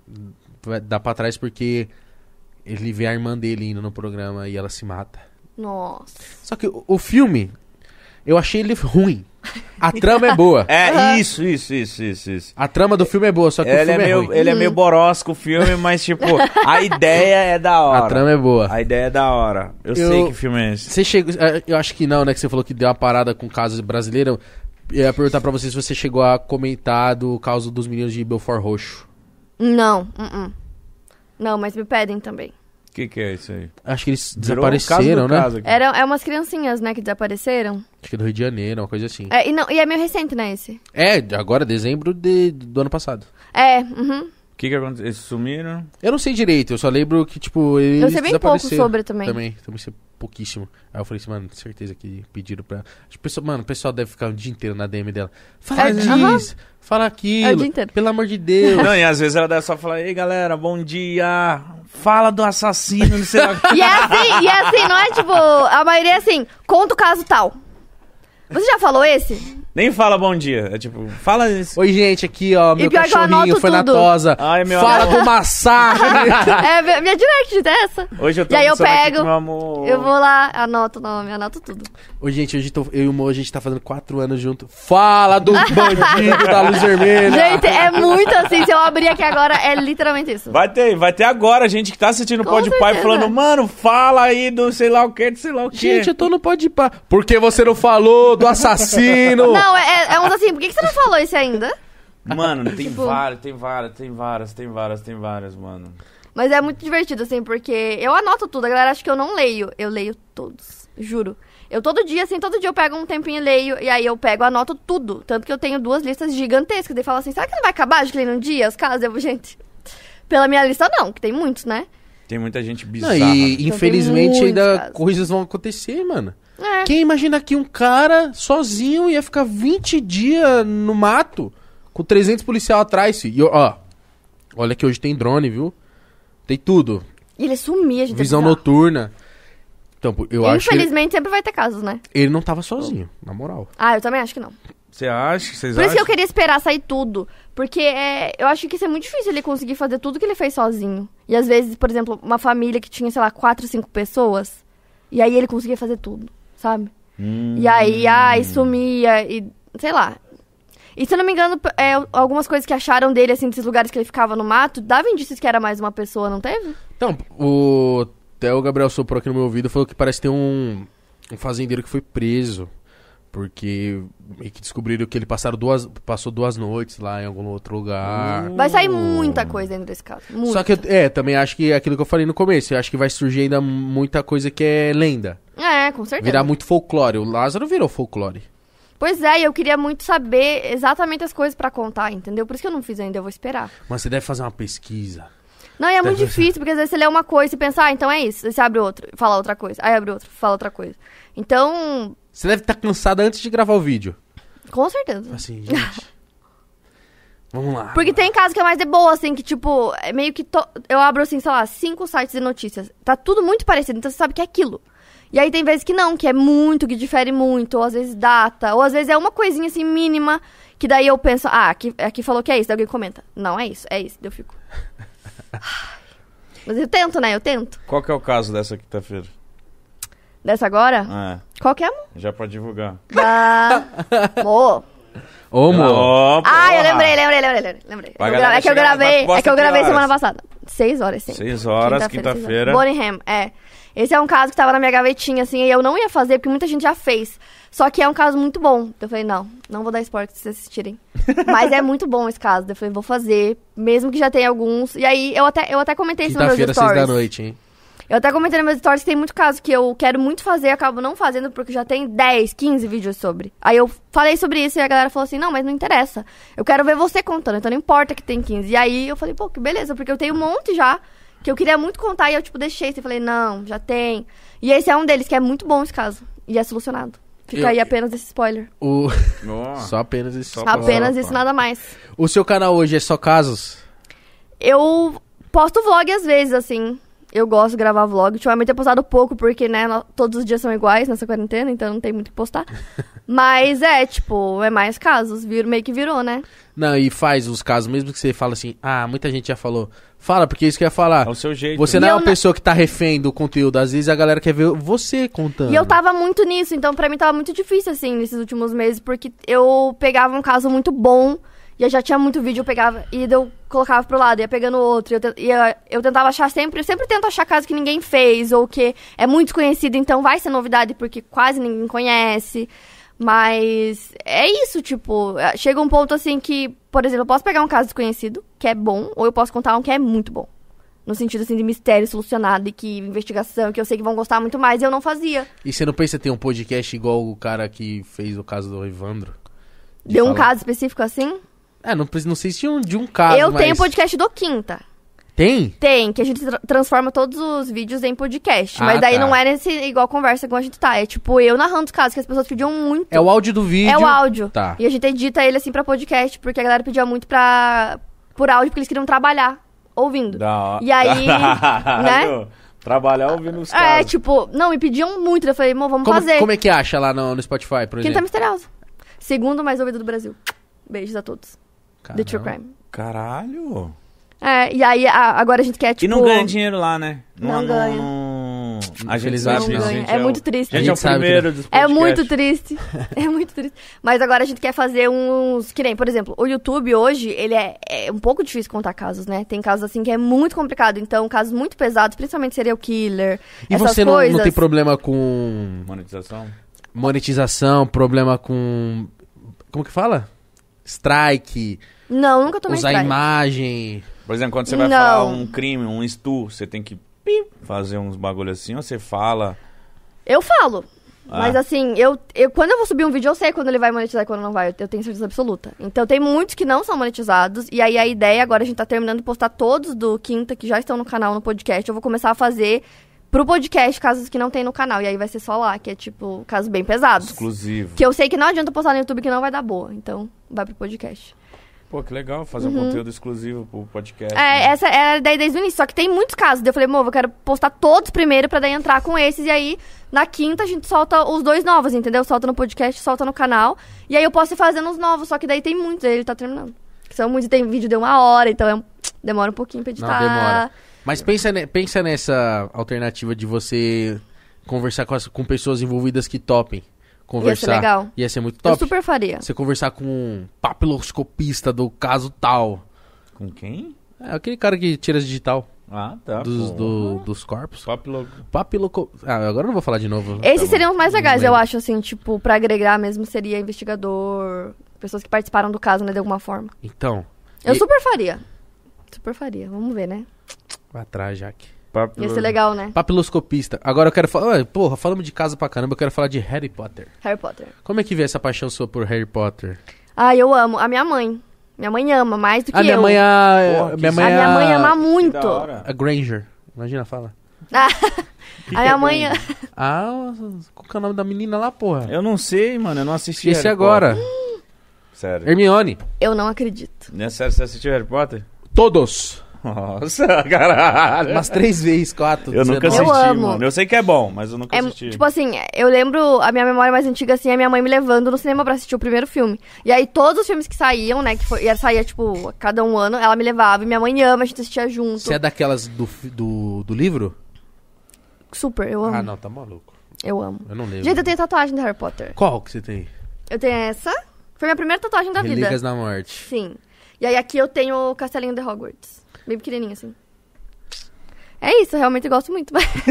vai dar pra trás porque ele vê a irmã dele indo no programa e ela se mata. Nossa. Só que o, o filme, eu achei ele ruim. A trama é boa. É, Aham. isso, isso, isso, isso, isso. A trama do filme é boa, só que o Ele é, filme é, meio, ruim. ele é Uhum. meio borosco o filme, mas tipo, a ideia é da hora. A trama é boa. A ideia é da hora. Eu, Eu- sei que filme é esse. Você chegou, eh, eu acho que não, né? Que você falou que deu uma parada com casos brasileiros. Eu ia perguntar pra você se você chegou a comentar do caso dos meninos de Belfort Roxo. Não, uh-uh. Não, mas me pedem também. O que, que é isso aí? Acho que eles Virou o caso desapareceram, do né? caso aqui. Era, é umas criancinhas, né, que desapareceram. Acho que do Rio de Janeiro, uma coisa assim. É, e, não, e é meio recente, né, esse? É, agora, dezembro de- do ano passado. É, uhum. O que que aconteceu? Eles sumiram? Eu não sei direito, eu só lembro que, tipo, eles Eu sei bem pouco desapareceram. sobre também. Também, também sei pouquíssimo. Aí eu falei assim, mano, certeza que pediram pra... Acho que o pessoal- mano, o pessoal deve ficar o dia inteiro na D M dela. Fala É, disso, aham. fala aquilo, É o dia inteiro. pelo amor de Deus. Não, e às vezes ela deve só falar, ei galera, bom dia. Fala do assassino, não sei lá. E é assim, e é assim, não é tipo... A maioria é assim, conta o caso tal. Você já falou esse? Nem fala bom dia. É tipo, fala isso. Oi, gente, aqui, ó, meu pior que eu cachorrinho anoto foi na tudo. tosa. Ai, meu Fala amor. do massacre. É, minha minha direct dessa. Hoje eu tô E aí eu almoçando aqui pego, com meu amor. eu vou lá, anoto o nome, anoto tudo. Ô, gente, hoje tô, eu e o Mo, a gente tá fazendo quatro anos junto. Fala do bandido da luz vermelha. Gente, é muito assim, se eu abrir aqui agora, é literalmente isso. Vai ter, vai ter agora gente que tá assistindo o Com Pode Pai certeza. falando, mano, fala aí do sei lá o que, do sei lá o que. Gente, eu tô no Pode Pá. Por que você não falou do assassino? Não, é, é uns assim, por que, que você não falou isso ainda? Mano, tem Tipo- várias, tem várias, tem várias, tem várias, tem várias, mano. Mas é muito divertido, assim, porque eu anoto tudo. A galera acha que eu não leio. Eu leio todos, juro. Eu todo dia, assim, todo dia eu pego um tempinho e leio. E aí eu pego, anoto tudo. Tanto que eu tenho duas listas gigantescas. Daí falo assim, será que não vai acabar de ler num dia os casos? Eu vou, gente... Pela minha lista, não, que tem muitos, né? Tem muita gente Não, bizarra. e tem infelizmente muitos ainda casos. coisas vão acontecer, mano. É. Quem imagina que um cara sozinho ia ficar vinte dias no mato com trezentos policiais atrás, filho? E, ó, olha que hoje tem drone, viu? Tem tudo. E ele sumia, gente. é Visão bizarro. noturna. Então, eu acho que ele, Infelizmente, sempre vai ter casos, né? ele não tava sozinho, na moral. Ah, eu também acho que não. Você acha? Vocês Por isso que acham? eu queria esperar sair tudo. Porque é, eu acho que isso é muito difícil ele conseguir fazer tudo que ele fez sozinho. E às vezes, por exemplo, uma família que tinha, sei lá, quatro, cinco pessoas. E aí ele conseguia fazer tudo, sabe? Hum. E aí, ai, sumia e... Sei lá. E se eu não me engano, é, algumas coisas que acharam dele, assim, desses lugares que ele ficava no mato, dava indícios que era mais uma pessoa, não teve? Então, o... Até o Gabriel soprou aqui no meu ouvido, falou que parece ter um, um fazendeiro que foi preso. Porque meio que descobriram que ele passaram duas, passou duas noites lá em algum outro lugar. Vai sair muita coisa dentro desse caso. Muita. Só que, eu, é, também acho que é aquilo que eu falei no começo. Eu acho que vai surgir ainda muita coisa que é lenda. É, com certeza. Virar muito folclore. O Lázaro virou folclore. Pois é, e eu queria muito saber exatamente as coisas pra contar, entendeu? Por isso que eu não fiz ainda, eu vou esperar. Mas você deve fazer uma pesquisa. Não, e é muito Deve- difícil, porque às vezes você lê uma coisa e pensa, ah, então é isso. Aí você abre outro, fala outra coisa. Aí abre outro, fala outra coisa. Então, Você deve estar cansada antes de gravar o vídeo. com certeza. Assim, gente... Vamos lá. Porque tem casos que é mais de boa, assim, que tipo, é meio que... To... Eu abro, assim, sei lá, cinco sites de notícias. Tá tudo muito parecido, então você sabe que é aquilo. E aí tem vezes que não, que é muito, que difere muito, ou às vezes data, ou às vezes é uma coisinha, assim, mínima, que daí eu penso, ah, aqui, aqui falou que é isso, daí alguém comenta. Não, é isso, é isso, daí eu fico... Mas eu tento, né? Eu tento. Qual que é o caso dessa quinta-feira? Dessa agora? É, Qual que é, amor? já pra divulgar. Da... Mo. Ô, amor. Ó, Ah, eu porra. lembrei, lembrei, lembrei, lembrei. Pra Eu galera gra- É que eu chegar, vai- gravei, posta é que eu que gravei horas? semana passada. Seis horas, sim. Seis horas, seis quinta-feira. horas. Bonningham, é. Esse é um caso que tava na minha gavetinha, assim, e eu não ia fazer, porque muita gente já fez. Só que é um caso muito bom. Então eu falei, não, não vou dar spoiler pra vocês assistirem. Mas é muito bom esse caso. Eu falei, vou fazer, mesmo que já tenha alguns. E aí, eu até, eu até comentei isso nos meus Quinta-feira, seis stories. da noite, hein? Eu até comentei nos meus stories que tem muito caso que eu quero muito fazer e acabo não fazendo porque já tem dez, quinze vídeos sobre. Aí eu falei sobre isso e a galera falou assim, não, mas não interessa. Eu quero ver você contando, então não importa que tem quinze. E aí eu falei, pô, que beleza, porque eu tenho um monte já que eu queria muito contar e eu, tipo, deixei. E falei, não, já tem. E esse é um deles, que é muito bom esse caso. E é solucionado. Fica Eu- aí apenas esse spoiler. O... Ó, Só apenas isso. Só pra- Apenas só, isso, pá. nada mais. O seu canal hoje é só casos? Eu posto vlog às vezes, assim. Eu gosto de gravar vlog. Ultimamente eu tenho postado pouco, porque, né, no- todos os dias são iguais nessa quarentena, então não tem muito o que postar. Mas é, tipo, é mais casos. Vir, meio que virou, né? Não, e faz os casos, mesmo que você fala assim, ah, muita gente já falou. Fala, porque é isso que eu ia falar. É o seu jeito. Você E não é eu uma não- pessoa que tá refém do conteúdo. Às vezes a galera quer ver você contando. E eu tava muito nisso, então pra mim tava muito difícil, assim, nesses últimos meses, porque eu pegava um caso muito bom, e eu já tinha muito vídeo, eu pegava, e eu colocava pro lado, ia pegando outro, e eu, te- e eu, eu tentava achar sempre, eu sempre tento achar casos que ninguém fez, ou que é muito desconhecido, então vai ser novidade, porque quase ninguém conhece, mas é isso, tipo, chega um ponto assim que, por exemplo, eu posso pegar um caso desconhecido, que é bom, ou eu posso contar um que é muito bom. No sentido, assim, de mistério solucionado e que investigação, que eu sei que vão gostar muito mais, e eu não fazia. E você não pensa em ter um podcast igual o cara que fez o caso do Evandro? De Deu um falar- caso específico assim? É, não, pre- não sei se de um, de um caso, eu mas... tenho podcast do Quinta. Tem? Tem, que a gente tra- transforma todos os vídeos em podcast. Ah, mas daí tá. não é nesse igual conversa como a gente tá. É tipo eu narrando os casos que as pessoas pediam muito. É o áudio do vídeo. É o áudio. Tá. E a gente edita ele assim pra podcast, porque a galera pedia muito pra... por áudio, porque eles queriam trabalhar ouvindo. Da hora. E aí, né? Trabalhar ouvindo os É, casos. tipo, não, me pediam muito. Eu falei, amor, vamos Como, fazer. como é que acha lá no, no Spotify, por Quinta exemplo? Misteriosa. Segundo mais ouvido do Brasil. Beijos a todos. The True Caramba. Crime. Caralho. É, e aí a- agora a gente quer, tipo... E não ganha dinheiro lá, né? Não ganha. não- A gente Infelizmente sabe Não não. disso, a ganha. gente É muito o- triste. A gente A é o gente sabe que primeiro dos É podcasts. muito triste. É muito triste. Mas agora a gente quer fazer uns... Que nem, por exemplo, o YouTube hoje, ele é, é um pouco difícil contar casos, né? Tem casos assim que é muito complicado. Então, casos muito pesados, principalmente serial killer, E essas você não, coisas. não tem problema com Monetização? monetização, problema com... Como que fala? Strike, Não, nunca tomei usar strike. imagem... Por exemplo, quando você vai Não. falar um crime, um estu, você tem que pip, fazer uns bagulho assim, ou você fala... Eu falo. Ah. Mas assim, eu, eu, quando eu vou subir um vídeo, eu sei quando ele vai monetizar e quando não vai. Eu, eu tenho certeza absoluta. Então tem muitos que não são monetizados. E aí a ideia, agora a gente tá terminando de postar todos do Quinta, que já estão no canal, no podcast. Eu vou começar a fazer pro podcast casos que não tem no canal. E aí vai ser só lá, que é tipo, casos bem pesados. Exclusivo. Que eu sei que não adianta postar no YouTube que não vai dar boa. Então, vai pro podcast. Pô, que legal fazer um conteúdo exclusivo pro podcast. Uhum. É, né? essa era a ideia desde o início. Só que tem muitos casos. Daí eu falei, amor, eu quero postar todos primeiro pra daí entrar com esses. E aí, na quinta, a gente solta os dois novos, entendeu? Solta no podcast, solta no canal. E aí eu posso ir fazendo os novos. Só que daí tem muitos, aí ele tá terminando. Que são muitos, tem vídeo de uma hora, então é um- demora um pouquinho pra editar. Não, demora. Mas pensa, ne- pensa nessa alternativa de você conversar com, as, com pessoas envolvidas que topem. Conversar. Ia ser legal. Ia ser muito top. Eu super faria. Você conversar com um papiloscopista do caso tal. Com quem? É aquele cara que tira as digital Ah, tá. dos, pô. do, dos corpos. Papo louco. Papiloco... Ah, agora eu não vou falar de novo. Esses seriam os mais Não legais, eu lembro. acho, assim, tipo, pra agregar mesmo seria investigador, pessoas que participaram do caso, né, de alguma forma. Então. Eu e- super faria. Super faria, vamos ver, né? Vai atrás, Jaque. Papo Ia ser louco. legal, né? Papiloscopista. Agora eu quero falar... Ah, porra, falamos de casa pra caramba, eu quero falar de Harry Potter. Harry Potter. Como é que veio essa paixão sua por Harry Potter? Ah, eu amo. A minha mãe. Minha mãe ama, mais do que A minha eu. mãe é a... Porra, que minha mãe a é minha mãe ama Que muito. da hora. A Granger. Imagina, fala. Ah, Que a minha que mãe... é Ah, qual que é o nome da menina lá, porra? Eu não sei, mano. Eu não assisti Esse Harry agora. Potter. Sério. Hermione. Eu não acredito. Não é sério, você assistiu Harry Potter? Todos. Nossa, caralho. Umas três vezes, quatro. Eu nunca dezenove. assisti, Eu amo. mano. Eu sei que é bom, mas eu nunca É, assisti. tipo assim, eu lembro, a minha memória mais antiga, assim, é minha mãe me levando no cinema pra assistir o primeiro filme. E aí, todos os filmes que saíam, né, que foi, ia saía, tipo, a cada um ano, ela me levava. E minha mãe ama, a gente assistia junto. Você é daquelas do, fi- do, do livro? Super, eu amo. Ah, não, tá maluco. Eu amo. Eu não lembro. Gente, eu tenho tatuagem do Harry Potter. Qual que você tem? Eu tenho essa. Foi minha primeira tatuagem da vida. Relíquias da Morte. Sim. E aí, aqui eu tenho o Castelinho de Hogwarts. Bem pequenininho, assim. É isso, eu realmente gosto muito.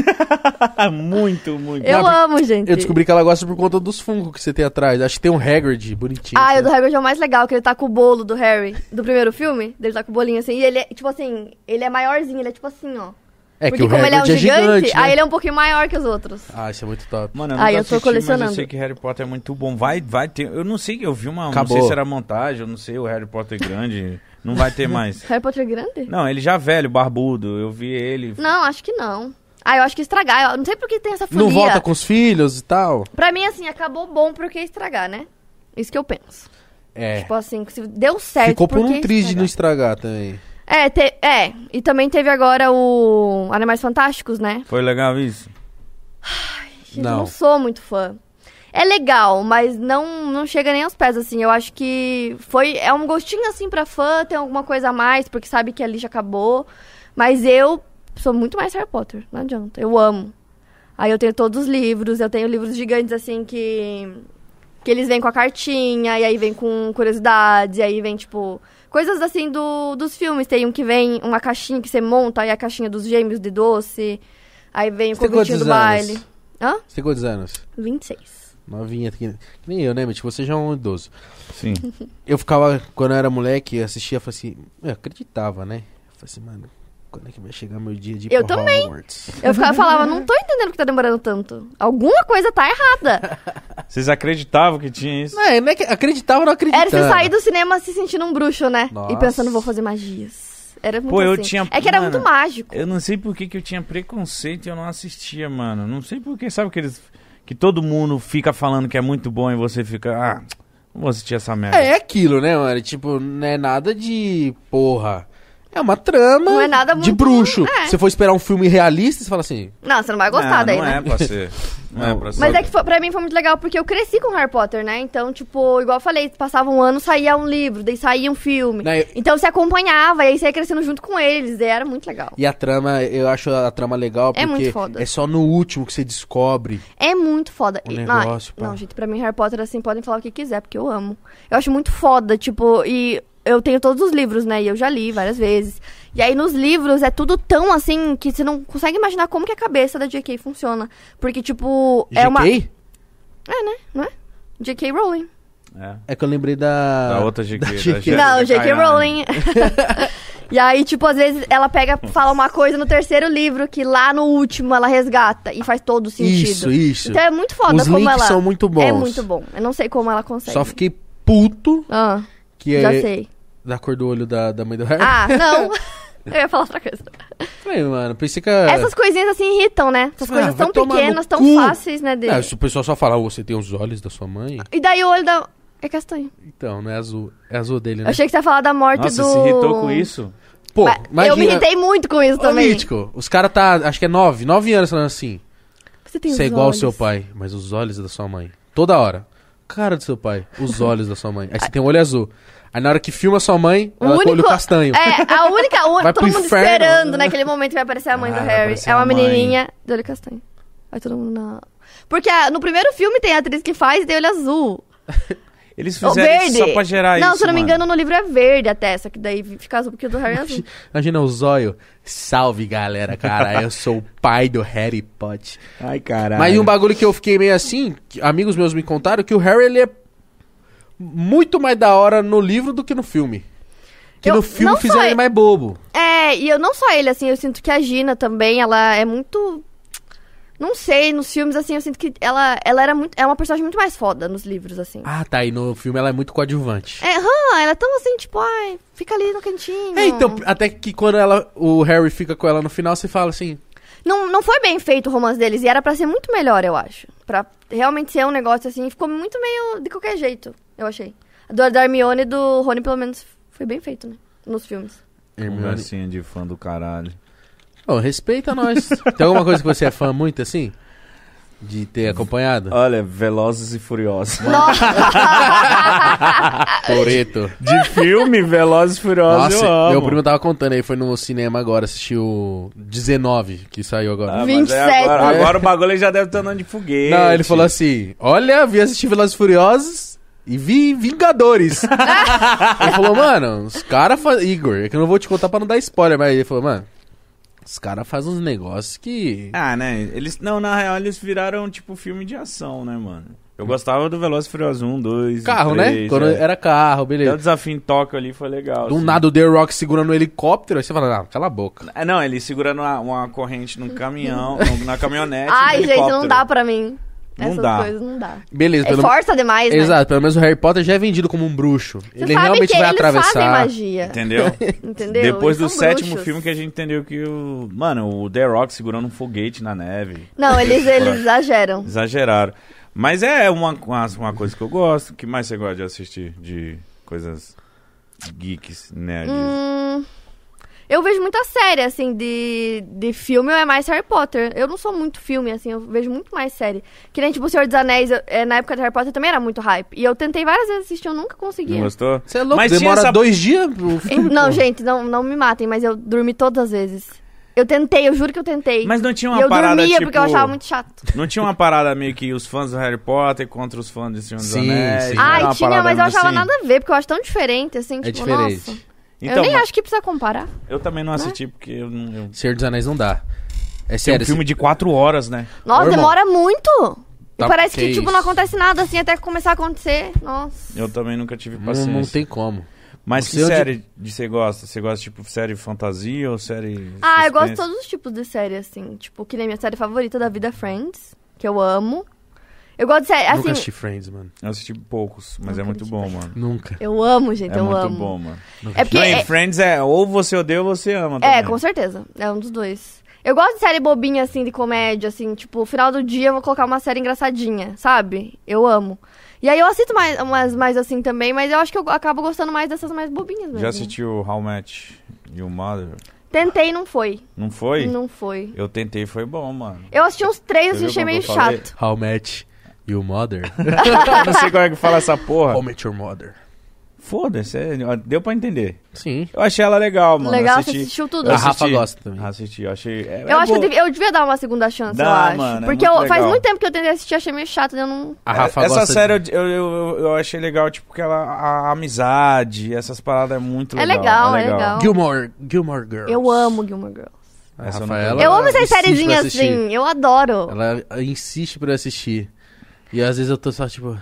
muito, muito. Eu Não, amo, gente. Eu descobri que ela gosta por conta dos fungos que você tem atrás. Acho que tem um Hagrid bonitinho. Ah, assim. o do Hagrid é o mais legal, que ele tá com o bolo do Harry, do primeiro filme. Ele tá com o bolinho assim. E ele é, tipo assim, ele é maiorzinho, ele é tipo assim, ó. É que Porque o como ele é um Hagrid gigante, é gigante, né? aí ele é um pouquinho maior que os outros. Ah, isso é muito top. Mano, eu Ah, nunca eu tô assisti, mas colecionando. eu sei que Harry Potter é muito bom. Vai, vai ter. Eu não sei, eu vi uma. Acabou. Não sei se era montagem, eu não sei, o Harry Potter grande. Não vai ter mais. Harry Potter é grande? Não, ele já velho, barbudo. Eu vi ele. Não, acho que não. Ah, eu acho que estragar. Eu não sei por que tem essa folia. Não volta com os filhos e tal? Pra mim, assim, acabou bom porque estragar, né? Isso que eu penso. É. Tipo assim, se deu certo. Ficou por por que um triz de estragar? não estragar também. É, te- é, e também teve agora o Animais Fantásticos, né? Foi legal isso? Gente, Não. eu não sou muito fã. É legal, mas não, não chega nem aos pés, assim. Eu acho que foi... É um gostinho, assim, pra fã, tem alguma coisa a mais, porque sabe que ali já acabou. Mas eu sou muito mais Harry Potter, não adianta. Eu amo. Aí eu tenho todos os livros, eu tenho livros gigantes, assim, que... Que eles vêm com a cartinha, e aí vem com curiosidades, e aí vem, tipo... Coisas, assim, do, dos filmes. Tem um que vem uma caixinha que você monta, aí a caixinha dos gêmeos de doce. Aí vem o Você tem convitinho do quantos baile. anos? Hã? Você tem quantos anos? vinte e seis. Novinha. Que que nem eu, né? Mas tipo, você já é um idoso. Sim. Eu ficava, quando eu era moleque, eu assistia, eu falei assim... Eu acreditava, né? Eu falei assim, mano... Quando é que vai chegar meu dia de ir Eu pra também. Hogwarts? Eu ficava, falava, não tô entendendo que tá demorando tanto. Alguma coisa tá errada. Vocês acreditavam que tinha isso? Não é, não é que acreditava ou não acreditava. Era você sair do cinema se sentindo um bruxo, né? Nossa. E pensando, vou fazer magias. Era muito Pô, eu assim. tinha- É que era mano, muito mágico. Eu não sei por que, que eu tinha preconceito e eu não assistia, mano. Não sei por que, sabe aqueles... Que todo mundo fica falando que é muito bom e você fica... Ah, não vou assistir essa merda. É, é aquilo, né, mano? Tipo, não é nada de... Porra... É uma trama Não é nada de muito- bruxo. é. Se você for esperar um filme realista, você fala assim... Não, você não vai gostar não, daí, não né? é pra ser. Não é pra ser. Mas é que foi, pra mim foi muito legal, porque eu cresci com Harry Potter, né? Então, tipo, igual eu falei, passava um ano, saía um livro, daí saía um filme. Não, eu- Então você acompanhava, e aí você ia crescendo junto com eles, e era muito legal. E a trama, eu acho a trama legal porque É muito foda. é só no último que você descobre. É muito foda. O E- negócio, não, pá. não, gente, pra mim Harry Potter, assim, podem falar o que quiser, porque eu amo. Eu acho muito foda, tipo, e eu tenho todos os livros, né? E eu já li várias vezes. E aí nos livros é tudo tão assim que você não consegue imaginar como que a cabeça da J K funciona. Porque, tipo, é J K? uma. É, né? Não é? J K Rowling. É. É que eu lembrei da... Da outra J K, da da J K. J- Não, J K Kayane. Rowling. E aí, tipo, às vezes ela pega, fala uma coisa no terceiro livro que lá no último ela resgata e faz todo sentido. Isso, isso. Então é muito foda Os como links ela. são muito bons. É muito bom. Eu não sei como ela consegue. Só fiquei puto Ah, que já é sei. da cor do olho da, da mãe do Harry. Ah, não. Eu ia falar outra coisa. Falei, mano, pensei que... a- Essas coisinhas assim irritam, né? Essas Ah, coisas vai tão tomar no pequenas, tão cu. fáceis, né? De... Ah, se o pessoal só falar, "Oh, você tem os olhos da sua mãe... E daí o olho da. É castanho. Então, não é azul. É azul dele, Eu né? achei que você ia falar da morte Nossa, do. se irritou com isso? Pô, Mas Eu me irritei muito com isso Ô, também. Mítico, os caras tá, acho que é nove, nove anos falando assim. Você tem Você é os igual ao olhos. seu pai, mas os olhos da sua mãe. Toda hora. Cara do seu pai, os olhos da sua mãe. Aí você tem um olho azul. Aí na hora que filma sua mãe, O ela com o olho único- castanho. É, a única. O, Vai todo pro mundo inferno. esperando naquele momento que vai aparecer a mãe Ah, do vai Harry. aparecer É uma a mãe. menininha de olho castanho. Aí todo mundo, não. Porque a, no primeiro filme tem a atriz que faz e tem olho azul. Eles Ou fizeram verde. isso só pra gerar não, isso, se eu não me mano. engano, no livro é verde até, só que daí fica azul porque o do Harry é azul. Imagina o zóio. Salve, galera, cara. Eu sou o pai do Harry Potter. Ai, caralho. Mas um bagulho que eu fiquei meio assim, que amigos meus me contaram, que o Harry, ele é muito mais da hora no livro do que no filme. Que Eu- no filme não fizeram só- ele mais bobo. É, e eu não só ele, assim, eu sinto que a Gina também, ela é muito... Não sei, nos filmes, assim, eu sinto que ela, ela era muito... É uma personagem muito mais foda nos livros, assim. Ah, tá. E no filme ela é muito coadjuvante. É, hã, ela é tão assim, tipo, ai, fica ali no cantinho. É, então, até que quando ela, o Harry fica com ela no final, você fala assim... Não, não foi bem feito o romance deles, e era pra ser muito melhor, eu acho. Pra realmente ser um negócio assim, ficou muito meio de qualquer jeito, eu achei. A do da Hermione e do Rony, pelo menos, foi bem feito, né? Nos filmes. Hermione... Conversinha de fã do caralho. Ô, respeita nós. Tem alguma coisa que você é fã muito, assim? De ter acompanhado? Olha, Velozes e Furiosos. Toreto. De filme, Velozes e Furiosos, Nossa, eu amo. meu primo tava contando aí, foi no cinema agora, assistiu dezenove, que saiu agora. Ah, mas vinte e é sete. Agora, agora o bagulho ele já deve estar andando de foguete. Não, ele falou assim, olha, vi assistir Velozes e Furiosos e vi Vingadores. Ele falou, mano, os caras fazem... Igor, é que eu não vou te contar pra não dar spoiler, mas ele falou, mano, os caras fazem uns negócios que... Ah, né? Eles, não, na real, eles viraram tipo filme de ação, né, mano? Eu gostava do Velozes e Furiosos um, dois, Carro, três, né? Quando é. era carro, Até o beleza. desafio em Tóquio ali foi legal. Do assim. nada o The Rock segurando o helicóptero, aí você fala, ah, cala a boca. É, não, ele segurando uma, uma corrente num caminhão, num- na caminhonete. Ai, no gente, não helicóptero. dá pra mim. Não Essas dá. coisas não dá. Beleza, É pelo força demais, né? Exato, pelo menos o Harry Potter já é vendido como um bruxo. Você ele sabe realmente que vai eles atravessar. fazem magia. Entendeu? Entendeu? Depois do Eles são sétimo bruxos. filme que a gente entendeu que o... Mano, o The Rock segurando um foguete na neve. Não, eles, eles exageram. Exageraram. Mas é uma, uma, uma coisa que eu gosto. O que mais você gosta de assistir? De coisas geeks, nerds? Hum, eu vejo muita série, assim, de, de filme ou é mais Harry Potter. Eu não sou muito filme, assim, eu vejo muito mais série. Que nem, tipo, O Senhor dos Anéis, eu- é, na época de Harry Potter também era muito hype. E eu tentei várias vezes assistir, eu nunca Não conseguia. gostou? Você é louco, Mas tinha demora essa- dois dias pro filme, Não, pô. gente, não, não me matem, mas eu dormi todas as vezes. Eu tentei, eu juro que eu tentei. Mas não tinha e uma eu parada dormia tipo... porque eu achava muito chato. Não tinha uma parada meio que os fãs do Harry Potter contra os fãs de Senhor dos Sim, Anéis? sim. Não era Ai, uma tinha, parada mas eu meio achava assim? nada a ver, porque eu acho tão diferente, assim, É tipo, diferente. nossa. Então, eu nem mas acho que precisa comparar. eu também não assisti porque eu não... Eu... Senhor dos Anéis não dá. É Tem sério. um filme de quatro horas, né? Nossa, Ô, irmão. demora muito. Tá, e parece que, que tipo, isso? não acontece nada, assim, até começar a acontecer. Nossa. Eu também nunca tive não, paciência. não tem como. Mas Não que sei onde- série de você gosta? Você gosta, tipo, série fantasia ou série Ah, eu gosto de suspense? todos os tipos de série, assim. Tipo, que nem minha série favorita da vida, Friends, que eu amo. Eu gosto de série, Nunca assim... assisti Friends, mano. Eu assisti poucos, mas Nunca é muito assisti bom, Friends. mano. Nunca. Eu amo, gente, É eu muito amo. bom, mano. É porque... Não, e é- Friends é ou você odeia ou você ama também. É, com certeza. É um dos dois. Eu gosto de série bobinha, assim, de comédia, assim, tipo, no final do dia eu vou colocar uma série engraçadinha, sabe? Eu amo. E aí eu assisto mais, umas mais assim também, mas eu acho que eu acabo gostando mais dessas mais bobinhas mesmo. Já assistiu How Much Your Mother? Tentei e não foi. Não foi? Não foi. Eu tentei, foi bom, mano. Eu assisti uns três Você e viu achei como meio eu falei? chato. How Met Your Mother? Eu não sei como é que fala essa porra. How Met Your Mother. Foda-se, é, deu pra entender. Sim. Eu achei ela legal, mano. Legal, assisti, você assistiu tudo. eu A assisti, Rafa gosta também. Assisti, eu achei... É, Eu é acho que eu boa. devia, eu devia dar uma segunda chance, Dá, eu acho. mano, é Porque muito eu, faz legal. muito tempo que eu tentei assistir, achei meio chato, eu não... A Rafa Essa gosta série de... eu, eu, eu, eu achei legal, tipo, que ela, a amizade, essas paradas é muito É legal. legal, é legal. Gilmore, Gilmore Girls. Eu amo Gilmore Girls. A Essa eu Rafaela, não- Eu amo essas insiste pra sériezinhas assistir. assim, eu adoro. Ela insiste pra eu assistir. E às vezes eu tô só tipo...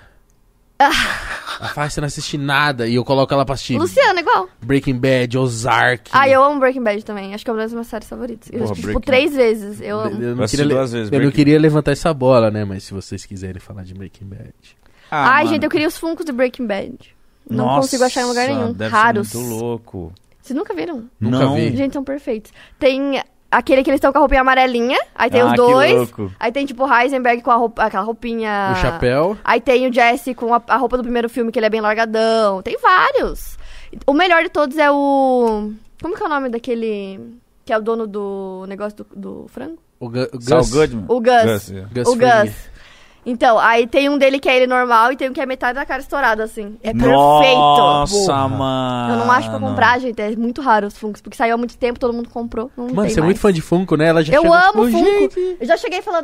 Ela faz você não assistir nada. E eu coloco ela pra assistir Luciana, igual. Breaking Bad, Ozark. Ah, eu amo Breaking Bad também. Acho que é uma das minhas séries favoritas. Eu Porra, assisti, tipo, Breaking- três vezes. Eu amo. Eu Eu não, assisti queria, le- duas vezes, eu não Breaking- queria levantar essa bola, né? Mas se vocês quiserem falar de Breaking Bad. Ah, Ai, mano. gente, eu queria os Funkos de Breaking Bad. Não Nossa, consigo achar em lugar nenhum. Deve Raros. ser muito louco. Vocês nunca viram? Nunca Não. vi. Gente, são perfeitos. Tem aquele que eles estão com a roupinha amarelinha. Aí tem Ah, os que dois. louco. Aí tem, tipo, o Heisenberg com a roupa, aquela roupinha... O chapéu. Aí tem o Jesse com a, a roupa do primeiro filme, que ele é bem largadão. Tem vários. O melhor de todos é o... Como que é o nome daquele... Que é o dono do negócio do, do frango? O, Gu- o Saul Gus. Goodman? O Gus. Gus, é. Gus o Fring. Gus. Então, aí tem um dele que é ele normal e tem um que é metade da cara estourada, assim. É perfeito. Nossa, Porra. mano. Eu não acho pra comprar, gente. É muito raro os Funkos. Porque saiu há muito tempo, todo mundo comprou. Não Mano, tem você é mais. muito fã de Funko, né? Ela já Eu chegou, amo tipo, Funko. gente. Eu já cheguei falando...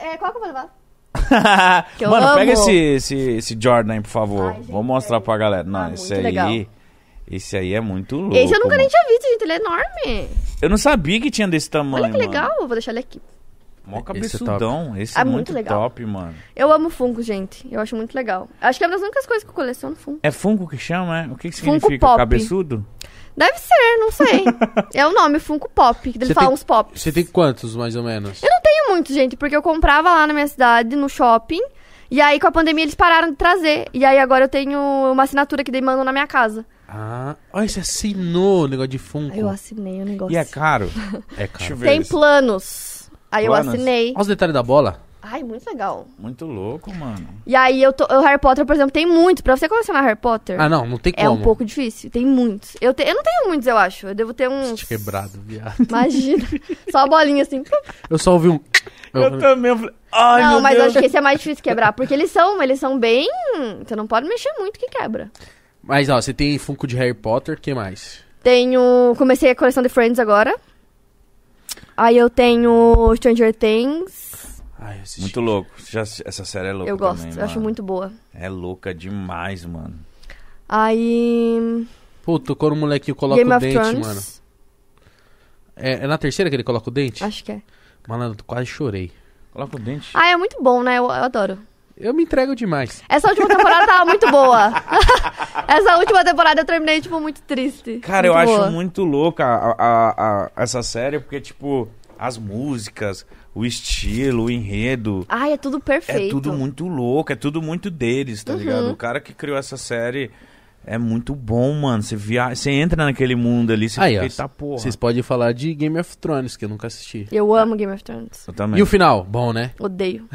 É, qual que eu vou levar? Que eu Mano, amo. pega esse, esse, esse Jordan aí, por favor. Ai, gente, Vou mostrar é- pra galera. Não, Ah, esse muito aí... legal. Esse aí é muito louco. Esse eu nunca nem mano. tinha visto, gente. Ele é enorme. Eu não sabia que tinha desse tamanho, Olha que mano. legal. Eu vou deixar ele aqui. Mó Esse é cabeçudão. Esse é, É muito, muito legal. top, mano. Eu amo Funko, gente. Eu acho muito legal. Acho que é uma das únicas coisas que eu coleciono Funko. É Funko que chama, é? O que, que Funko significa? Pop. Cabeçudo? Deve ser, não sei. É o nome, Funko Pop. Que ele Você fala tem- uns pops. Você tem quantos, mais ou menos? Eu não tenho muito, gente, porque eu comprava lá na minha cidade, no shopping. E aí, com a pandemia, eles pararam de trazer. E aí, agora eu tenho uma assinatura que daí mandam na minha casa. Ah, olha, você assinou o negócio de Funko. Aí eu assinei o negócio. E é caro? É Deixa caro. eu ver. Tem isso. planos. Aí Planos? eu assinei. Olha os detalhes da bola. Ai, muito legal. Muito louco, mano. E aí, eu tô, o Harry Potter, por exemplo, tem muitos. Pra você colecionar Harry Potter, Ah, não, não tem é como. um pouco difícil. Tem muitos. Eu, te, eu não tenho muitos, eu acho. Eu devo ter uns... Tinha quebrado, viado. Imagina. Só a bolinha assim. Eu só ouvi um... Eu também, eu falei, ai, não, meu mas eu Deus. acho que esse é mais difícil quebrar. Porque eles são, eles são bem... Você não pode mexer muito que quebra. Mas, ó, você tem Funko de Harry Potter, o que mais? Tenho... Comecei a coleção de Friends agora. Aí eu tenho Stranger Things. Ai, eu assisti. Muito louco. Já, essa série é louca Eu gosto, também, eu acho mano. muito boa. É louca demais, mano. Aí... Pô, tocou no molequinho, coloca Game o of dente, Thrones. mano. É, é na terceira que ele coloca o dente? Acho que é. Malandro, quase chorei. Coloca o dente. Ah, é muito bom, né? Eu, eu adoro. Eu me entrego demais. Essa última temporada tava muito boa. Essa última temporada eu terminei, tipo, muito triste. Cara, eu Muito acho boa. muito louca a, a- a- essa série, porque, tipo, as músicas, o estilo, o enredo, Ai, é tudo perfeito. é tudo muito louco, é tudo muito deles, tá Uhum. ligado? O cara que criou essa série é muito bom, mano. Você via... você entra naquele mundo ali, você Aí, fica, ó, eita porra. vocês podem falar de Game of Thrones, que eu nunca assisti. Eu amo Game of Thrones. Eu também. E o final? Bom, né? Odeio.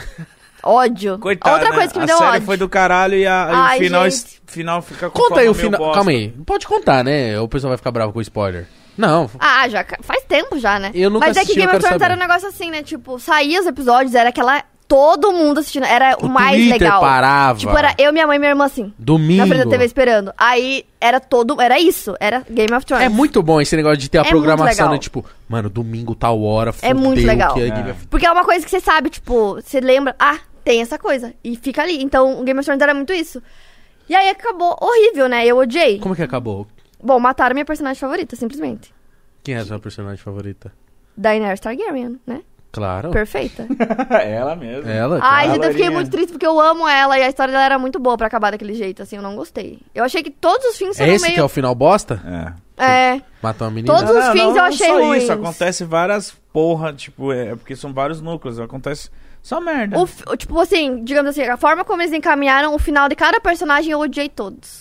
Ódio. Coitado, Outra né? coisa que me a deu série ódio. foi do caralho e, a, e Ai, o final, gente. final fica com Conta aí o forma meio final. bosta. Calma aí. Não pode contar, né? Ou o pessoal vai ficar bravo com spoiler. Não. Ah, já ca- faz tempo já, né? Eu nunca Mas é assisti, que Game eu of quero Thrones era um saber. negócio assim, né? Tipo, saía os episódios, era aquela... Todo mundo assistindo. Era o, O mais Twitter legal. parava. Tipo, era eu, minha mãe e minha irmã assim. Domingo. Na frente da T V esperando. Aí era todo... Era isso. Era Game of Thrones. É muito bom esse negócio de ter a É programação, muito legal. né? Tipo, mano, domingo, tal hora, É muito fudeu legal. que é É. Game of- Porque é uma coisa que você sabe, tipo... Você lembra... Ah, tem essa coisa. E fica ali. Então, o Game of Thrones era muito isso. E aí acabou horrível, né? Eu odiei. Como que acabou? Bom, mataram minha personagem favorita, simplesmente. Quem é a sua personagem favorita? Daenerys Targaryen, né? Claro. Perfeita. Ela mesmo. Ela, Ai, claro. gente, eu fiquei loirinha. muito triste porque eu amo ela e a história dela era muito boa pra acabar daquele jeito, assim, eu não gostei. Eu achei que todos os fins É foram esse meio... que é o final bosta? É. É, Matou uma menina? Todos os fins eu achei só ruins. isso, acontece várias porra, tipo, é porque são vários núcleos, acontece só merda. o, f- o- tipo assim, digamos assim, a forma como eles encaminharam o final de cada personagem eu odiei todos.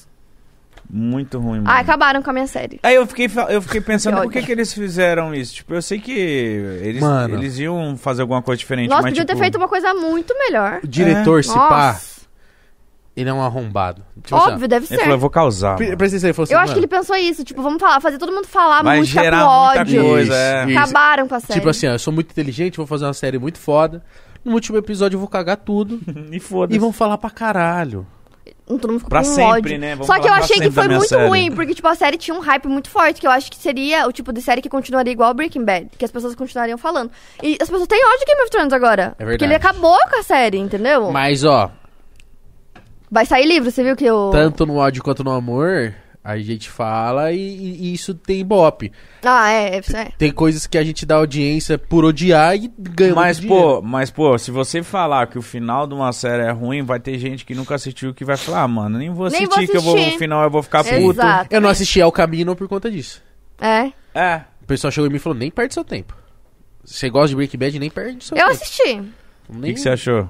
Muito ruim, mano. Ah, acabaram com a minha série. Aí eu fiquei, fa- eu fiquei pensando, Que por que ódio. que eles fizeram isso? Tipo, eu sei que eles, Mano. eles iam fazer alguma coisa diferente, Nossa, mas podiam tipo... ter feito uma coisa muito melhor. O diretor, se pá, Nossa, ele é um arrombado. Tipo assim, óbvio, deve Ele ser. falou, eu vou causar, ó, pre- mano. presta atenção, ele falou assim, Eu acho mano, que ele pensou isso, tipo, vamos falar, fazer todo mundo falar Vai muito, ficar gerar com muita ódio. coisa, é. Isso. Acabaram com a série. Tipo assim, ó, eu sou muito inteligente, vou fazer uma série muito foda. No último episódio eu vou cagar tudo E foda-se. e vão falar pra caralho. Todo mundo ficou Pra com sempre, ódio. né? Vamos Só que eu falar pra achei que sempre da foi minha muito série. ruim, porque, tipo, a série tinha um hype muito forte, que eu acho que seria o tipo de série que continuaria igual Breaking Bad, que as pessoas continuariam falando. E as pessoas têm ódio de Game of Thrones agora. É Porque verdade. ele acabou com a série, entendeu? Mas, ó, Vai sair livro, você viu que eu... tanto no ódio quanto no amor, a gente fala e, e isso tem ibope. Ah, é, é. Tem coisas que a gente dá audiência por odiar e ganha Mas, muito dinheiro. pô, mas, pô, se você falar que o final de uma série é ruim, vai ter gente que nunca assistiu que vai falar, ah, mano, nem vou Nem assistir, vou que eu vou, assistir. no final eu vou ficar puto. Exato. Eu não assisti ao Camino por conta disso. É. É. O pessoal chegou em mim e falou, nem perde seu tempo. Você gosta de Breaking Bad, nem perde seu Eu tempo. assisti. O Nem... que, que você achou?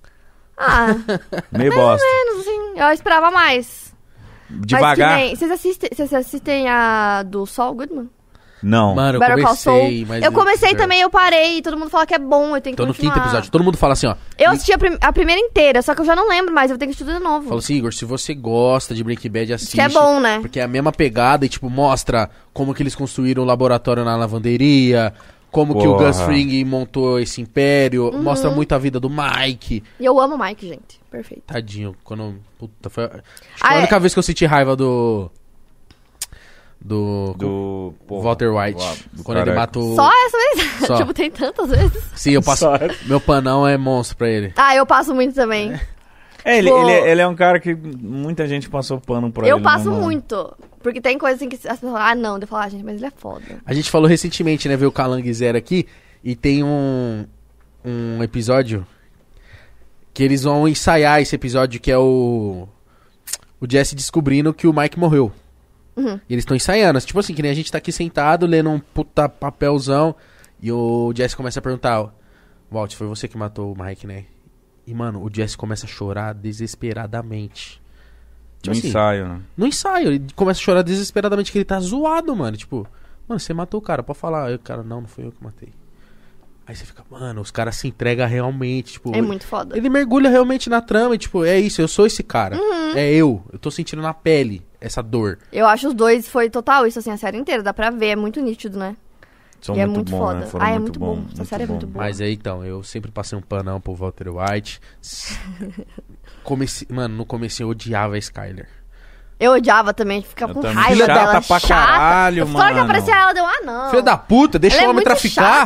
Ah, Meio bosta. menos, assim, eu esperava mais. Devagar? Mas que nem... Vocês assistem, vocês assistem a do Saul Goodman? Não. Mano, eu Better Call comecei, Saul. mas... Eu comecei também, eu parei, todo mundo fala que é bom, eu tenho que Tô no continuar. quinto episódio. Todo mundo fala assim, ó. Eu assisti a, prim- a primeira inteira, só que eu já não lembro mais, eu vou ter que assistir tudo de novo. Falou assim, Igor, se você gosta de Breaking Bad, assiste. que é bom, né? Porque é a mesma pegada e, tipo, mostra como que eles construíram o laboratório na lavanderia, como que o Porra. Gus Fring montou esse império, Uhum. mostra muito a vida do Mike. E eu amo o Mike, gente. Perfeito. Tadinho, quando... Puta, foi... Acho que Ah, a é. única vez que eu senti raiva do... Do... Do... pô, Walter White. do Quando cara- ele mata o... Só essa vez? Só. Tipo, tem tantas vezes. Sim, eu passo... Só. Meu panão é monstro pra ele. Ah, eu passo muito também. É, ele, Tipo- ele, é- ele é um cara que muita gente passou pano pra Eu ele. passo né, mano? muito. Porque tem coisa assim que as pessoas falam, ah, não. Eu falo, ah, gente, mas ele é foda. A gente falou recentemente, né? Veio o Calangue Zero aqui. E tem um... Um episódio... Que eles vão ensaiar esse episódio, que é o... O Jesse descobrindo que o Mike morreu. Uhum. E eles estão ensaiando. Tipo assim, que nem a gente tá aqui sentado, lendo um puta papelzão. E o Jesse começa a perguntar... Walt, foi você que matou o Mike, né? E, mano, o Jesse começa a chorar desesperadamente. No assim, ensaio, né? No ensaio, ele começa a chorar desesperadamente, que ele tá zoado, mano. Tipo, mano, você matou o cara, pode falar. Aí o cara, não, não foi eu que matei. Aí você fica, mano, os caras se entregam realmente, tipo... É muito foda. Ele mergulha realmente na trama e, tipo, é isso, eu sou esse cara. Uhum. É eu, eu tô sentindo na pele essa dor. Eu acho os dois foi total isso, assim, a série inteira. Dá pra ver, é muito nítido, né? São e é muito muito bons, foda. né? Foram Ah, é muito muito bom. bom. Essa série é muito boa. Mas aí, então, eu sempre passei um panão pro Walter White. Comece... Mano, no começo eu odiava a Skyler. Eu odiava também, ficava Eu com também. raiva Chata dela. pra chata. caralho, eu, Só que mano. aparecia ela, deu, ah, não. Filho da puta, deixa Ela o é homem muito traficar.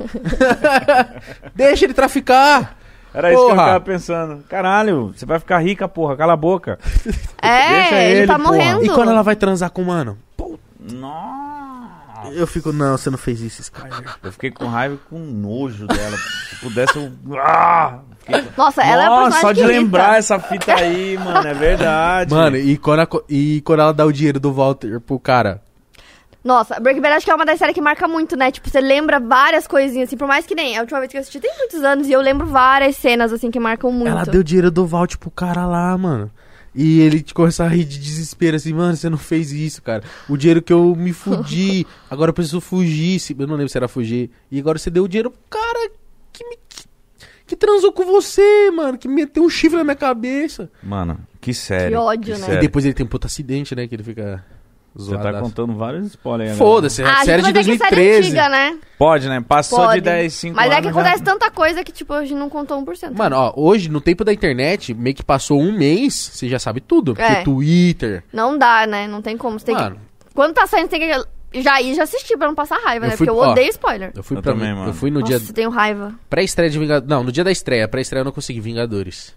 Deixa ele traficar. Era isso que eu Porra. ficava pensando. Caralho, você vai ficar rica, porra. Cala a boca. É, Deixa ele, ele, tá porra. morrendo. E quando ela vai transar com o mano? Nossa. Eu fico, não, você não fez isso, Skyler. Eu fiquei com raiva e com nojo dela. Se pudesse, eu... Ah! Fiquei com- Nossa, ela é uma Nossa, personagem só de que irrita. lembrar essa fita aí, mano, é verdade. Mano, e quando, a co- e quando ela dá o dinheiro do Walter pro cara? Nossa, Breaking Bad acho que é uma das séries que marca muito, né? Tipo, você lembra várias coisinhas, assim, por mais que nem. A última vez que eu assisti tem muitos anos e eu lembro várias cenas, assim, que marcam muito. Ela deu dinheiro do Walt pro cara lá, mano. E ele começou a rir de desespero, assim, mano, você não fez isso, cara. O dinheiro que eu me fudi, agora eu preciso fugir. se- Eu não lembro se era fugir. E agora você deu o dinheiro pro cara que me... Que, que transou com você, mano. Que meteu um chifre na minha cabeça. Mano, que sério. Que ódio, né? E sério. depois ele tem um puto acidente, né? Que ele fica Você tá zoadaço. contando vários spoilers aí. Foda-se, Ah, a a série gente de vai ver que a série é dois mil e treze. antiga, né? Pode, né? Passou Pode. de dez, cinco Mas anos. é que já- acontece tanta coisa que, tipo, hoje não contou um por cento. Mano, ó, hoje, no tempo da internet, meio que passou um mês, você já sabe tudo. Porque É. Twitter... Não dá, né? Não tem como. Você tem Mano, que... Quando tá saindo, tem que já ir já assistir pra não passar raiva, Eu né? fui- Porque eu ó, odeio spoiler. eu fui Eu pra... também, eu mano. fui no Nossa, dia... eu tenho raiva. Pré-estreia de Vingadores... Não, no dia da estreia. Pré-estreia eu não consegui Vingadores.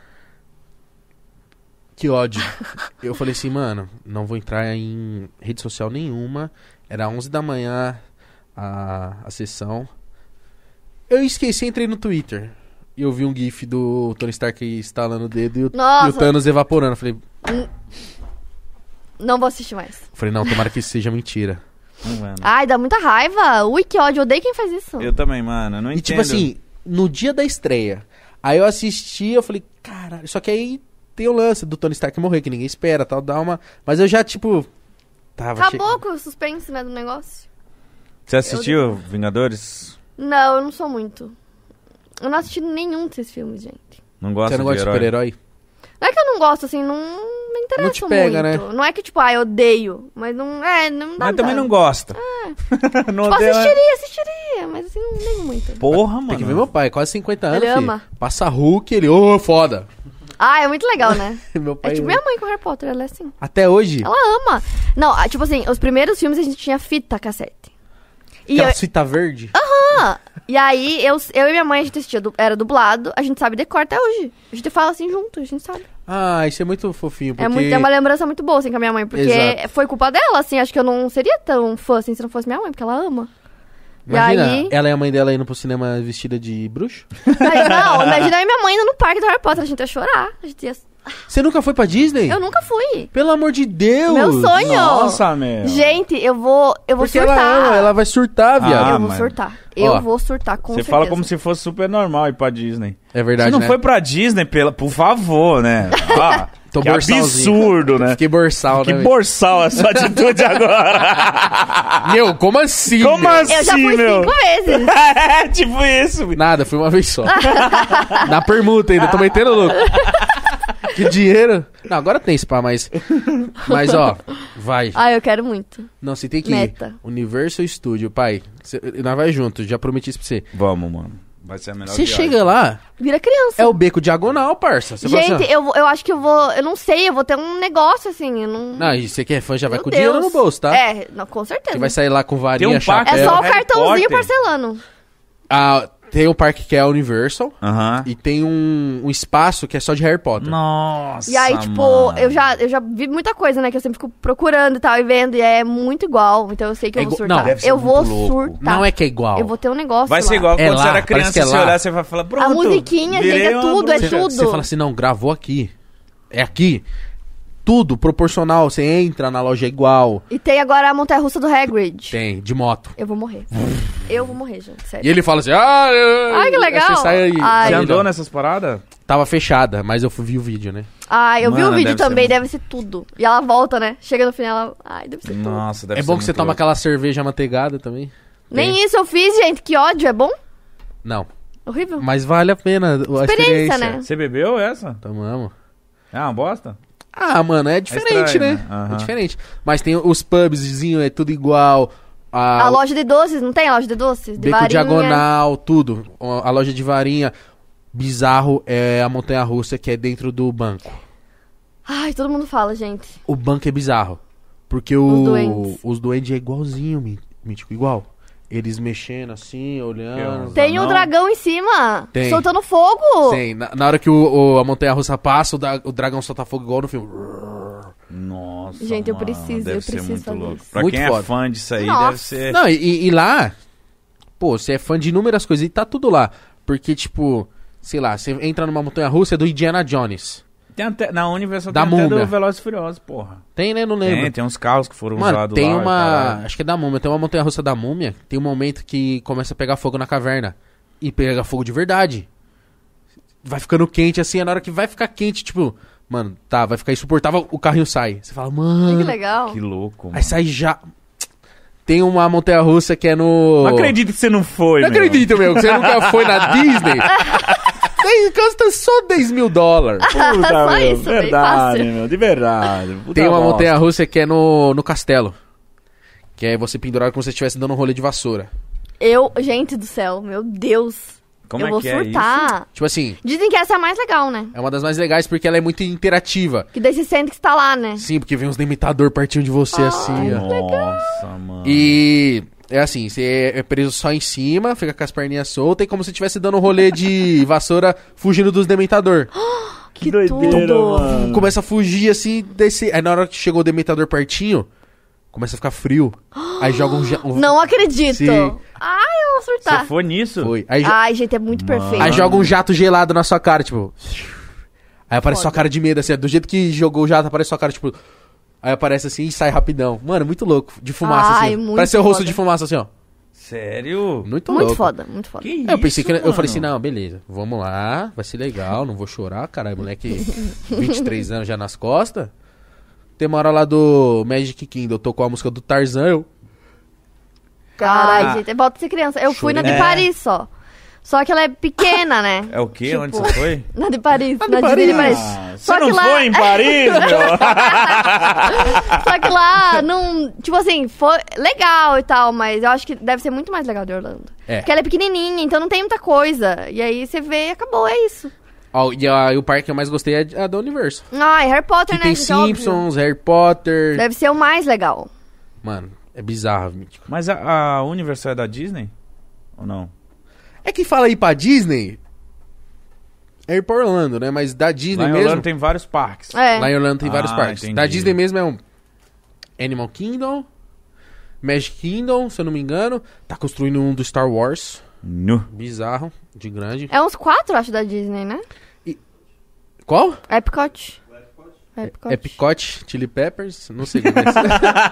Que ódio. Eu falei assim, mano, não vou entrar em rede social nenhuma. Era onze da manhã a, a sessão. Eu esqueci, entrei no Twitter. E eu vi um gif do Tony Stark estalando o dedo e o, Nossa. e o Thanos evaporando. Eu falei, Não vou assistir mais. falei, não, tomara que isso seja mentira. Não, mano. Ai, dá muita raiva. Ui, que ódio. Eu odeio quem faz isso. Eu também, mano. eu Não E entendo. tipo assim, no dia da estreia, aí eu assisti, eu falei, caralho, só que aí tem o lance do Tony Stark morrer, que ninguém espera, tal, dá uma... Mas eu já, tipo, tava... Acabou com o suspense, né, do negócio. Você assistiu Vingadores? Não, eu não sou muito. Eu não assisti nenhum desses filmes, gente. Não gosta Você não de gosta de herói? super-herói? Não é que eu não gosto, assim, não me interessa Não te pega, muito. Não é que, tipo, ah, eu odeio. Mas não, é, não dá Mas também dá. não gosta. não Tipo, odeia- assistiria, assistiria. Mas, assim, não ligo muito. Porra, mano. Tem que ver meu pai, quase cinquenta anos, Ele filho. ama. Passa Hulk, ele, ô, foda. Ah, é muito legal, né? Meu pai... É tipo minha mãe com Harry Potter, ela é assim. Até hoje, Ela ama. Não, ah, tipo assim, os primeiros filmes a gente tinha fita cassete. E aquela eu, fita verde. ah, e aí, eu, eu e minha mãe, a gente assistia, du- era dublado, a gente sabe decor até hoje. A gente fala assim junto, a gente sabe. Ah, isso é muito fofinho, porque... É, muito, é uma lembrança muito boa, assim, com a minha mãe, porque Exato. foi culpa dela, assim, acho que eu não seria tão fã, assim, se não fosse minha mãe, porque ela ama. Imagina, E aí... ela e a mãe dela indo pro cinema vestida de bruxo. Aí, não, imagina eu e minha mãe indo no parque do Harry Potter, a gente ia chorar. A gente ia... Você nunca foi pra Disney? Eu nunca fui. Pelo amor de Deus! Meu sonho. Nossa, meu. Gente, eu vou, eu vou Porque surtar. ela ama, ela vai surtar, viado. Ah, eu vou mano. surtar. Eu Ó, vou surtar, com Você certeza. fala como se fosse super normal ir pra Disney. É verdade, Você não né? foi pra Disney, pela... por favor, né? Ah, Tô que borsalzinho. absurdo, né? Fiquei borsal, Que né? borsal a sua atitude agora. Meu, como assim? Como meu? assim, Eu já fui meu? cinco vezes. É, tipo isso. Nada, fui uma vez só. Na permuta ainda, tô metendo louco. Que dinheiro. Não, agora tem spa, mas... Mas, ó, vai. Ah, eu quero muito. Não, você tem que Meta. ir. Universal Studio, pai. Cê, nós vai junto, já prometi isso pra você. Vamos, mano. Vai ser a melhor Você viagem. chega lá, Vira criança. é o beco diagonal, parça. Você fala Gente, assim, eu, vou- eu acho que eu vou... Eu não sei, eu vou ter um negócio, assim, eu não... não, e você que é fã já vai Meu com o Deus. dinheiro no bolso, tá? É, não, com certeza. Você vai sair lá com varinha, Tem um parque- chapéu. É só o Harry cartãozinho Potter. parcelando. Ah, tem um parque que é a Universal Aham. e tem um, um espaço que é só de Harry Potter. Nossa, E aí, tipo, mano. eu já, eu já vi muita coisa, né? Que eu sempre fico procurando e tal, e vendo, e é muito igual. Então eu sei que eu É vou igu- surtar. não, deve ser eu vou muito louco. surtar. Não é que é igual. Eu vou ter um negócio Vai ser lá. igual É quando lá, você era parece criança, que é se lá. olhar, você vai falar, pronto. A musiquinha, gente, virei é uma tudo, é bruxa. tudo. Você fala assim, não, gravou aqui. É aqui. Tudo proporcional. Você entra na loja igual. E tem agora a montanha-russa do Hagrid. Tem, de moto. Eu vou morrer. eu vou morrer, gente, sério. E ele fala assim, ah, Ai, que legal. Você sai aí. Ai. Você Aí, andou ó, nessas paradas? Tava fechada, mas eu fui- vi o vídeo, né? Ah, eu vi Mano, o vídeo deve ser também, muito- deve ser tudo. E ela volta, né? Chega no final, ela... Ai, deve ser tudo. Nossa, deve É ser bom que você muito toma louco. aquela cerveja manteigada também. Nem Tem. isso eu fiz, gente. Que ódio, é bom? Não, Horrível. mas vale a pena a Experiência, experiência. né? Você bebeu essa? Tomamos. É uma bosta? Ah, mano, é diferente, estranho, né? né? Aham. É diferente. Mas tem os pubzinhos, é tudo igual. A, A loja de doces, não tem a loja de doces? De Beco varinha. diagonal, tudo. A loja de varinha. Bizarro é a montanha-russa que é dentro do banco. Ai, todo mundo fala, gente. O banco é bizarro. Porque o, Os duendes. os duendes é igualzinho, mí- Mítico, igual. Eles mexendo assim, olhando. Tem não? um dragão em cima, Tem. soltando fogo. Sim, na, na hora que o, o- a montanha-russa passa, o, da- o dragão solta fogo igual no filme. Nossa, Gente, eu mano, preciso, deve eu ser preciso muito fazer louco. isso. Pra Muito quem foda. é fã disso aí, Nossa. deve ser... Não, e, e lá, pô, você é fã de inúmeras coisas e tá tudo lá. Porque, tipo, sei lá, você entra numa montanha-russa é do Indiana Jones. Tem até, na Universal Da tem até Múmia. do Velozes e Furiosos, porra. Tem, né? Não lembro. Tem, tem uns carros que foram Mano, usados tem lá. uma. caralho. Acho que é da múmia. Tem uma montanha-russa da múmia. Tem um momento que começa a pegar fogo na caverna. E pega fogo de verdade. Vai ficando quente assim. É na hora que vai ficar quente, tipo. Mano, tá, vai ficar insuportável. O carrinho sai. Você fala, Que mano. legal. Que louco, mano. Aí sai já. Tem uma montanha-russa que é no. Não acredito que você não foi, Não meu. acredito, meu. Que você nunca foi na Disney. Tem- Custa só dez mil dólares. Puta, Só meu, isso, bem verdade, fácil. meu, de verdade. Puta Tem uma bosta. montanha-russa que é no, no castelo. Que é você pendurado como se você estivesse dando um rolê de vassoura. Eu, gente do céu, meu Deus. Como eu é vou que é surtar. Tipo assim, Dizem que essa é a mais legal, né? é uma das mais legais porque ela é muito interativa. Que daí você sente que você tá lá, né? Sim, porque vem uns limitador partindo de você assim, ó. Nossa, mano. E é assim, você é preso só em cima, fica com as perninhas soltas e como se estivesse dando um rolê de vassoura fugindo dos dementador. Que, doideira, tudo. mano. Começa a fugir assim, descer. Aí na hora que chegou o dementador pertinho, começa a ficar frio. Aí joga um... ja- um Não acredito. Sim. Ai, eu vou surtar. Você foi nisso? Foi. Aí, jo- Ai, gente, é muito Mano. perfeito. aí joga um jato gelado na sua cara, tipo... Aí aparece Foda. sua cara de medo, assim, ó, do jeito que jogou o jato, aparece sua cara, tipo... Aí aparece assim e sai rapidão. Mano, muito louco. De fumaça, Ai, assim. muito Parece seu rosto foda. de fumaça, assim, ó. Sério? Muito, Muito louco. foda, muito foda. Que Aí eu pensei isso, que... Eu mano? falei assim, não, beleza. Vamos lá, vai ser legal, não vou chorar, caralho. Moleque, vinte e três anos já nas costas. Tem uma hora lá do Magic Kingdom, tocou a música do Tarzan, eu... Ai, gente, volta a ser criança. Eu fui na de É. Paris só. Só que ela é pequena, né? É o quê? Tipo, Onde você foi? Na de Paris, de na Disney de Paris. Paris. Ah, Só você que não lá- foi em Paris, meu? Só que lá, não. Tipo assim, foi legal e tal, mas eu acho que deve ser muito mais legal de Orlando. É. Porque ela é pequenininha, então não tem muita coisa. E aí você vê e acabou, é isso. Ó, e, a- e o parque que eu mais gostei é a da Universal. Ai, Harry Potter, Que né? tem gente? Óbvio. Simpsons, Harry Potter... Deve ser o mais legal. Mano, é bizarro, mítico. Mas a, a Universal é da Disney? Ou não? É que fala aí pra Disney... É ir pra Orlando, né? Mas da Disney Lá em mesmo... Orlando tem vários parques. É. Lá em Orlando tem vários Ah, parques. entendi. Da Disney mesmo é um... Animal Kingdom... Magic Kingdom, se eu não me engano. Tá construindo um do Star Wars. Nu. Bizarro, de grande. É uns quatro, acho, da Disney, né? Qual? Epcot. Epcot. Epcot, Chili Peppers, não sei como é isso.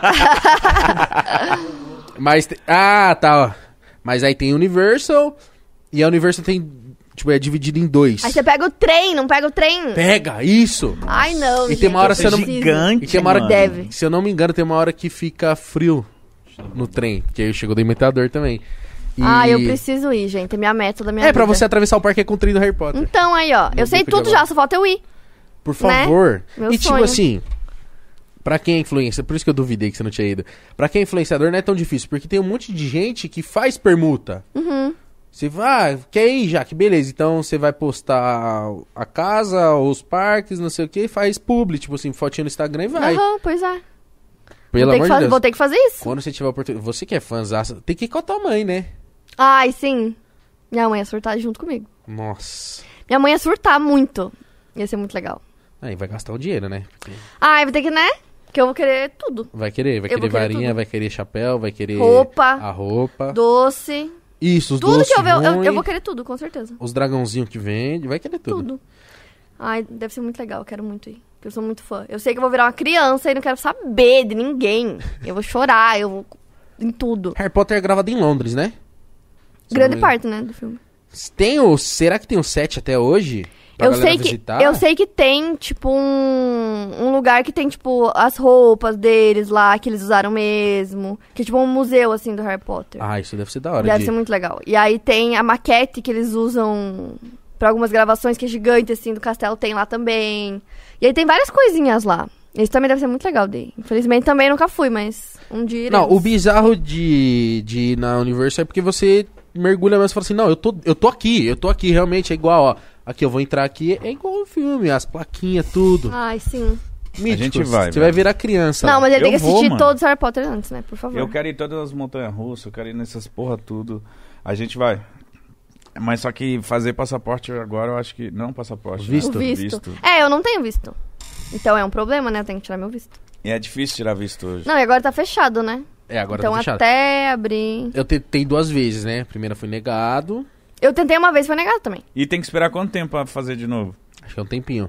Mas, te- ah, tá, ó. Mas aí tem Universal, e a Universal tem, tipo, é dividida em dois. Aí você pega o trem, não pega o trem? Pega, isso! Ai, não, E gente, tem uma hora eu você não- preciso. Gigante, E tem uma hora mano. Deve. Se eu não me engano, tem uma hora que fica frio no trem, porque aí chegou o Dementador também. E... Ah, eu preciso ir, gente. É minha meta da minha É, vida. pra você atravessar o parque é com o trem do Harry Potter. Então, aí, ó. Eu No sei Beco tudo de já, Agora. só falta eu ir. Por favor. Meu E tipo sonho. assim, pra quem é influencer, por isso que eu duvidei que você não tinha ido. Pra quem é influenciador não é tão difícil, porque tem um monte de gente que faz permuta. Uhum. Você vai, ah, quer ir, Jaque? Beleza, então você vai postar a casa, os parques, não sei o que, faz publi, tipo assim, fotinho no Instagram e vai. Aham, pois é. Pelo vou, ter amor que de faz- Deus. vou ter que fazer isso. Quando você tiver a oportunidade, você que é fãzaça, tem que ir com a tua mãe, né? Ai, sim. Minha mãe ia surtar junto comigo. Nossa. Minha mãe ia surtar muito. Ia ser muito legal. Aí vai gastar o dinheiro, né? Ai, vai ter que, né? Porque eu vou querer tudo. Vai querer, vai Eu querer vou querer varinha, tudo. vai querer chapéu, vai querer Roupa. a roupa. Doce. Isso, os Tudo doces que eu ver, eu, ruim, eu vou querer tudo, com certeza. os dragãozinhos que vende, vai querer tudo. Tudo. Ai, deve ser muito legal, eu quero muito ir. Porque eu sou muito fã. Eu sei que eu vou virar uma criança e não quero saber de ninguém. Eu vou chorar, eu vou em tudo. Harry Potter é gravado em Londres, né? Se Grande não me- parte, né, do filme. Tem o... Será que tem o set até hoje? Pra Eu galera sei, que, visitar? eu sei que tem, tipo, um, um lugar que tem, tipo, as roupas deles lá, que eles usaram mesmo. Que é tipo um museu, assim, do Harry Potter. Ah, isso deve ser da hora. Deve de... ser muito legal. E aí tem a maquete que eles usam pra algumas gravações, que é gigante, assim, do castelo, tem lá também. E aí tem várias coisinhas lá. Isso também deve ser muito legal de ir. Infelizmente também nunca fui, mas um dia Não, iremos. o bizarro de, de ir na Universal é porque você mergulha mesmo e fala assim, não, eu tô, eu tô aqui, eu tô aqui, realmente é igual, ó. Aqui, eu vou entrar aqui, é igual o filme, as plaquinhas, tudo. Ai, sim. Míticos, gente vai, Você velho. vai virar criança. Não, lá. mas ele Eu tem que vou, assistir mano. todos os Harry Potter antes, né? Por favor. Eu quero ir em todas as montanhas russas, eu quero ir nessas porra tudo. A gente vai. Mas só que fazer passaporte agora, eu acho que... Não passaporte, né? Visto. O visto. É, eu não tenho visto. Então é um problema, né? Eu tenho que tirar meu visto. E é difícil tirar visto hoje. Não, e agora tá fechado, né? É, agora então tá fechado. até abrir... Eu tentei duas vezes, né? A primeira foi negado, Eu tentei uma vez, foi negado também. E tem que esperar quanto tempo pra fazer de novo? acho que é um tempinho.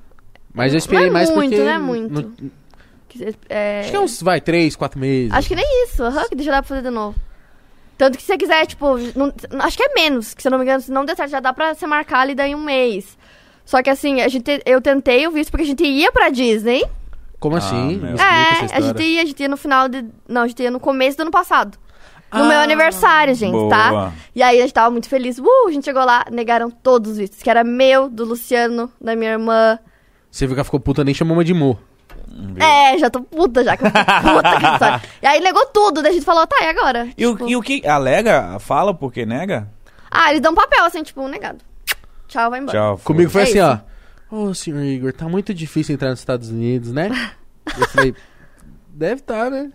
Mas eu esperei não é mais muito, porque... não é muito. não- Que- é, Acho que é uns, vai, três, quatro meses. Acho que nem isso, aham, que deixa dar pra fazer de novo. Tanto que se você quiser, tipo, não- acho que é menos, que se eu não me engano, se não der certo, já dá pra você marcar ali daí um mês. Só que assim, a gente, eu tentei o visto porque a gente ia pra Disney. Como Ah, assim? meu. Me explica essa É, a história. gente ia, a gente ia no final de... Não, a gente ia no começo do ano passado. No Ah, meu aniversário, gente, boa. tá? E aí a gente tava muito feliz. Uh, a gente chegou lá, negaram todos os vistos. Que era meu, do Luciano, da minha irmã. Você viu que ela ficou puta, nem chamou uma de Mo. É, já tô puta já, que eu tô puta com essa história. E aí negou tudo, daí a gente falou, tá, e agora? E, o, Tipo, e o que? Alega? Fala porque nega? Ah, eles dão um papel assim, tipo, negado. Tchau, vai embora. Tchau. Comigo foi É assim, isso. ó. Ô, senhor Igor, tá muito difícil entrar nos Estados Unidos, né? Eu falei, deve tá, né?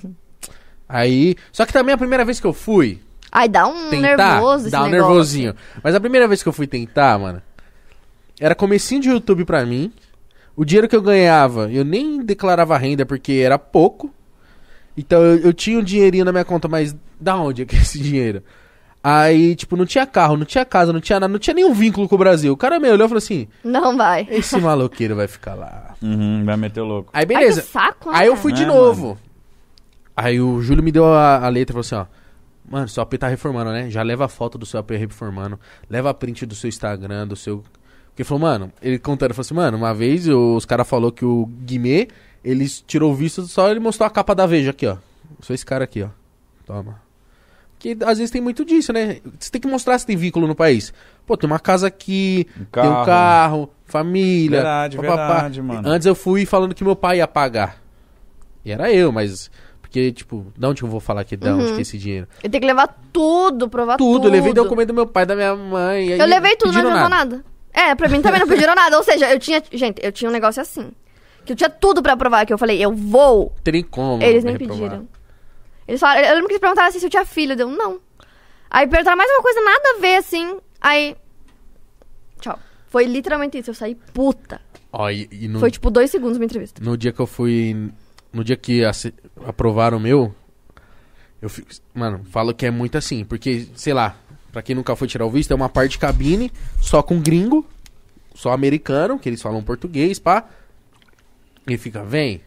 Aí... Só que também a primeira vez que eu fui Ai, dá um tentar, nervoso esse dá um negócio. nervosinho. Mas a primeira vez que eu fui tentar, mano, era comecinho de YouTube pra mim. O dinheiro que eu ganhava, eu nem declarava renda porque era pouco. Então eu, eu tinha um dinheirinho na minha conta, mas da onde é que é esse dinheiro? Aí, tipo, não tinha carro, não tinha casa, não tinha nada, não tinha nenhum vínculo com o Brasil. O cara me olhou e falou assim, Não vai. esse maloqueiro vai ficar lá. Uhum, vai meter o louco. Aí beleza. Ai, que saco, né? Aí eu fui de É, novo. Aí o Júlio me deu a, a letra e falou assim, ó. Mano, seu A P tá reformando, né? Já leva a foto do seu A P reformando. Leva a print do seu Instagram, do seu... Porque ele falou, mano... Ele contando, ele falou assim, mano, uma vez os caras falaram que o Guimê, eles tirou o visto, só ele mostrou a capa da Veja aqui, ó. Sou esse cara aqui, ó. Toma. Que às vezes tem muito disso, né? Você tem que mostrar se tem vínculo no país. Pô, tem uma casa aqui, Um tem um carro. carro, família. Verdade, papapá. verdade, mano. Antes eu fui falando que meu pai ia pagar. E era eu, mas... Porque, tipo, de onde que eu vou falar que de onde que é esse dinheiro? Eu tenho que levar tudo, provar tudo. Tudo, eu levei documento do meu pai, da minha mãe. aí Eu levei tudo, mas não pediram levou nada. É, pra mim também não pediram nada. Ou seja, eu tinha... Gente, eu tinha um negócio assim. Que eu tinha tudo pra provar, que eu falei, eu vou. Tem como. Eles me nem reprovar. pediram. Eles falaram... Eu lembro que eles perguntaram assim se eu tinha filho. Deu, não. Aí perguntaram mais uma coisa, nada a ver, assim. Aí... Tchau. Foi literalmente isso. Eu saí puta. Ó, e, e no, Foi tipo dois segundos minha entrevista. no dia que eu fui... No dia que ace- aprovaram o meu... Eu fico... Mano, falo que é muito assim. Porque, sei lá... Pra quem nunca foi tirar o visto, é uma parte de cabine... Só com gringo... Só americano, que eles falam português, pá. E fica, vem...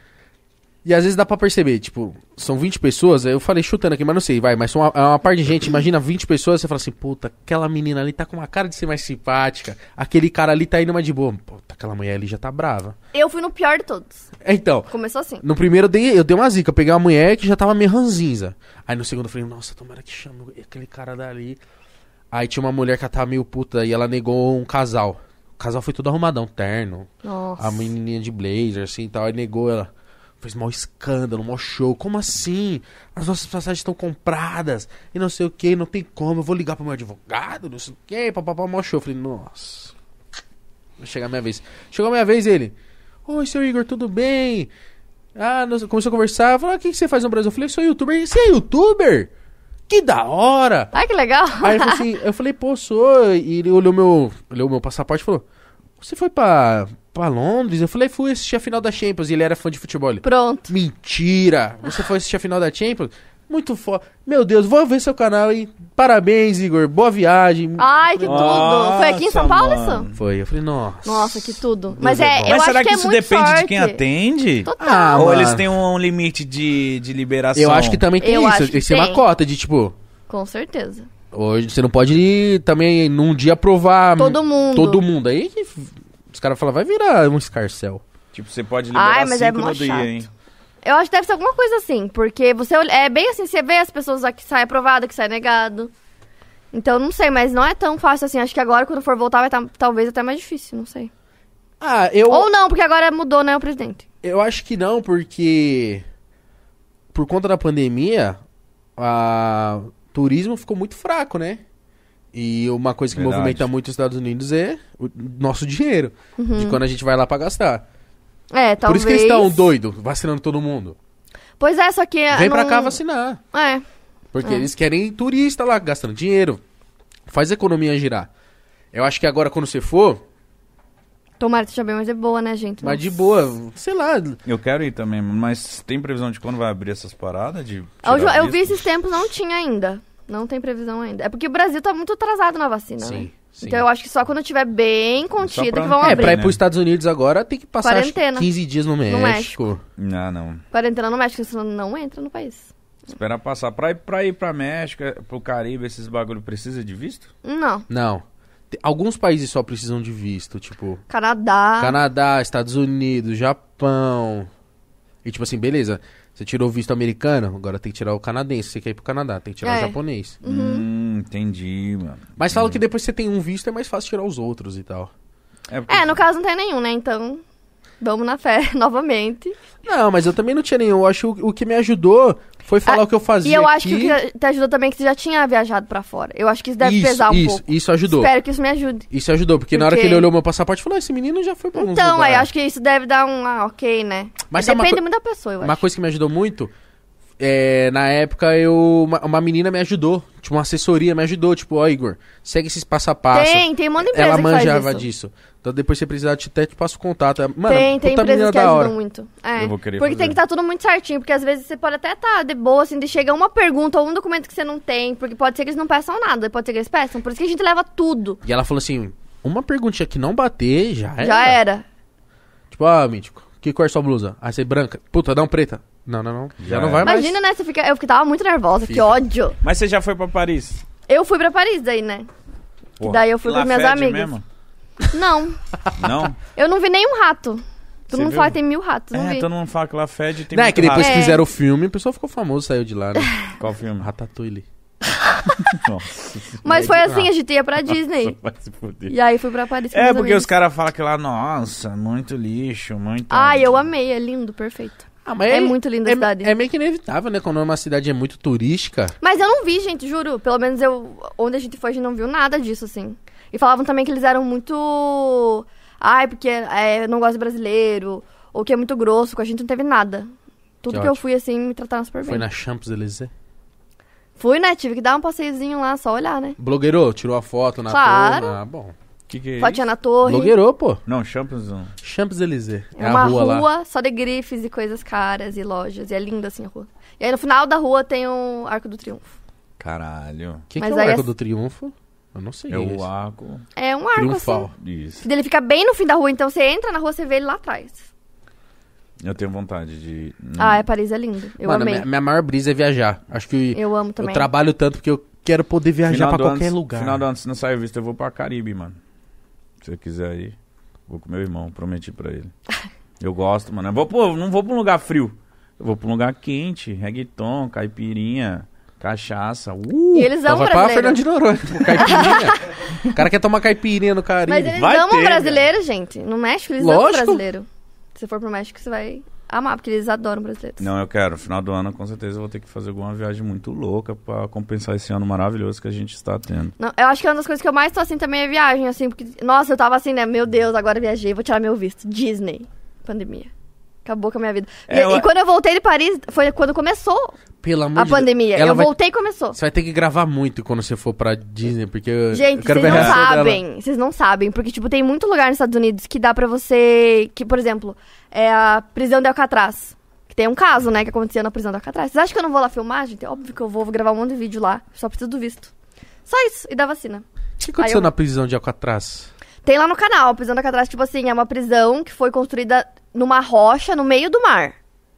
E às vezes dá pra perceber, tipo, são vinte pessoas, eu falei chutando aqui, mas não sei, vai, mas são uma, é uma parte de gente, imagina vinte pessoas, você fala assim, puta, aquela menina ali tá com uma cara de ser mais simpática, aquele cara ali tá indo mais de boa, puta, aquela mulher ali já tá brava. Eu fui no pior de todos. Então, Começou assim. no primeiro eu dei, eu dei uma zica, eu peguei uma mulher que já tava meio ranzinza. Aí no segundo eu falei, nossa, tomara que chame aquele cara dali. Aí tinha uma mulher que ela tava meio puta e ela negou um casal. O casal foi todo arrumadão, terno, Nossa. a menininha de blazer, assim e tal, aí negou ela. fez maior escândalo, maior show. Como assim? As nossas passagens estão compradas e não sei o que, não tem como. Eu vou ligar pro meu advogado, não sei o que, papapá, maior show. Eu falei, nossa, vai chegar a minha vez. Chegou a minha vez, ele, oi, seu Igor, tudo bem? Ah, nós, começou a conversar, falou, ah, o que, que você faz no Brasil? Eu falei, sou youtuber. Você é youtuber? Que da hora! Ai, que legal! Aí ele falou assim, eu falei, pô, sou. E ele olhou meu, olhou meu passaporte e falou, você foi pra, pra Londres? Eu falei, fui assistir a final da Champions. E ele era fã de futebol. Ele, Pronto. mentira! Você foi assistir a final da Champions? Muito foda. Meu Deus, vou ver seu canal, hein? Parabéns, Igor. Boa viagem. Ai, que tudo! Nossa, Foi aqui em São Paulo mano. isso? Foi, eu falei, nossa. Nossa, que tudo. Deus Mas é é, bom. eu Mas acho será que, que é isso muito depende sorte. de quem atende? Total. Ah, Ou mano. eles têm um limite de, de liberação? Eu acho que também tem Eu isso. acho que Tem que ser uma tem. cota de, tipo... Com certeza. Hoje você não pode ir também num dia aprovar... Todo mundo. Todo mundo. Aí que os caras falam, vai virar um escarcel. Tipo, você pode liberar Ai, mas é cinco mó no dia, chato. hein? Eu acho que deve ser alguma coisa assim, porque você olha- é bem assim, você vê as pessoas lá que sai aprovado, que sai negado. Então, não sei, mas não é tão fácil assim. Acho que agora, quando for voltar, vai estar talvez até mais difícil, não sei. Ah, eu... Ou não, porque agora mudou, né, o presidente. Eu acho que não, porque... Por conta da pandemia, a... o turismo ficou muito fraco, né? E uma coisa que Verdade. movimenta muito os Estados Unidos é o nosso dinheiro. Uhum. De quando a gente vai lá pra gastar. É, Por talvez... isso que eles estão doidos, vacinando todo mundo. Pois é, só que... Vem não... pra cá vacinar. É, Porque É. eles querem turista lá, gastando dinheiro. Faz a economia girar. Eu acho que agora, quando você for, tomara que seja bem mais de boa, né, gente? mas de Nossa. boa, sei lá. Eu quero ir também, mas tem previsão de quando vai abrir essas paradas? De Eu, tirar eu vi visto? esses tempos, não tinha ainda. Não tem previsão ainda. É porque o Brasil tá muito atrasado na vacina, né? Sim, sim. Então eu acho que só quando tiver bem contido pra que vão ano É, abrir. pra ir né? pros Estados Unidos agora tem que passar acho, que Quarentena. quinze dias no México. México. Não, não. Quarentena no México, senão não entra no país. Esperar passar. Pra ir pra, ir pra México, pro Caribe, esses bagulho precisa de visto? Não. Não. Tem- Alguns países só precisam de visto, tipo... Canadá. Canadá, Estados Unidos, Japão. E tipo assim, beleza. Você tirou o visto americano, agora tem que tirar o canadense. Você quer ir pro Canadá, tem que tirar É. o japonês. Hum, entendi, mano. Mas falam que depois que você tem um visto é mais fácil tirar os outros e tal. porque- É, no caso não tem nenhum, né? Então, vamos na fé novamente. Não, mas eu também não tinha nenhum. Eu acho que o, o que me ajudou foi falar Ah, o que eu fazia E eu acho aqui. que o que te ajudou também é que você já tinha viajado pra fora. Eu acho que isso deve isso, pesar um isso, pouco. isso ajudou. Espero que isso me ajude. Isso ajudou, porque, na hora Porque- que ele olhou meu passaporte, falou, ah, esse menino já foi pra alguns Então, aí lugares. acho que isso deve dar um, ah, ok, né? Mas sabe uma Depende co- muito da pessoa, eu Uma acho. coisa que me ajudou muito, é, na época eu uma, uma menina me ajudou, tipo uma assessoria me ajudou, tipo, ó Igor, segue esses passo a passo. Tem, tem um monte de empresa Ela que faz manjava isso. disso. Então depois você precisar, te- até te passo o contato. Mano, Tem, tem puta empresas menina que da ajudam hora. muito. É. Eu vou querer Porque fazer. tem que estar tudo muito certinho, porque às vezes você pode até estar de boa, assim, de chegar uma pergunta ou um documento que você não tem, porque pode ser que eles não peçam nada, pode ser que eles peçam. Por isso que a gente leva tudo. E ela falou assim, uma perguntinha que não bater, já era. Já era. Tipo, ah, Mítico, que cor é sua blusa? Ah, você é branca. Puta, dá um preta. Não, não, não. Já, Já não era. vai mais. Imagina, né? Você fica... Eu fica- tava muito nervosa, que Fica. ódio. Mas você já foi pra Paris? Eu fui pra Paris daí, né? Porra, Daí eu fui lá com minhas fede amigas. mesmo? Não, Não? eu não vi nenhum rato. Todo Você mundo viu? fala que tem mil ratos, não É, vi. todo mundo fala que lá fede e tem Não, é muito que depois rato. que É. fizeram o filme, o pessoal ficou famoso, saiu de lá, né? Qual filme? Ratatouille. Nossa, Mas foi Ah. assim, a gente ia pra Disney. vai se fuder. E aí fui pra Paris com É, meus porque amigos. os caras falam que lá, nossa, muito lixo, muito... Ai, eu amei, é lindo, perfeito. Ah, mas É muito linda a é, cidade. É meio que inevitável, né? Quando uma cidade é muito turística. Mas eu não vi, gente, juro. Pelo menos eu, onde a gente foi, a gente não viu nada disso, assim. E falavam também que eles eram muito... Ai, porque é, não gosto de brasileiro. Ou que é muito grosso, com a gente não teve nada. Tudo Que que, eu ótimo. fui, assim, me trataram super Foi bem. na Champs-Élysées. Fui, né? Tive que dar um passeiozinho lá, só olhar, né? Blogueirou, tirou a foto na Claro. torre. Ah, bom. Que que é Fotinha isso? na torre. Blogueirou, pô. Não, Champions não. Champs-Élysées. É uma a rua, lá. só de grifes e coisas caras e lojas. E é linda, assim, a rua. E aí, no final da rua, tem o Arco do Triunfo. Caralho. O que, que Mas é o aí Arco é- do Triunfo? Eu não sei. É o esse. arco. É um arco, Triunfal. assim. Isso. Ele fica bem no fim da rua, então você entra na rua, você vê ele lá atrás. Eu tenho vontade de... Ah, é Paris, é lindo. Eu Mano, amei. minha, minha maior brisa é viajar. Acho que Eu amo eu também. trabalho tanto porque eu quero poder viajar Final pra do qualquer ano- lugar. Final do ano, se não sair visto, eu vou pra Caribe, mano. Se você quiser ir, vou com meu irmão, prometi pra ele. Eu gosto, mano. Eu vou, pô, não vou pra um lugar frio. Eu vou pra um lugar quente, reggaeton, caipirinha, cachaça. Uh! E eles Então amam vai pra brasileiro. Fernando de Noronha, pô, caipirinha. O cara quer tomar caipirinha no Caribe. Mas eles Vai amam ter, brasileiro, gente. No México, eles amam Lógico. brasileiro. Se for pro México, você vai amar, porque eles adoram brasileiros. Não, eu quero. No final do ano, com certeza, eu vou ter que fazer alguma viagem muito louca pra compensar esse ano maravilhoso que a gente está tendo. Não, eu acho que uma das coisas que eu mais tô assim também é viagem, assim, porque, nossa, eu tava assim, né, meu Deus, agora viajei, vou tirar meu visto. Disney, pandemia. Acabou com a minha vida. E, É, eu- e quando eu voltei de Paris, foi quando começou Pelo amor a de Deus. pandemia. Ela Eu vai- voltei e começou. Você vai ter que gravar muito quando você for pra Disney, porque eu, Gente, eu quero vocês ver a não reação dela. sabem, vocês não sabem, porque, tipo, tem muito lugar nos Estados Unidos que dá pra você, que, por exemplo, é a prisão de Alcatraz, que tem um caso, né, que acontecia na prisão de Alcatraz. Vocês acham que eu não vou lá filmar, gente? É óbvio que eu vou, vou gravar um monte de vídeo lá, só preciso do visto. Só isso, e da vacina. O que aconteceu Aí eu- na prisão de Alcatraz? Tem lá no canal, a prisão de Alcatraz, tipo assim, é uma prisão que foi construída numa rocha no meio do mar.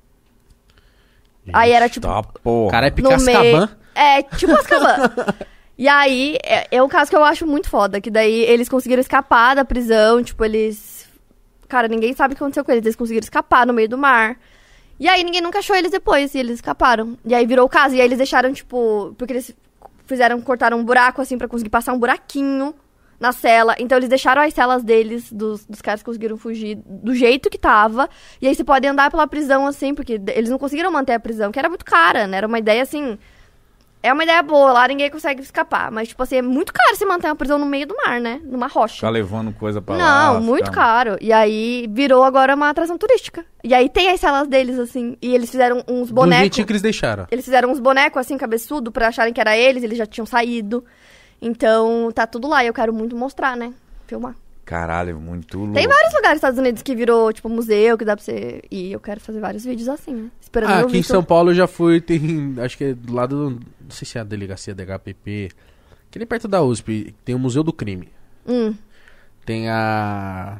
Aí era, tipo, Tá, porra. Cara, é no Picascaban. meio... É, tipo Azkaban. E aí, é, é um caso que eu acho muito foda, que daí eles conseguiram escapar da prisão, tipo, eles... Cara, ninguém sabe o que aconteceu com eles, eles conseguiram escapar no meio do mar. E aí ninguém nunca achou eles depois, e eles escaparam. E aí virou o caso, e aí eles deixaram, tipo... Porque eles fizeram, cortaram um buraco, assim, pra conseguir passar um buraquinho na cela. Então eles deixaram as celas deles, dos, dos caras que conseguiram fugir, do jeito que tava. E aí você pode andar pela prisão, assim, porque eles não conseguiram manter a prisão, que era muito cara, né? Era uma ideia, assim... É uma ideia boa, lá ninguém consegue escapar. Mas, tipo assim, é muito caro você manter uma prisão no meio do mar, né? Numa rocha. Ficar levando coisa pra lá. Não, muito ficar- caro. E aí virou agora uma atração turística. E aí tem as celas deles, assim. E eles fizeram uns Do bonecos. jeitinho que eles deixaram. Eles fizeram uns bonecos, assim, cabeçudo, pra acharem que era eles. Eles já tinham saído. Então, tá tudo lá. E eu quero muito mostrar, né? Filmar. Caralho, muito louco. Tem vários lugares nos Estados Unidos que virou, tipo, museu, que dá pra você ir. Eu quero fazer vários vídeos assim, né? Esperando Ah, meu aqui em visto. São Paulo eu já fui, tem, acho que é do lado, do, não sei se é a delegacia da H P P, que ali perto da U S P, tem o Museu do Crime. Hum. Tem a...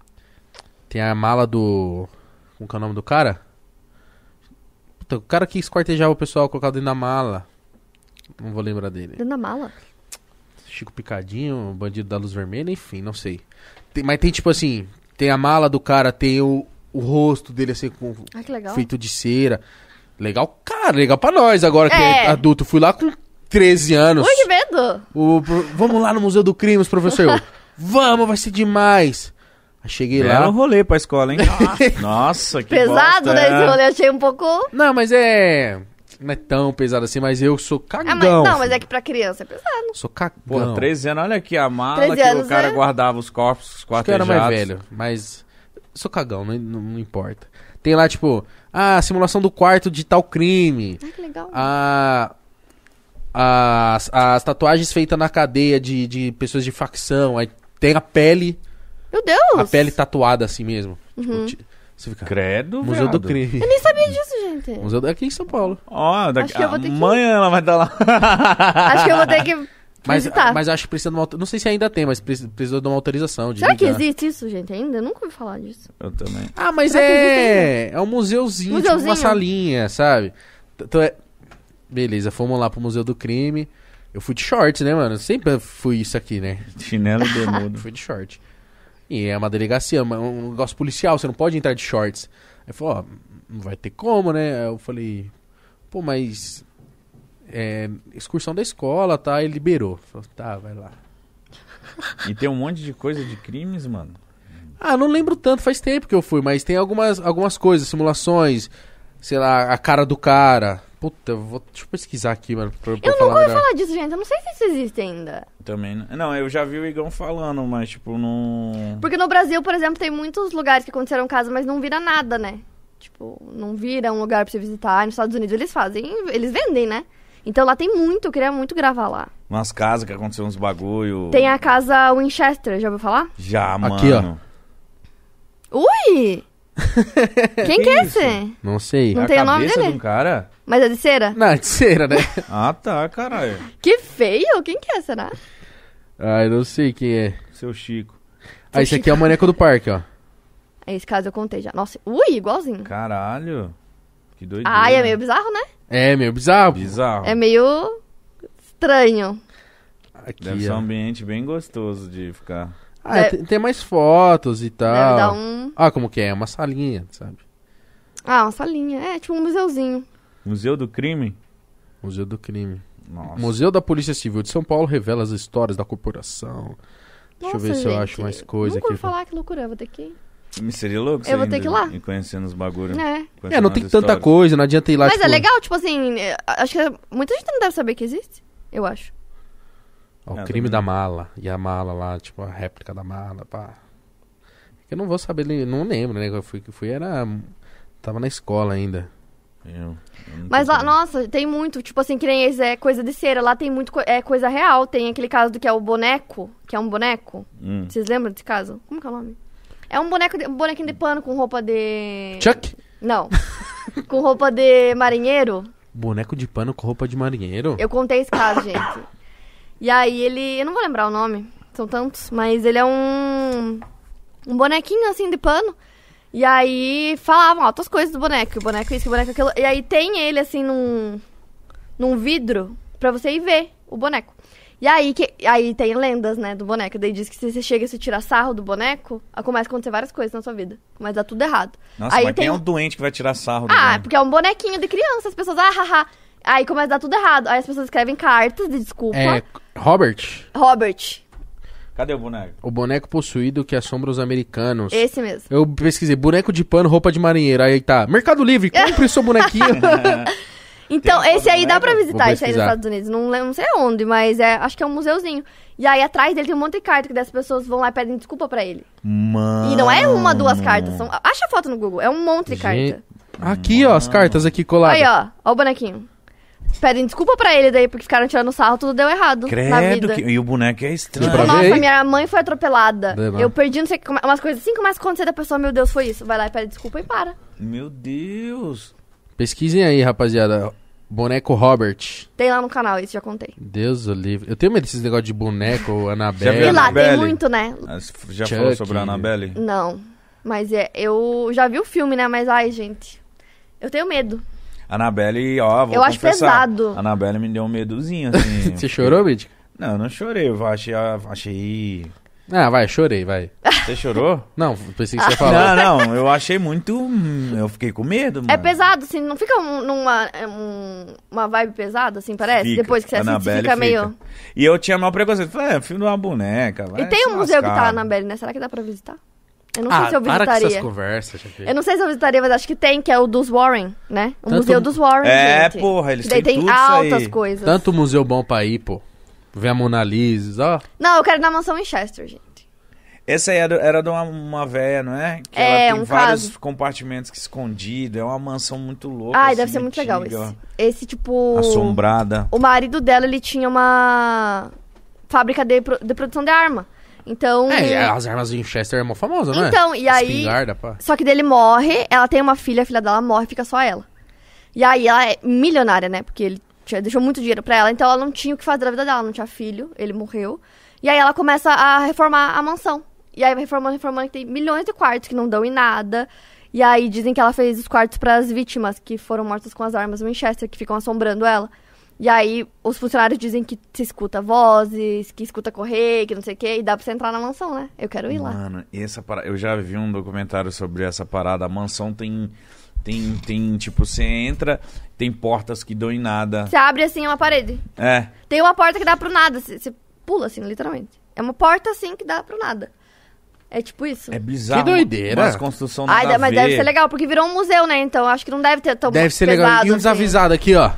Tem a mala do... Como que é o nome do cara? Puta, o cara que esquartejava o pessoal, colocado dentro da mala. Não vou lembrar dele. Dentro da mala. Chico Picadinho, Bandido da Luz Vermelha, enfim, não sei. Tem- mas tem tipo assim, tem a mala do cara, tem o, o rosto dele assim, com, Ah, que legal. feito de cera. Legal, cara, legal pra nós agora que É. é adulto. Fui lá com treze anos. Ui, que medo! O pro- vamos lá no Museu do Crime, os professor. Eu, vamos, vai ser demais. Aí cheguei Era lá. um rolê pra escola, hein? Nossa, que Pesado, bosta, né? é. Esse rolê eu achei um pouco... Não, mas é. Não é tão pesado assim, mas eu sou cagão. Ah, mas, não, mas filho. é que pra criança é pesado. Sou cagão. Porra, treze anos, olha aqui a mala treze que anos, o cara é? guardava os corpos, os Acho que eu era quartejados. mais velho, mas sou cagão, não, não, não importa. Tem lá, tipo, ah, simulação do quarto de tal crime. Ai, que legal. Ah, as, as tatuagens feitas na cadeia de, de pessoas de facção. Aí tem a pele, Meu Deus! a pele tatuada assim mesmo. Uhum. Tipo, ti- você fica, Credo, Museu do viado. Crime. Eu nem sabia disso, gente. Museu do- aqui em São Paulo. Ó, daqui, Acho que eu vou ter que- amanhã ela vai estar lá. Acho que eu vou ter que Mas, visitar. mas acho que precisa de uma auto- não sei se ainda tem, mas precisa, precisa de uma autorização. De Será que ligar. existe isso, gente, ainda? Eu nunca ouvi falar disso. Eu também. Ah, mas Será que é. É um museuzinho, tipo Museuzinho? uma salinha, sabe? Então é. Beleza, fomos lá pro Museu do Crime. Eu fui de shorts, né, mano? Sempre fui isso aqui, né? Chinelo e bermuda. Fui de short. E é uma delegacia, uma- um negócio policial, você não pode entrar de shorts. Aí falou, ó, não vai ter como, né? Aí eu falei, pô, mas. É, excursão da escola, tá? Ele liberou. Falei, tá, vai lá. E tem um monte de coisa de crimes, mano. Ah, não lembro tanto, faz tempo que eu fui, mas tem algumas, algumas coisas, simulações, sei lá, a cara do cara. Puta, eu vou, deixa eu pesquisar aqui, mano, pra, pra Eu falar nunca ouvi melhor. falar disso, gente. Eu não sei se isso existe ainda. Também, né? Não, eu já vi o Igão falando, mas tipo, não... Porque no Brasil, por exemplo, tem muitos lugares que aconteceram casos, mas não vira nada, né? Tipo, não vira um lugar pra você visitar. Nos Estados Unidos eles fazem, eles vendem, né? Então lá tem muito, eu queria muito gravar lá. Umas casas que aconteceu uns bagulho. Tem a casa Winchester, já ouviu falar? Já, mano. Aqui, ó. Ui! Quem que é esse? Não sei. Não a tem o nome cabeça dele? de um cara? Mas é de cera? Não, de cera, né? Ah, tá, caralho. Que feio! Quem que é, será? Ah, eu não sei quem é. Seu Chico. Ah, esse aqui é o maneco do parque, ó. Esse caso eu contei já. Nossa, ui, igualzinho. Caralho. Que doideira. Ai, é meio bizarro, né? É, meio bizarro. bizarro. É meio estranho. Aqui, Deve ser um ó. ambiente bem gostoso de ficar. Ah, é, tem, tem mais fotos e tal. Deve dar um... Ah, como que é? É uma salinha, sabe? Ah, uma salinha. É, tipo um museuzinho. Museu do Crime? Museu do Crime. Nossa. Museu da Polícia Civil de São Paulo revela as histórias da corporação. Deixa Nossa, eu ver se eu gente. acho mais coisa Nunca aqui. ouvi falar, que loucura. Eu vou ter que... Me seria louco Eu vou ter que ir lá. E conhecendo os bagulhos. É. É, não tem tanta coisa, não adianta ir lá, Mas tipo... é legal, tipo assim, é, acho que muita gente não deve saber que existe, eu acho. Ó, o É, crime também. da mala. E a mala lá, tipo, a réplica da mala, pá. Eu não vou saber, não lembro, né? Eu fui, que fui era... Tava na escola ainda. Eu, eu não Mas tô lá, sabendo. nossa, tem muito, tipo assim, que nem esse é coisa de cera, lá tem muito co- é coisa real, tem aquele caso do que é o boneco, que é um boneco, Hum. vocês lembram desse caso? Como que é o nome? É um boneco de, um bonequinho de pano com roupa de... Chuck? Não, com roupa de marinheiro. Boneco de pano com roupa de marinheiro? Eu contei esse caso, gente. E aí ele, eu não vou lembrar o nome, são tantos, mas ele é um um bonequinho assim de pano. E aí falavam altas coisas do boneco, o boneco isso, o boneco aquilo. E aí tem ele assim num num vidro pra você ir ver o boneco. E aí que aí tem lendas, né, do boneco. Daí diz que se você chega e se tira sarro do boneco, aí começa a acontecer várias coisas na sua vida. Começa a dar tudo errado. Nossa, aí mas tem quem é um- um doente que vai tirar sarro do Ah, boneco? porque é um bonequinho de criança, as pessoas ah, haha. Aí começa a dar tudo errado. Aí as pessoas escrevem cartas de desculpa. É, Robert, Robert, Cadê o boneco? o boneco possuído que assombra os americanos. esse mesmo. Eu pesquisei, boneco de pano, roupa de marinheiro. Aí tá, Mercado Livre, compre seu bonequinho. Então, Tem esse aí dá foto do pra boneco? visitar, Vou esse aí nos pesquisar. Estados Unidos. Não, lembro- não sei onde, mas é, acho que é um museuzinho. E aí atrás dele tem um monte de carta que das pessoas vão lá e pedem desculpa pra ele. Mano. E não é uma, duas cartas. São, acha a foto no Google, é um monte de carta. Gente, aqui, ó, as cartas aqui coladas. Aí, ó, ó o bonequinho. Pedem desculpa pra ele daí, porque ficaram tirando sarro, tudo deu errado na Credo, vida. que... e o boneco é estranho. Deu pra ver Nossa, aí? minha mãe foi atropelada. Deu lá. Eu perdi, não sei, como- umas coisas assim, começa a acontecer da pessoa, meu Deus, foi isso. Vai lá e pede desculpa e para. Meu Deus. Pesquisem aí, rapaziada. Boneco Robert. Tem lá no canal, isso já contei. Deus o livre. Eu tenho medo desses negócios de boneco, Já Annabelle. viu E lá Annabelle? tem muito, né? Mas Já Chuck. falou sobre a Annabelle? Não. Mas é, eu já vi o filme, né? Mas, ai, gente, eu tenho medo. Annabelle, ó, vou Eu acho confessar. pesado. A Annabelle me deu um medozinho, assim. Você chorou, Mítico? Não, eu não chorei. Eu achei... achei... Ah, vai, chorei, vai. Você chorou? Não, pensei que você ia falar. Não, não, eu achei muito... hum, Eu fiquei com medo, mano. É pesado, assim, não fica um- numa é um- uma vibe pesada, assim, parece? Fica. Depois que você assiste, Annabelle fica meio... E eu tinha mal preconceito. Falei, é, filho de uma boneca. Vai E tem se um museu que tá lascar. na Annabelle, né? Será que dá pra visitar? Eu não sei Ah, se eu para com essas visitaria. conversas, Chafi. Eu não sei se eu visitaria, mas acho que tem, que é o dos Warren, né? O Tanto- museu dos Warren, É, gente. porra, eles E daí têm tem tudo isso altas aí. coisas. Tanto museu bom pra ir, pô. Ver a Mona Lisa, ó. Não, eu quero ir na mansão Winchester, gente. Esse aí era, era de uma, uma véia, não é? Que É, ela tem um vários caso. compartimentos que escondido. É uma mansão muito louca. Ai, assim, deve ser muito legal antiga, esse. Esse, tipo... Assombrada. O marido dela, ele tinha uma fábrica de, pro- de produção de arma. Então... É, as armas Winchester é mó famosa, não é? Então, e aí- Espingarda, pá. Só que dele morre, ela tem uma filha, a filha dela morre, fica só ela. E aí ela é milionária, né? Porque ele tinha, deixou muito dinheiro pra ela, então ela não tinha o que fazer da vida dela, não tinha filho, ele morreu. E aí ela começa a reformar a mansão. E aí vai reformando, reformando, que tem milhões de quartos que não dão em nada. E aí dizem que ela fez os quartos pras vítimas que foram mortas com as armas Winchester, que ficam assombrando ela. E aí os funcionários dizem que se escuta vozes, que escuta correr, que não sei o quê, e dá pra você entrar na mansão, né? Eu quero ir lá. Mano, e essa parada, eu já vi um documentário sobre essa parada. A mansão tem, tem, tem tipo, você entra, tem portas que dão em nada. Você abre assim uma parede. É, Tem uma porta que dá pro nada, você você pula assim, literalmente. É uma porta assim que dá pro nada. É tipo isso. é bizarro. Que doideira. Umas construção Ai, nada a mas ver. deve ser legal, porque virou um museu, né? Então acho que não deve ter tão Deve ser pesado, legal. E um assim. desavisado aqui, ó.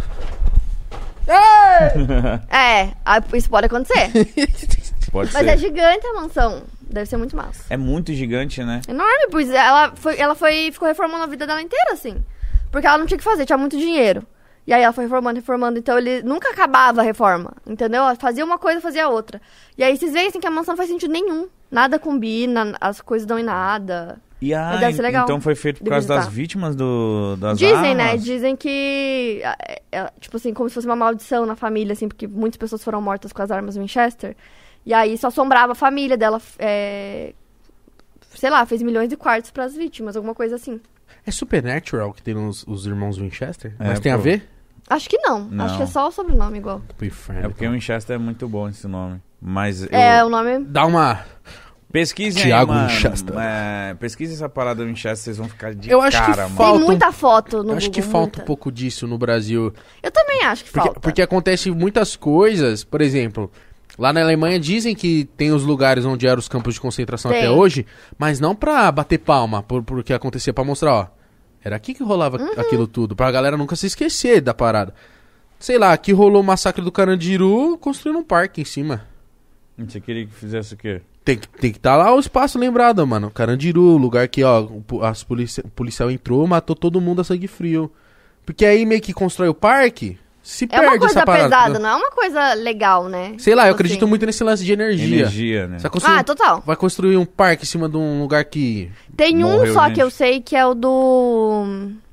É, ah, isso pode acontecer. Pode Mas ser. é gigante a mansão. Deve ser muito massa. É muito gigante, né? Enorme, pois ela foi, ela foi, ficou reformando a vida dela inteira, assim. Porque ela não tinha o que fazer, tinha muito dinheiro. E aí ela foi reformando, reformando, então ele nunca acabava a reforma, entendeu? Ela fazia uma coisa, fazia outra. E aí vocês veem assim que a mansão não faz sentido nenhum. Nada combina, as coisas dão em nada. E ah, Mas deve ser legal então foi feito por de causa das visitar. vítimas do, das Dizem, né? armas? Dizem que, é, é, tipo assim, como se fosse uma maldição na família, assim, porque muitas pessoas foram mortas com as armas Winchester. E aí isso assombrava a família dela, é, sei lá, fez milhões de quartos pras vítimas, alguma coisa assim. É Supernatural que tem os, os irmãos Winchester? É, Mas tem a pô. ver? Acho que não. Não. Acho que é só o sobrenome igual. Pro inferno. É porque o Winchester é muito bom esse nome. Mas eu... É, o nome... Dá uma... Pesquisem Thiago aí, mano. Winchester. É, pesquisem essa parada do Winchester, vocês vão ficar de Eu acho que cara, fa- mano. Falta Tem um- muita foto no Eu acho que Google, falta muita. um pouco disso no Brasil. Eu também acho que Porque, falta. porque acontece muitas coisas, por exemplo, Lá na Alemanha dizem que tem os lugares onde eram os campos de concentração Tem. até hoje, mas não pra bater palma por, por que acontecia, pra mostrar, ó. Era aqui que rolava Uhum. aquilo tudo, pra galera nunca se esquecer da parada. Sei lá, aqui rolou o massacre do Carandiru, construindo um parque em cima. Você queria que fizesse o quê? Tem que tem que tá lá o espaço lembrado, mano. Carandiru, lugar que, ó, o, pu- as policia, o policial entrou, matou todo mundo a sangue frio. Porque aí meio que constrói o parque, se É perde uma coisa essa parada. pesada, não é uma coisa legal, né? Sei lá, eu Tipo acredito assim. muito nesse lance de energia. Energia, né? Você vai construir, Ah, total. vai construir um parque em cima de um lugar que... Tem um Morreu só gente. que eu sei que é o do...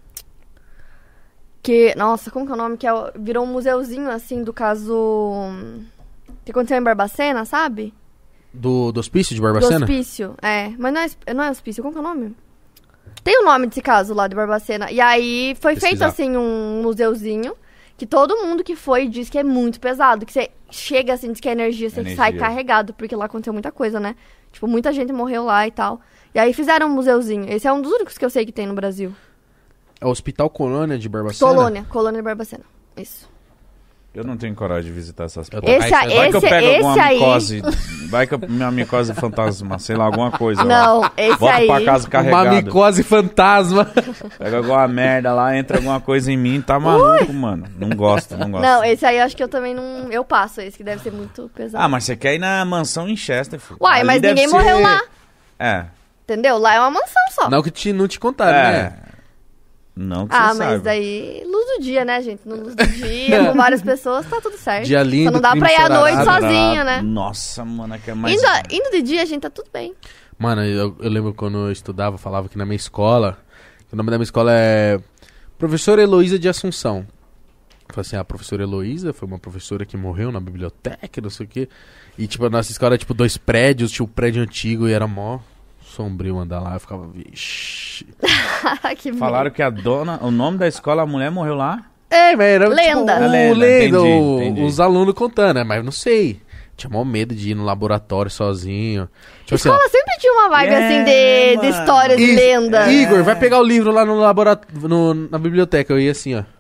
Que, nossa, como que é o nome? Que é o... virou um museuzinho, assim, do caso... Que aconteceu em Barbacena, sabe? Do, do hospício de Do Barbacena? hospício, é. Mas não é, não é hospício, como que é o nome? Tem o nome desse caso lá de Barbacena. E aí foi feito, Pesquisar. assim, um museuzinho que todo mundo que foi diz que é muito pesado. Que você chega, assim, diz que a energia, você Energia. sai carregado, porque lá aconteceu muita coisa, né? Tipo, muita gente morreu lá e tal. E aí fizeram um museuzinho. Esse é um dos únicos que eu sei que tem no Brasil. É o Hospital Colônia de Barbacena? Colônia, Colônia de Barbacena. Isso. Eu não tenho coragem de visitar essas Eu porra. tô- Esse, Aí você- Vai que eu esse, pego esse alguma aí... micose. Vai que eu- minha micose fantasma, sei lá, alguma coisa. lá. Não, esse Volto aí... pra casa Uma carregado. micose fantasma. Pega alguma merda lá, entra alguma coisa em mim, tá maluco, mano. Não gosto, não gosto. Não, esse aí eu acho que eu também não... Eu passo esse, que deve ser muito pesado. Ah, mas você quer ir na mansão em Chester, filho. Uai, Ali mas deve ninguém ser- morreu lá. É. Entendeu? Lá é uma mansão só. Não que te, não te contaram, é. né? Não que Ah, você mas saiba. daí, luz do dia, né, gente? No luz do dia, com várias pessoas, tá tudo certo. Dia lindo, Só não dá crime pra ir à noite ensolarado. sozinho, né? Nossa, mano, é que é mais... Indo, indo de dia, a gente tá tudo bem. Mano, eu, eu lembro quando eu estudava, falava que na minha escola, que o nome da minha escola é Professora Heloísa de Assunção. Eu falei assim, a professora Heloísa foi uma professora que morreu na biblioteca, não sei o quê. E tipo, a nossa escola era tipo dois prédios, tinha um prédio antigo e era mó sombrio andar lá. Eu ficava, vixi. que Falaram que a dona, o nome da escola, a mulher morreu lá? É, mas era Lenda. tipo É o lenda, lenda, entendi, o- entendi. os alunos contando, né? Mas eu não sei. Tinha maior medo de ir no laboratório sozinho. Tipo assim, ó, Escola sempre tinha uma vibe, É, assim, de, de mano. história, de Is- lenda. Igor, vai pegar o livro lá no laboratório, na biblioteca. Eu ia assim, ó.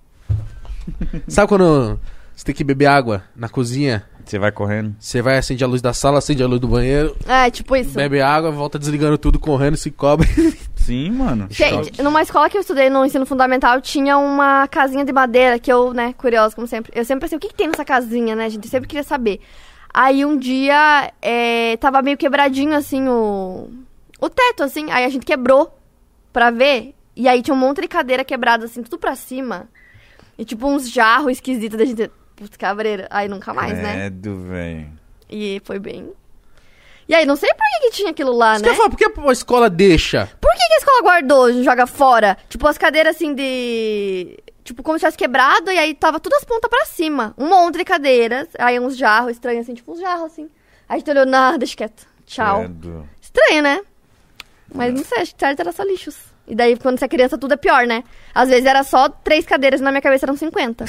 Sabe quando você tem que beber água na cozinha? Você vai correndo? Você vai, acende a luz da sala, acende a luz do banheiro, É, tipo isso. bebe água, volta desligando tudo, correndo, se cobre. Sim, mano. Gente, numa escola que eu estudei no ensino fundamental, tinha uma casinha de madeira, que eu, né, curiosa como sempre, eu sempre pensei, o que, que tem nessa casinha, né, gente? Eu sempre queria saber. Aí um dia, é, tava meio quebradinho, assim, o, o teto, assim, aí a gente quebrou pra ver, e aí tinha um monte de cadeira quebrada, assim, tudo pra cima, e tipo uns jarros esquisitos da gente, putz, cabreira, aí nunca mais, né? É do velho. E foi bem... E aí, não sei por que, que tinha aquilo lá, Você né? quer falar, por que a escola deixa? Por que, que a escola guardou e joga fora? Tipo, as cadeiras assim de. Tipo, como se tivesse quebrado e aí tava tudo as pontas pra cima. Um monte de cadeiras. Aí uns jarros estranhos, assim, tipo uns jarros assim. Aí a gente olhou, nada, deixa quieto. Tchau. Credo. Estranho, né? Mas não sei, acho que certo era só lixos. E daí, quando você é criança, tudo é pior, né? Às vezes era só três cadeiras e na minha cabeça eram cinquenta.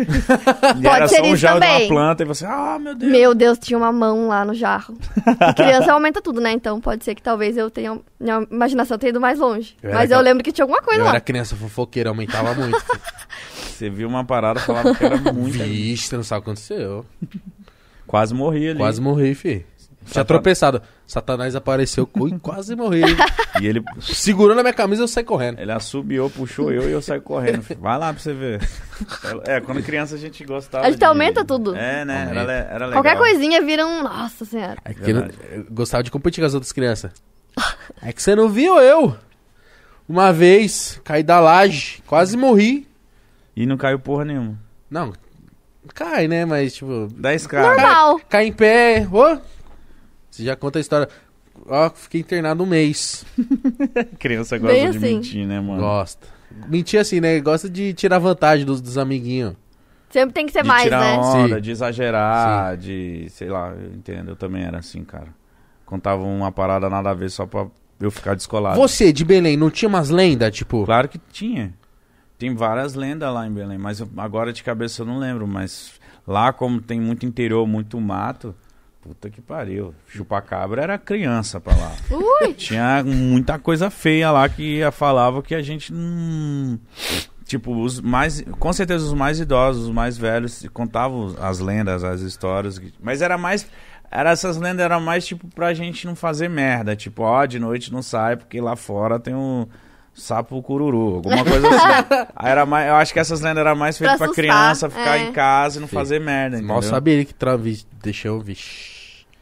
E Pode era ser só um isso jarro de uma também. planta e você, ah, meu Deus. Meu Deus, tinha uma mão lá no jarro. E criança aumenta tudo, né? Então pode ser que talvez eu tenha. Minha imaginação tenha ido mais longe. Eu era Mas eu aquela- lembro que tinha alguma coisa Eu lá. era criança fofoqueira, aumentava muito. Você viu uma parada, falava que era muito. Vixe, você não sabe o que aconteceu. Quase morri ali. Quase morri, fi. Tinha Satan- tropeçado. Satanás apareceu e quase morri. E ele, Segurando a minha camisa, eu saí correndo. ele assobiou, puxou eu e eu saí correndo. filho. Vai lá pra você ver. É, quando criança a gente gostava A gente de- aumenta tudo. É, né? Era, Aumenta. le- era legal. Qualquer coisinha vira um. Nossa senhora. É que eu, não- Verdade. eu gostava de competir com as outras crianças. É que você não viu eu. Uma vez, caí da laje, quase morri. E não caiu porra nenhuma. Não, cai, né? Mas, tipo, dez caras. Normal. cai em pé. Ô, você já conta a história. Ó, fiquei internado um mês. Criança gosta Bem de assim. mentir, né, mano? Gosta. Mentir assim, né? Gosta de tirar vantagem dos, dos amiguinhos. Sempre tem que ser De mais, tirar né? onda, Sim. de exagerar, de... Sei lá, eu entendo. Eu também era assim, cara. Contava uma parada nada a ver só pra eu ficar descolado. Você, de Belém, não tinha umas lendas, tipo... Claro que tinha. Tem várias lendas lá em Belém, mas eu- agora de cabeça eu não lembro. Mas lá, como tem muito interior, muito mato, puta que pariu. Chupacabra era criança pra lá. Ui. Tinha muita coisa feia lá que falava que a gente não, tipo, os mais... Com certeza os mais idosos, os mais velhos, contavam as lendas, as histórias. Mas era mais... Era, essas lendas eram mais, tipo, pra gente não fazer merda. Tipo, ó, de noite não sai, porque lá fora tem um sapo cururu, alguma coisa assim. Aí era mais, eu acho que essas lendas eram mais feitas pra, pra criança ficar é. em casa e não Sim. fazer merda, entendeu? Mal sabia ele que travi... deixou... Vixi.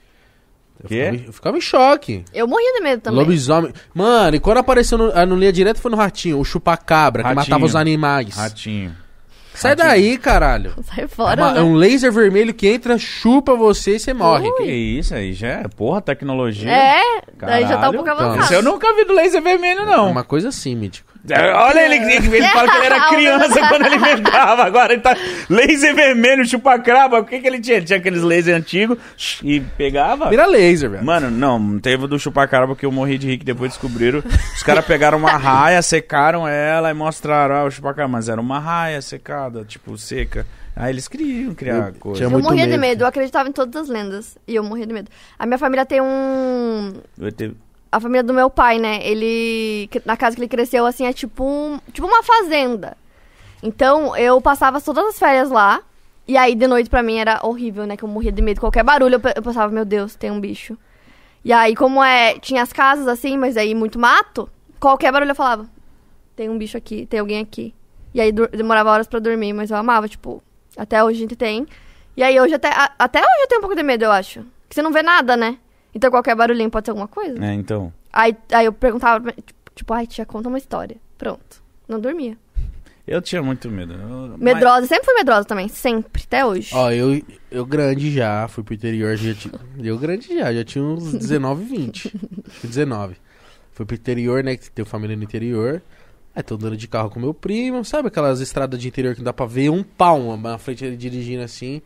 Eu Quê? ficava, eu ficava em choque. Eu morria de medo também. Lobisomem. Mano, e quando apareceu no, no Linha Direta foi no Ratinho, o chupacabra, que matava os animais. Ratinho. Sai Ratinho. daí, caralho. Sai fora, é, uma, né? é um laser vermelho que entra, chupa você e você morre. Que isso aí, já é, porra, tecnologia. É, Caralho. daí já tá um pouco avançado. Isso eu nunca vi do laser vermelho, não. É uma coisa assim, mítico. Olha ele, ele fala que ele era criança quando ele inventava. Agora ele tá laser vermelho, chupa-craba. O que que ele tinha? Ele tinha aqueles laser antigos e pegava. Vira laser, velho. Mano, não, teve do chupa-craba que eu morri de rir, que depois descobriram. Os caras pegaram uma raia, secaram ela e mostraram, ah, o chupa-craba. Mas era uma raia secada, tipo, seca. Aí eles queriam criar eu coisa. Eu muito morria medo. de medo, eu acreditava em todas as lendas. E eu morria de medo. A minha família tem um... Eu teve... A família do meu pai, né? Ele... Na casa que ele cresceu, assim, é tipo um... Tipo uma fazenda. Então, eu passava todas as férias lá. E aí, de noite, pra mim, era horrível, né? Que eu morria de medo. Qualquer barulho, eu pe- eu pensava, meu Deus, tem um bicho. E aí, como é... Tinha as casas, assim, mas aí muito mato. Qualquer barulho eu falava, tem um bicho aqui, tem alguém aqui. E aí, dur- demorava horas pra dormir, mas eu amava, tipo... Até hoje a gente tem. E aí, hoje até... a- até hoje eu tenho um pouco de medo, eu acho. Porque você não vê nada, né? Então, qualquer barulhinho pode ser alguma coisa. É, então. Aí, aí eu perguntava, tipo, tipo, ai, tia, conta uma história. Pronto. Não dormia. Eu tinha muito medo. Eu... Medrosa, mas... sempre fui medrosa também. Sempre, até hoje. Ó, eu, eu grande já, fui pro interior, já tinha, eu grande já, já tinha uns dezenove, vinte. Acho que dezenove. Fui pro interior, né, que tem família no interior. Aí tô andando de carro com meu primo, sabe aquelas estradas de interior que não dá pra ver um palmo na frente dele dirigindo assim.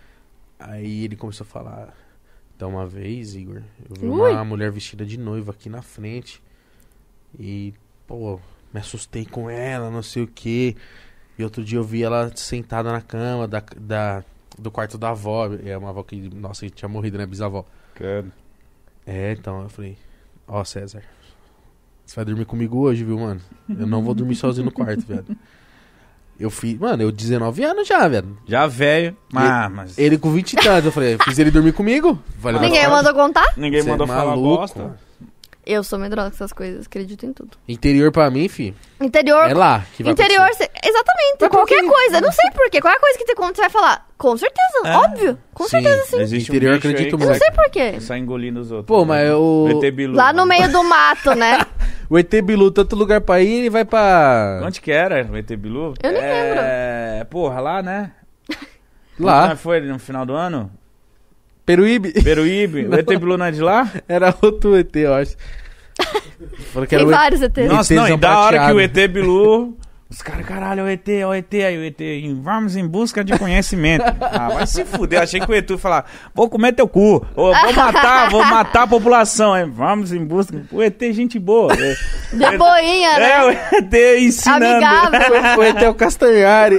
Aí ele começou a falar... Então, uma vez, Igor, eu vi Ui. uma mulher vestida de noiva aqui na frente. E, pô, me assustei com ela, não sei o quê. E outro dia eu vi ela sentada na cama da, da, do quarto da avó. É uma avó que, nossa, que tinha morrido, né? Bisavó. Cara. É, então, eu falei, ó, César, você vai dormir comigo hoje, viu, mano? Eu não vou dormir sozinho no quarto, velho. Eu fiz, mano, eu dezenove anos já, velho. Já velho. Ah, ele, mas... ele com vinte e tantos, eu falei, fiz ele dormir comigo? Falei, Ninguém mas- mandou contar? Ninguém Cê mandou é falar maluco, bosta. mano. Eu sou medrosa com essas coisas, acredito em tudo. Interior pra mim, fi, Interior... é lá que vai Interior, acontecer. cê- exatamente, Mas por qualquer quê? coisa. Eu não sei porquê. Qualquer coisa que te conta, você vai falar, com certeza, É. óbvio. Com Sim. certeza, sim. Existe Interior, um bicho acredito aí Eu que não muito. sei porquê. sai engolindo os outros. Pô, mas o- O E T Bilu. Lá no meio do mato, né? O E T Bilu, tanto lugar pra ir, ele vai pra... Onde que era o E T Bilu? Eu nem é... Porra, lá, né? Lá, Não foi no final do ano? Peruíbe. Peruíbe. O E T Bilu não é de lá? Era outro E T, eu acho. Falou que era Tem o E T. vários E Tês. Nossa, não, e ETzão da hora prateado. que o E T Bilu... Os caras, caralho, é o E T, é o E T, aí o E T, vamos em busca de conhecimento. Ah, vai se fuder, achei que o E T ia falar, vou comer teu cu, ou vou matar, vou matar a população, aí, vamos em busca. O E T é gente boa. É, De boinha, né? é o E T ensinando. Amigável. O E T é o Castanhari.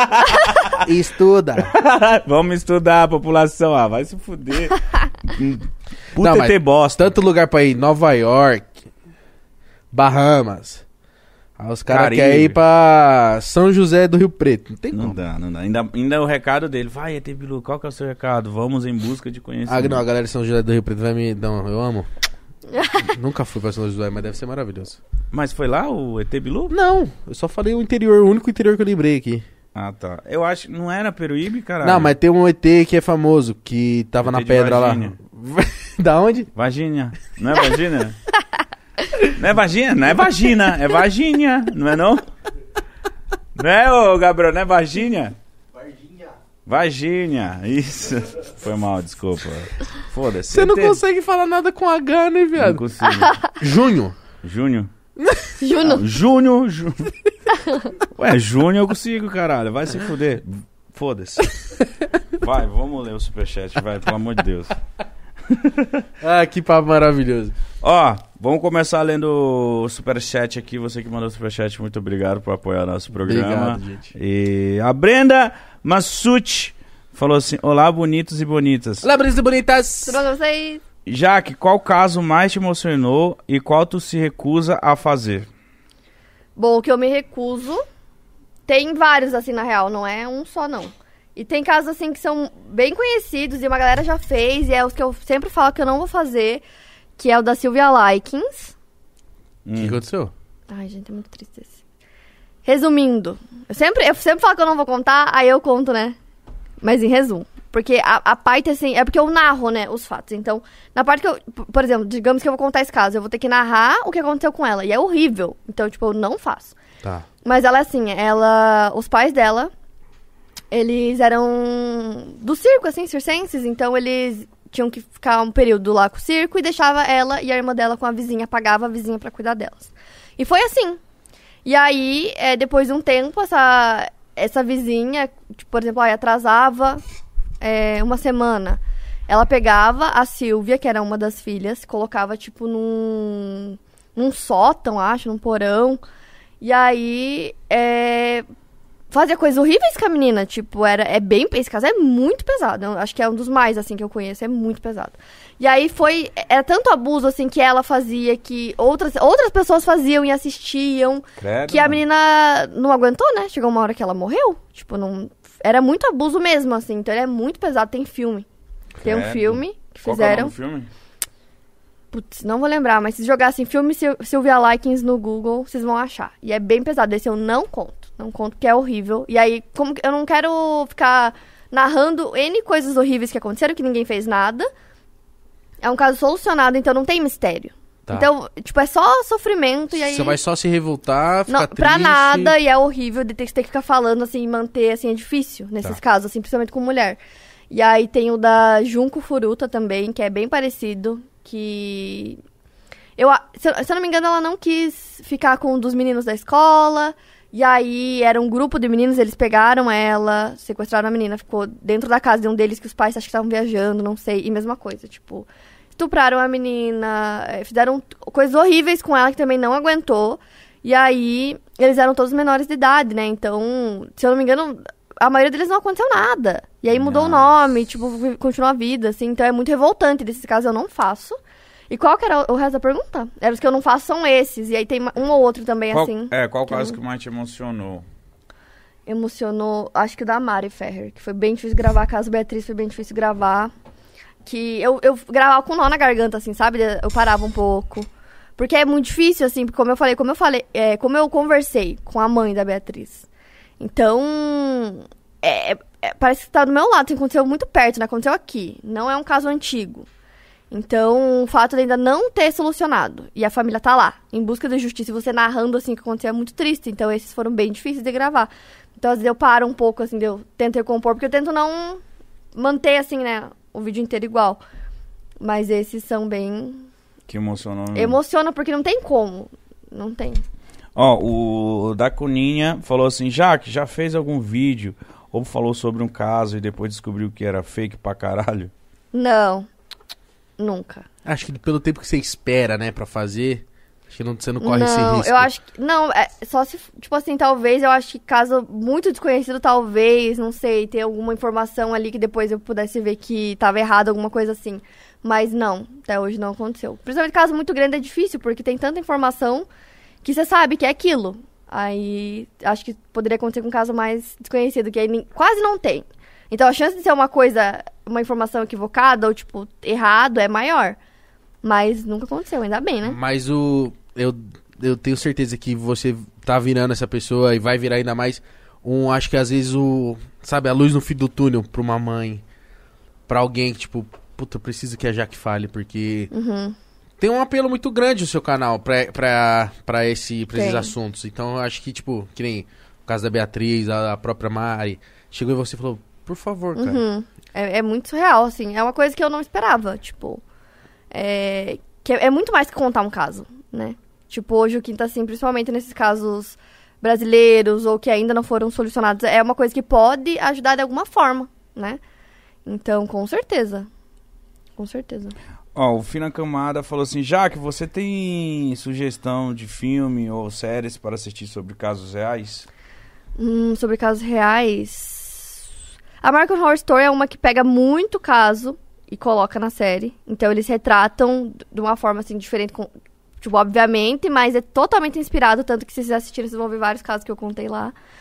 Estuda. Vamos estudar a população, ah, vai se fuder. Puta Não, E mas T bosta. Tanto lugar pra ir, Nova York, Bahamas. Aí os caras Caribe. querem ir pra São José do Rio Preto. Não tem Não como. dá, não dá. Ainda, ainda o recado dele, vai E T Bilu, qual que é o seu recado? Vamos em busca de Ah, conhecimento. não, a galera de São José do Rio Preto vai me... Não, eu amo. Nunca fui pra São José, mas deve ser maravilhoso. Mas foi lá o E T Bilu? Não, eu só falei o interior, o único interior que eu lembrei aqui. Ah, tá. Eu acho, não era Peruíbe, caralho? Não, mas tem um E T que é famoso, que tava E T na de pedra Varginha. lá. Da onde? Vagina. Não é vagina? Não é vagina? Não é vagina, é vagina, não é não? Não é, ô Gabriel, não é vagina? Vagina, isso. Foi mal, desculpa. Foda-se. Você não E T consegue falar nada com H, né, Não viado? consigo. Junho. Júnior. Juno. Júnior, Júnior. Ué, Júnior eu consigo, caralho. Vai se fuder. Foda-se. Vai, vamos ler o superchat, vai, pelo amor de Deus. Ah, que papo maravilhoso. Ó, vamos começar lendo o superchat aqui. Você que mandou o superchat, muito obrigado por apoiar nosso programa. Obrigado, gente. E a Brenda Massucci falou assim: olá, bonitos e bonitas. Olá, bonitas e bonitas. Tudo bom com vocês? Jaque, qual caso mais te emocionou e qual tu se recusa a fazer? Bom, o que eu me recuso tem vários, assim, na real, não é um só, não. E tem casos, assim, que são bem conhecidos e uma galera já fez, e é os que eu sempre falo que eu não vou fazer, que é o da Sylvia Likens. O hum. que aconteceu? Ai, gente, é muito triste esse. Resumindo, eu sempre, eu sempre falo que eu não vou contar, aí eu conto, né? Mas em resumo. Porque a, a parte, assim, é porque eu narro, né, os fatos. Então, na parte que eu, por exemplo, digamos que eu vou contar esse caso, eu vou ter que narrar o que aconteceu com ela. E é horrível. Então, tipo, eu não faço. Tá. Mas ela, assim, ela, os pais dela, eles eram do circo, assim, circenses. Então, eles tinham que ficar um período lá com o circo e deixava ela e a irmã dela com a vizinha, pagava a vizinha pra cuidar delas. E foi assim. E aí, é, depois de um tempo, essa, essa vizinha, tipo, por exemplo, aí atrasava é, uma semana. Ela pegava a Silvia, que era uma das filhas, colocava, tipo, num, num sótão, acho, num porão. E aí, é, fazia coisas horríveis com a menina. Tipo, era, é bem, esse caso é muito pesado. Eu acho que é um dos mais, assim, que eu conheço. É muito pesado. E aí foi... Era tanto abuso, assim, que ela fazia, que outras, outras pessoas faziam e assistiam. Credo. Que a menina não aguentou, né? Chegou uma hora que ela morreu. Tipo, não... Era muito abuso mesmo, assim. Então ele é muito pesado. Tem filme. Tem um Credo. filme que Qual que é o fizeram... nome do filme? Putz, não vou lembrar. Mas se jogassem filme Sil- Sylvia Likens no Google, vocês vão achar. E é bem pesado. Esse eu não conto. Não conto porque é horrível. E aí, como que- eu não quero ficar narrando N coisas horríveis que aconteceram, que ninguém fez nada. É um caso solucionado, então não tem mistério. Tá. Então, tipo, é só sofrimento e aí... Você vai só se revoltar, ficar não, triste. pra nada, e é horrível de ter, ter que ficar falando, assim, manter, assim, é difícil nesses Tá. casos, assim, principalmente com mulher. E aí tem o da Junko Furuta também, que é bem parecido, que... Eu, a- se, eu- se eu não me engano, ela não quis ficar com um dos meninos da escola, e aí era um grupo de meninos, eles pegaram ela, sequestraram a menina, ficou dentro da casa de um deles que os pais acho que estavam viajando, não sei, e mesma coisa, tipo... Estupraram a menina, eh, fizeram t- coisas horríveis com ela que também não aguentou. E aí, eles eram todos menores de idade, né? Então, se eu não me engano, a maioria deles não aconteceu nada. E aí mudou Nossa. o nome, tipo, vi- continuou a vida, assim. Então é muito revoltante. Desses casos eu não faço. E qual que era o o resto da pergunta? Era os que eu não faço são esses. E aí tem ma- um ou outro também, Qual, assim. é, qual que caso eu- que mais te emocionou? Emocionou, acho que o da Mari Ferrer, que foi bem difícil gravar. Caso Beatriz foi bem difícil gravar. Que eu, eu gravava com nó na garganta, assim, sabe? Eu parava um pouco. Porque é muito difícil, assim, porque como eu falei, como eu falei, é, como eu conversei com a mãe da Beatriz. Então, é, é, parece que tá do meu lado, assim, aconteceu muito perto, né? Aconteceu aqui. Não é um caso antigo. Então, o fato de ainda não ter solucionado. E a família tá lá, em busca de justiça. E você narrando, assim, o que aconteceu é muito triste. Então, esses foram bem difíceis de gravar. Então, às vezes eu paro um pouco, assim, eu tento recompor, porque eu tento não manter, assim, né, o vídeo inteiro igual. Mas esses são bem... Que emocionou. mesmo. Emociona, porque não tem como. Não tem. Ó, o da Cuninha falou assim, Jaque, já fez algum vídeo ou falou sobre um caso e depois descobriu que era fake pra caralho? Não. Nunca. Acho que pelo tempo que você espera, né, pra fazer, acho que não, você não corre esse Não, risco. eu acho que... Não, é só se... Tipo assim, talvez, eu acho que caso muito desconhecido, talvez, não sei, ter alguma informação ali que depois eu pudesse ver que tava errado, alguma coisa assim. Mas não, até hoje não aconteceu. Principalmente caso muito grande é difícil, porque tem tanta informação que você sabe que é aquilo. Aí, acho que poderia acontecer com um caso mais desconhecido, que aí nem- quase não tem. Então, a chance de ser uma coisa, uma informação equivocada ou, tipo, errado é maior. Mas nunca aconteceu, ainda bem, né? Mas o... Eu, eu tenho certeza que você tá virando essa pessoa e vai virar ainda mais um... Acho que às vezes o... Sabe, a luz no fim do túnel pra uma mãe. Pra alguém que, tipo... Puta, eu preciso que a Jaque fale, porque... Uhum. Tem um apelo muito grande o seu canal pra, pra, pra, esse, pra esses Tem. assuntos. Então, eu acho que, tipo... Que nem o caso da Beatriz, a, a própria Mari. Chegou e você falou... Por favor, cara. Uhum. É, é muito surreal, assim. É uma coisa que eu não esperava, tipo... É, que é, é muito mais que contar um caso, né? Tipo, hoje o Quinta, assim, principalmente nesses casos brasileiros ou que ainda não foram solucionados, é uma coisa que pode ajudar de alguma forma, né? Então, com certeza. Com certeza. Ó, o Fina Camada falou assim, Jaque, você tem sugestão de filme ou séries para assistir sobre casos reais? Hum, sobre casos reais... A American Horror Story é uma que pega muito caso e coloca na série. Então, eles retratam de uma forma, assim, diferente, com, tipo, obviamente, mas é totalmente inspirado, tanto que se vocês assistirem, vocês vão ver vários casos que eu contei lá.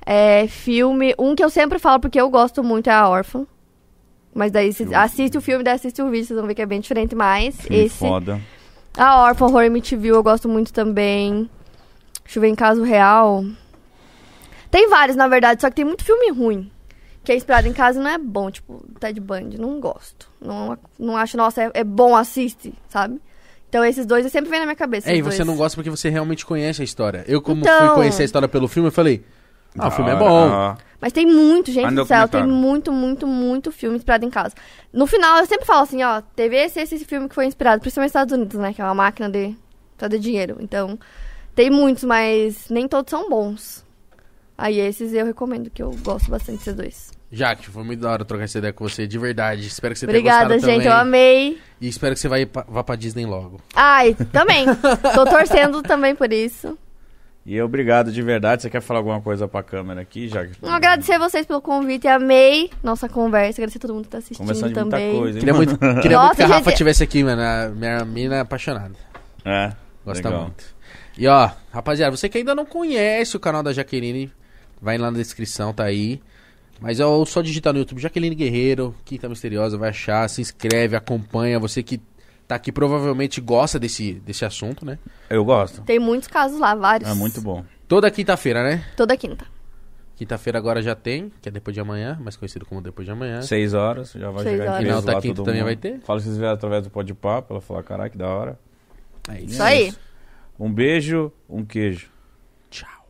É, filme... Um que eu sempre falo porque eu gosto muito é A Órfã. Mas daí se assiste o filme, daí assiste o vídeo, vocês vão ver que é bem diferente, mas Filme esse... foda. A Órfã, Horror Amityville, eu gosto muito também. Deixa eu ver, em Caso Real... Tem vários, na verdade, só que tem muito filme ruim. Que é inspirado em casa e não é bom, tipo, Ted Bundy, não gosto. Não, não acho, nossa, é, é bom, assiste, sabe? Então esses dois eu sempre vem na minha cabeça. É, e esses você dois. não gosta porque você realmente conhece a história. Eu, como Então- fui conhecer a história pelo filme, eu falei, ah, o filme é Da bom. hora. Mas tem muito, gente Ah, do céu, tem documentário. muito, muito, muito filme inspirado em casa. No final, eu sempre falo assim, ó, teve esse, esse, esse filme que foi inspirado, principalmente nos Estados Unidos, né, que é uma máquina de fazer dinheiro. Então, tem muitos, mas nem todos são bons. Aí esses eu recomendo, que eu gosto bastante desses dois. Jaque, foi muito da hora trocar essa ideia com você, de verdade. Espero que você Obrigada, tenha gostado gente, também. eu amei. E espero que você vai, pa- vá pra Disney logo. Ai, também. Tô torcendo também por isso. E obrigado de verdade. Você quer falar alguma coisa pra câmera aqui, já que... Vou agradecer vocês pelo convite, amei nossa conversa, agradecer a todo mundo que tá assistindo Conversando de também. muita coisa, hein? Queria muito, queria Nossa, muito que a Rafa gente- tivesse aqui, mano. A minha mina é apaixonada. É, Gosta legal. muito. E ó, rapaziada, você que ainda não conhece o canal da Jaqueline, vai lá na descrição, tá aí. Mas é só digitar no YouTube Jaqueline Guerreiro, Quinta Misteriosa, vai achar, se inscreve, acompanha. Você que tá aqui provavelmente gosta desse, desse assunto, né? Eu gosto. Tem muitos casos lá, vários. É muito bom. Toda quinta-feira, né? Toda quinta. Quinta-feira agora já tem, que é depois de amanhã, mais conhecido como depois de amanhã. Seis horas, já vai Seis chegar em horas. peso Final da lá quinta todo também mundo. vai ter? Fala se vocês vieram através do Podpah, ela falar, caralho, que da hora. É Isso aí. Um beijo, um queijo. Tchau.